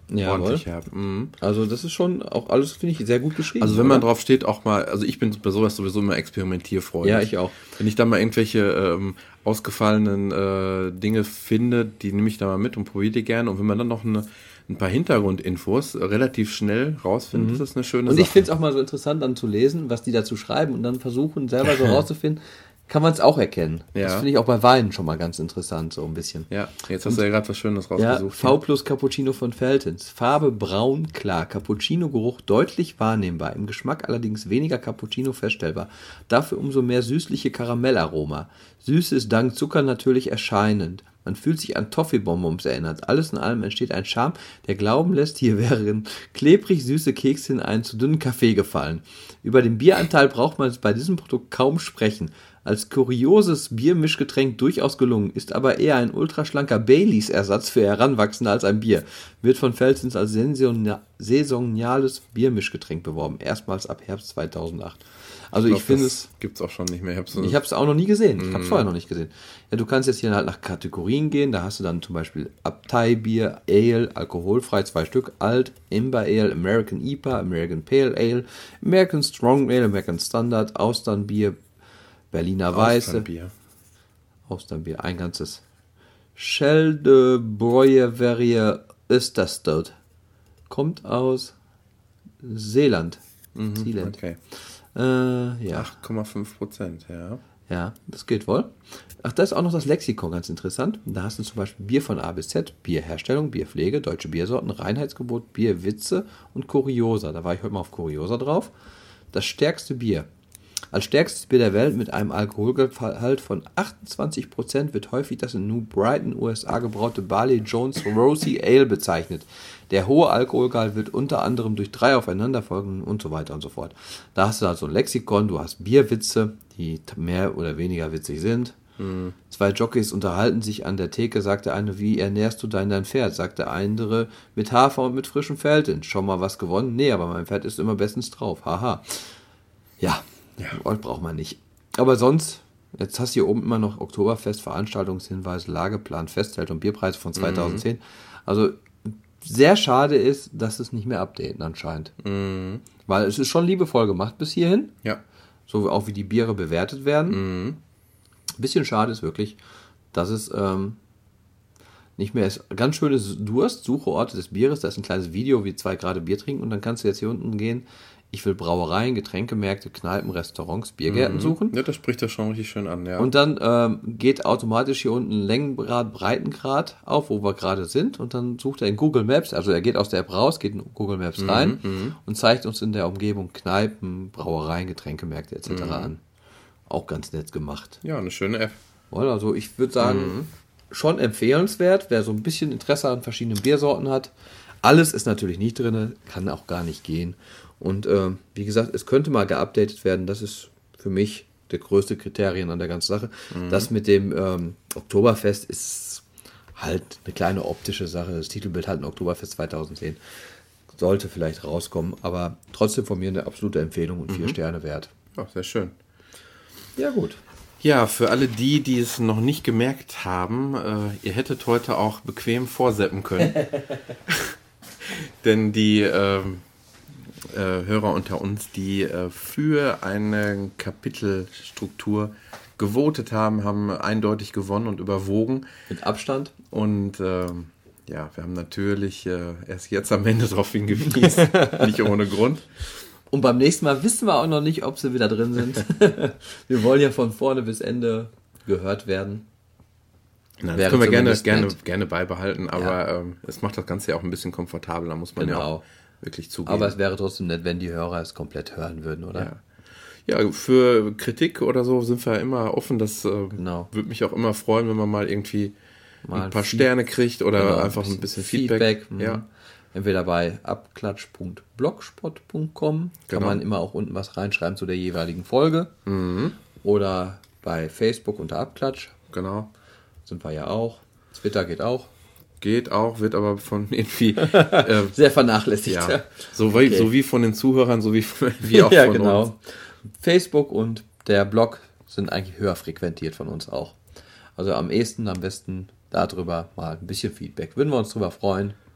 ordentlich herb.
Also das ist schon auch alles, finde ich, sehr gut geschrieben.
Also wenn man drauf steht, auch mal, also ich bin bei sowas sowieso immer experimentierfreudig.
Ja, ich auch.
Wenn ich dann mal irgendwelche ausgefallenen Dinge finde, die nehme ich da mal mit und probiere die gerne. Und wenn man dann noch ein paar Hintergrundinfos relativ schnell rausfindet, ist das eine schöne
Sache. Und ich
Sache.
finde es auch mal so interessant, dann zu lesen, was die dazu schreiben und dann versuchen, selber so rauszufinden, kann man es auch erkennen. Ja. Das finde ich auch bei Weinen schon mal ganz interessant, so ein bisschen.
Ja, jetzt hast du ja gerade was Schönes rausgesucht.
V plus Cappuccino von Veltins. Farbe braun, klar. Cappuccino-Geruch deutlich wahrnehmbar. Im Geschmack allerdings weniger Cappuccino feststellbar. Dafür umso mehr süßliche Karamellaroma. Süße ist dank Zucker natürlich erscheinend. Man fühlt sich an Toffee-Bonbons erinnert. Alles in allem entsteht ein Charme, der glauben lässt, hier wären klebrig süße Kekse in einen zu dünnen Kaffee gefallen. Über den Bieranteil braucht man bei diesem Produkt kaum sprechen. Als kurioses Biermischgetränk durchaus gelungen, ist aber eher ein ultraschlanker Baileys-Ersatz für Heranwachsende als ein Bier. Wird von Veltins als saisonales Biermischgetränk beworben. Erstmals ab Herbst 2008. Also ich finde es...
Gibt's auch schon nicht mehr.
Ich habe es auch noch nie gesehen. Ich habe es vorher noch nicht gesehen. Ja, du kannst jetzt hier halt nach Kategorien gehen. Da hast du dann zum Beispiel Abtei-Bier, Ale, alkoholfrei, 2 Stück, Alt, Imber Ale, American IPA, American Pale Ale, American Strong Ale, American Standard, Austernbier, Berliner Weiße. Austernbier, ein ganzes. Schelde Breuerie Österstad. Kommt aus Seeland. Seeland.
Okay.
Ja.
8,5%, ja.
Ja, das geht wohl. Ach, da ist auch noch das Lexikon ganz interessant. Da hast du zum Beispiel Bier von A bis Z, Bierherstellung, Bierpflege, deutsche Biersorten, Reinheitsgebot, Bierwitze und Kuriosa. Da war ich heute mal auf Kuriosa drauf. Das stärkste Bier. Als stärkstes Bier der Welt mit einem Alkoholgehalt von 28% wird häufig das in New Brighton, USA gebraute Barley Jones Rosy Ale bezeichnet. Der hohe Alkoholgehalt wird unter anderem durch 3 aufeinanderfolgenden und so weiter und so fort. Da hast du also ein Lexikon, du hast Bierwitze, die mehr oder weniger witzig sind. 2 Jockeys unterhalten sich an der Theke, sagt der eine, wie ernährst du dein Pferd? Sagt der andere, mit Hafer und mit frischem Veltlin. Schon mal was gewonnen? Nee, aber mein Pferd ist immer bestens drauf. Haha. Ja. Braucht man nicht. Aber sonst, jetzt hast du hier oben immer noch Oktoberfest, Veranstaltungshinweise, Lageplan, Festzelt und Bierpreise von 2010. Also sehr schade ist, dass es nicht mehr updaten anscheinend. Weil es ist schon liebevoll gemacht bis hierhin.
Ja.
So auch wie die Biere bewertet werden. Ein bisschen schade ist wirklich, dass es nicht mehr ist. Ganz schönes Durst, Suche Orte des Bieres. Da ist ein kleines Video, wie 2 gerade Bier trinken. Und dann kannst du jetzt hier unten gehen. Ich will Brauereien, Getränkemärkte, Kneipen, Restaurants, Biergärten suchen.
Ja, das spricht das schon richtig schön an, ja.
Und dann geht automatisch hier unten Längengrad, Breitengrad auf, wo wir gerade sind. Und dann sucht er in Google Maps, also er geht aus der App raus, geht in Google Maps rein und zeigt uns in der Umgebung Kneipen, Brauereien, Getränkemärkte etc. an. Auch ganz nett gemacht.
Ja, eine schöne App.
Also ich würde sagen, schon empfehlenswert, wer so ein bisschen Interesse an verschiedenen Biersorten hat. Alles ist natürlich nicht drin, kann auch gar nicht gehen. Und wie gesagt, es könnte mal geupdatet werden. Das ist für mich der größte Kriterien an der ganzen Sache. Das mit dem Oktoberfest ist halt eine kleine optische Sache. Das Titelbild halt ein Oktoberfest 2010. Sollte vielleicht rauskommen, aber trotzdem von mir eine absolute Empfehlung und 4 Sterne wert.
Ja, sehr schön.
Ja, gut.
Ja, für alle die es noch nicht gemerkt haben, ihr hättet heute auch bequem vorseppen können. Denn die Hörer unter uns, die für eine Kapitelstruktur gewotet haben, haben eindeutig gewonnen und überwogen.
Mit Abstand.
Und wir haben natürlich erst jetzt am Ende darauf hingewiesen, nicht ohne Grund.
Und beim nächsten Mal wissen wir auch noch nicht, ob sie wieder drin sind. Wir wollen ja von vorne bis Ende gehört werden.
Nein, das können wir gerne beibehalten, aber es macht das Ganze ja auch ein bisschen komfortabler, muss man ja auch wirklich zugeben.
Aber es wäre trotzdem nett, wenn die Hörer es komplett hören würden, oder?
Ja, für Kritik oder so sind wir immer offen. Das würde mich auch immer freuen, wenn man mal irgendwie ein paar Sterne kriegt oder einfach ein bisschen Feedback.
Ja. Entweder bei abklatsch.blogspot.com kann man immer auch unten was reinschreiben zu der jeweiligen Folge. Oder bei Facebook unter Abklatsch.
Genau.
Sind wir ja auch. Twitter geht auch.
Geht auch, wird aber von irgendwie
sehr vernachlässigt.
Ja. So wie von den Zuhörern, so wie auch von uns.
Facebook und der Blog sind eigentlich höher frequentiert von uns auch. Also am besten darüber mal ein bisschen Feedback. Würden wir uns drüber freuen.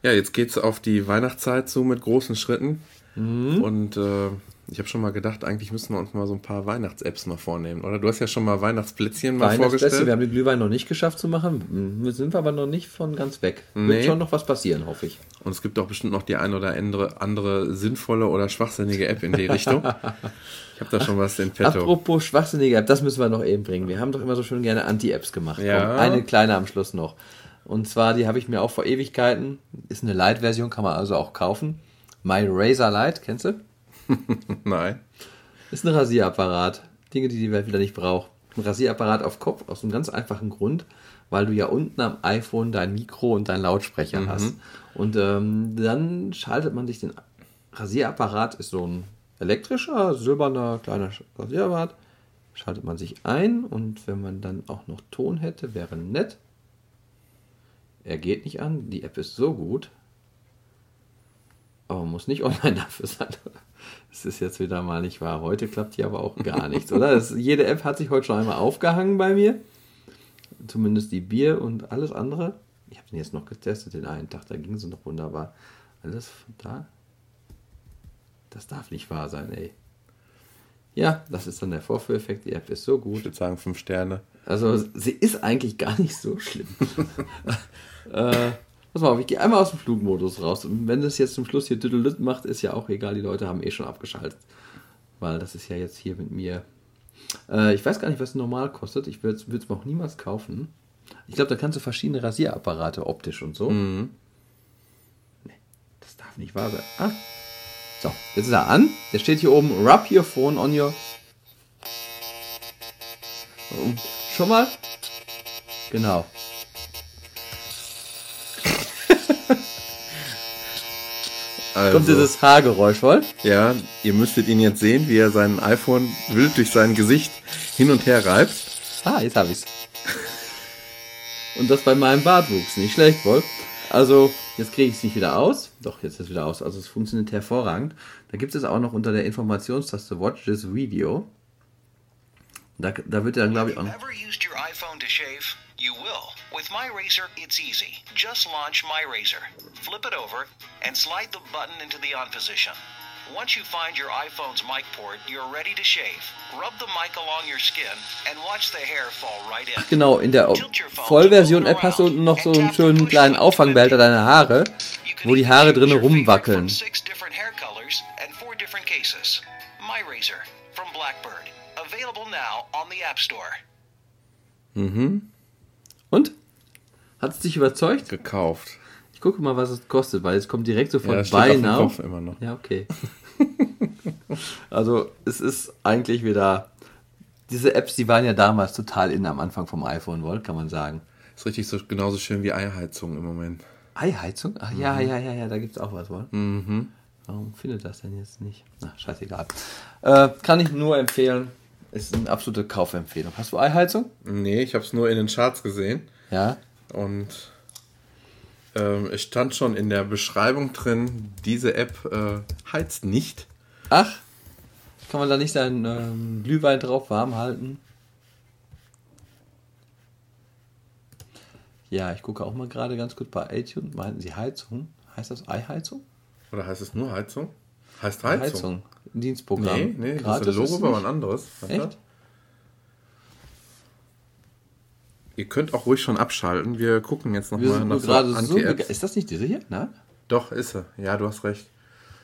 Ja, jetzt geht's auf die Weihnachtszeit zu mit großen Schritten. Und ich habe schon mal gedacht, eigentlich müssen wir uns mal so ein paar Weihnachts-Apps mal vornehmen, oder? Du hast ja schon mal Weihnachtsplätzchen mal vorgestellt.
Wir haben den Glühwein noch nicht geschafft zu machen. Sind wir aber noch nicht von ganz weg. Wird schon noch was passieren, hoffe ich.
Und es gibt auch bestimmt noch die ein oder andere sinnvolle oder schwachsinnige App in die Richtung. Ich habe da schon was in petto.
Apropos schwachsinnige App, das müssen wir noch eben bringen. Wir haben doch immer so schön gerne Anti-Apps gemacht.
Ja.
Komm, eine kleine am Schluss noch. Und zwar, die habe ich mir auch vor Ewigkeiten, ist eine Lite-Version, kann man also auch kaufen. My Razor Lite, kennst du?
Nein.
Ist ein Rasierapparat. Dinge, die die Welt wieder nicht braucht. Ein Rasierapparat auf Kopf, aus einem ganz einfachen Grund, weil du ja unten am iPhone dein Mikro und dein Lautsprecher hast. Und dann schaltet man sich den Rasierapparat, ist so ein elektrischer, silberner, kleiner Rasierapparat, schaltet man sich ein und wenn man dann auch noch Ton hätte, wäre nett. Er geht nicht an, die App ist so gut, aber man muss nicht online dafür sein. Das ist jetzt wieder mal nicht wahr. Heute klappt hier aber auch gar nichts, oder? Jede App hat sich heute schon einmal aufgehangen bei mir. Zumindest die Bier und alles andere. Ich habe den jetzt noch getestet, den einen Tag, da ging es noch wunderbar. Alles da. Das darf nicht wahr sein, ey. Ja, das ist dann der Vorführeffekt. Die App ist so gut.
Ich würde sagen 5 Sterne.
Also, sie ist eigentlich gar nicht so schlimm. Pass mal auf, ich gehe einmal aus dem Flugmodus raus. Und wenn das jetzt zum Schluss hier Düdelüt macht, ist ja auch egal. Die Leute haben schon abgeschaltet. Weil das ist ja jetzt hier mit mir. Ich weiß gar nicht, was es normal kostet. Ich würde es mir auch niemals kaufen. Ich glaube, da kannst du verschiedene Rasierapparate optisch und so. Nee, das darf nicht wahr sein. Ah. So, jetzt ist er an. Der steht hier oben. Rub your phone on your... Schon mal? Genau.
Also,
kommt dieses Haargeräusch voll?
Ja, ihr müsstet ihn jetzt sehen, wie er sein iPhone wild durch sein Gesicht hin und her reibt.
Ah, jetzt habe ich's. Und das bei meinem Bartwuchs. Nicht schlecht, wohl. Also, jetzt kriege ich es nicht wieder aus. Doch, jetzt ist es wieder aus. Also, es funktioniert hervorragend. Da gibt es auch noch unter der Informationstaste Watch this Video. Da wird dann, glaube ich, auch noch...
You will. With My Razor, it's easy. Just launch My Razor, flip it over, and slide the button into the on position. Once you find your iPhone's mic port, you're ready to shave. Rub the mic along your skin and watch the hair fall right in.
Ach genau, in der Vollversion-App hast du unten noch so einen schönen kleinen Auffangbehälter deiner Haare, wo die Haare drinnen rumwackeln.
My Razor from Blackbird. Available now on the App Store.
Und? Hat es dich überzeugt?
Gekauft.
Ich gucke mal, was es kostet, weil es kommt direkt so von
ja,
Buy Now.
Kopf immer noch.
Ja, okay. Also, es ist eigentlich wieder... Diese Apps, die waren ja damals total am Anfang vom iPhone, kann man sagen.
Ist richtig so genauso schön wie Eiheizung im Moment.
Eiheizung? Ach ja, da gibt es auch was, wohl. Warum findet das denn jetzt nicht? Na, scheißegal. Kann ich nur empfehlen. Ist eine absolute Kaufempfehlung. Hast du Eiheizung?
Nee, ich habe es nur in den Charts gesehen.
Ja.
Und es stand schon in der Beschreibung drin, diese App heizt nicht.
Ach, kann man da nicht seinen Glühwein drauf warm halten? Ja, ich gucke auch mal gerade ganz gut bei iTunes. Meinten Sie Heizung? Heißt das Eiheizung?
Oder heißt es nur Heizung? Heißt Heizung.
Dienstprogramm.
Nee, das Logo war ein anderes.
Echt?
Ihr könnt auch ruhig schon abschalten. Wir gucken jetzt nochmal nach so
Anti-Apps. Ist das nicht diese hier? Nein?
Doch, ist sie. Ja, du hast recht.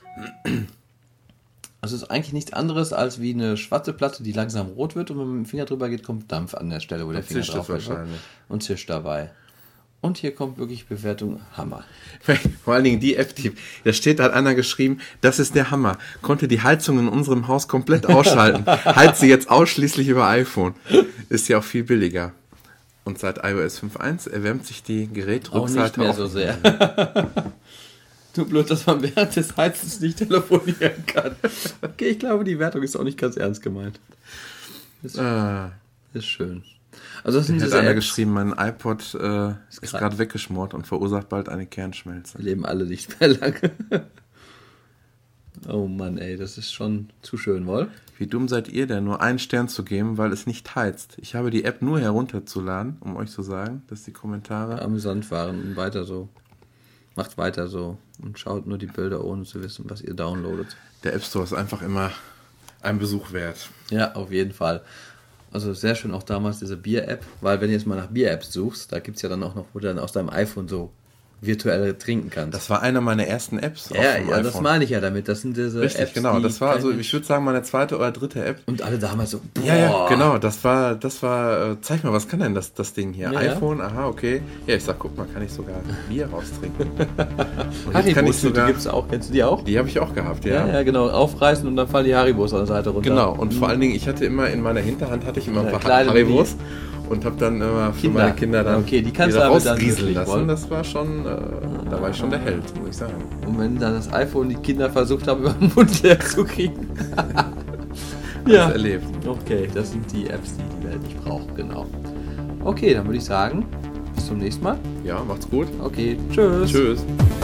Also es ist eigentlich nichts anderes als wie eine schwarze Platte, die langsam rot wird und wenn man mit dem Finger drüber geht, kommt Dampf an der Stelle, wo der Finger drauf ist. Und zischt dabei. Und hier kommt wirklich Bewertung Hammer.
Vor allen Dingen die App, da steht, da hat einer geschrieben, das ist der Hammer. Konnte die Heizung in unserem Haus komplett ausschalten. Heizt sie jetzt ausschließlich über iPhone. Ist ja auch viel billiger. Und seit iOS 5.1 erwärmt sich die Gerätrückseite
auch nicht mehr so sehr. Tut blöd, dass man während des Heizens nicht telefonieren kann. Okay, ich glaube, die Wertung ist auch nicht ganz ernst gemeint. Ist schön. Also das sind
hat einer geschrieben, mein iPod ist gerade weggeschmort und verursacht bald eine Kernschmelze.
Wir leben alle nicht mehr lange. Oh Mann, ey, das ist schon zu schön, wohl?
Wie dumm seid ihr denn, nur einen Stern zu geben, weil es nicht heizt? Ich habe die App nur herunterzuladen, um euch zu sagen, dass die Kommentare
amüsant waren und weiter so. Macht weiter so und schaut nur die Bilder, ohne zu wissen, was ihr downloadet.
Der App Store ist einfach immer ein Besuch wert.
Ja, auf jeden Fall. Also sehr schön auch damals diese Bier-App, weil wenn du jetzt mal nach Bier-Apps suchst, da gibt es ja dann auch noch, wo du dann aus deinem iPhone so virtuell trinken kannst.
Das war einer meiner ersten Apps.
Ja, das meine ich ja damit. Das sind diese
Richtig,
Apps,
genau. Das war, also ich würde sagen, meine zweite oder dritte App.
Und alle damals so, boah.
Ja, genau. Das war, zeig mal, was kann denn das Ding hier?
Ja.
iPhone, aha, okay. Ja, ich sag, guck mal, kann ich sogar Bier raustrinken. Und
Haribo-Tüte gibt's auch. Kennst du die auch?
Die habe ich auch gehabt, ja.
Ja, genau. Aufreißen und dann fallen die Haribos an der Seite runter.
Genau. Und vor allen Dingen, ich hatte immer in meiner Hinterhand ein paar
kleine
Haribos. Und habe dann immer für meine Kinder dann
die kannst
wieder
du aber dann
rausrieseln lassen.
wollen.
Das war schon, da war ich schon der Held, muss ich sagen.
Und wenn dann das iPhone die Kinder versucht haben, über den Mund leer zu kriegen.
Ja. Das erlebt.
Okay, das sind die Apps, die die Welt nicht braucht, genau. Okay, dann würde ich sagen, bis zum nächsten Mal.
Ja, macht's gut.
Okay, tschüss.
Tschüss.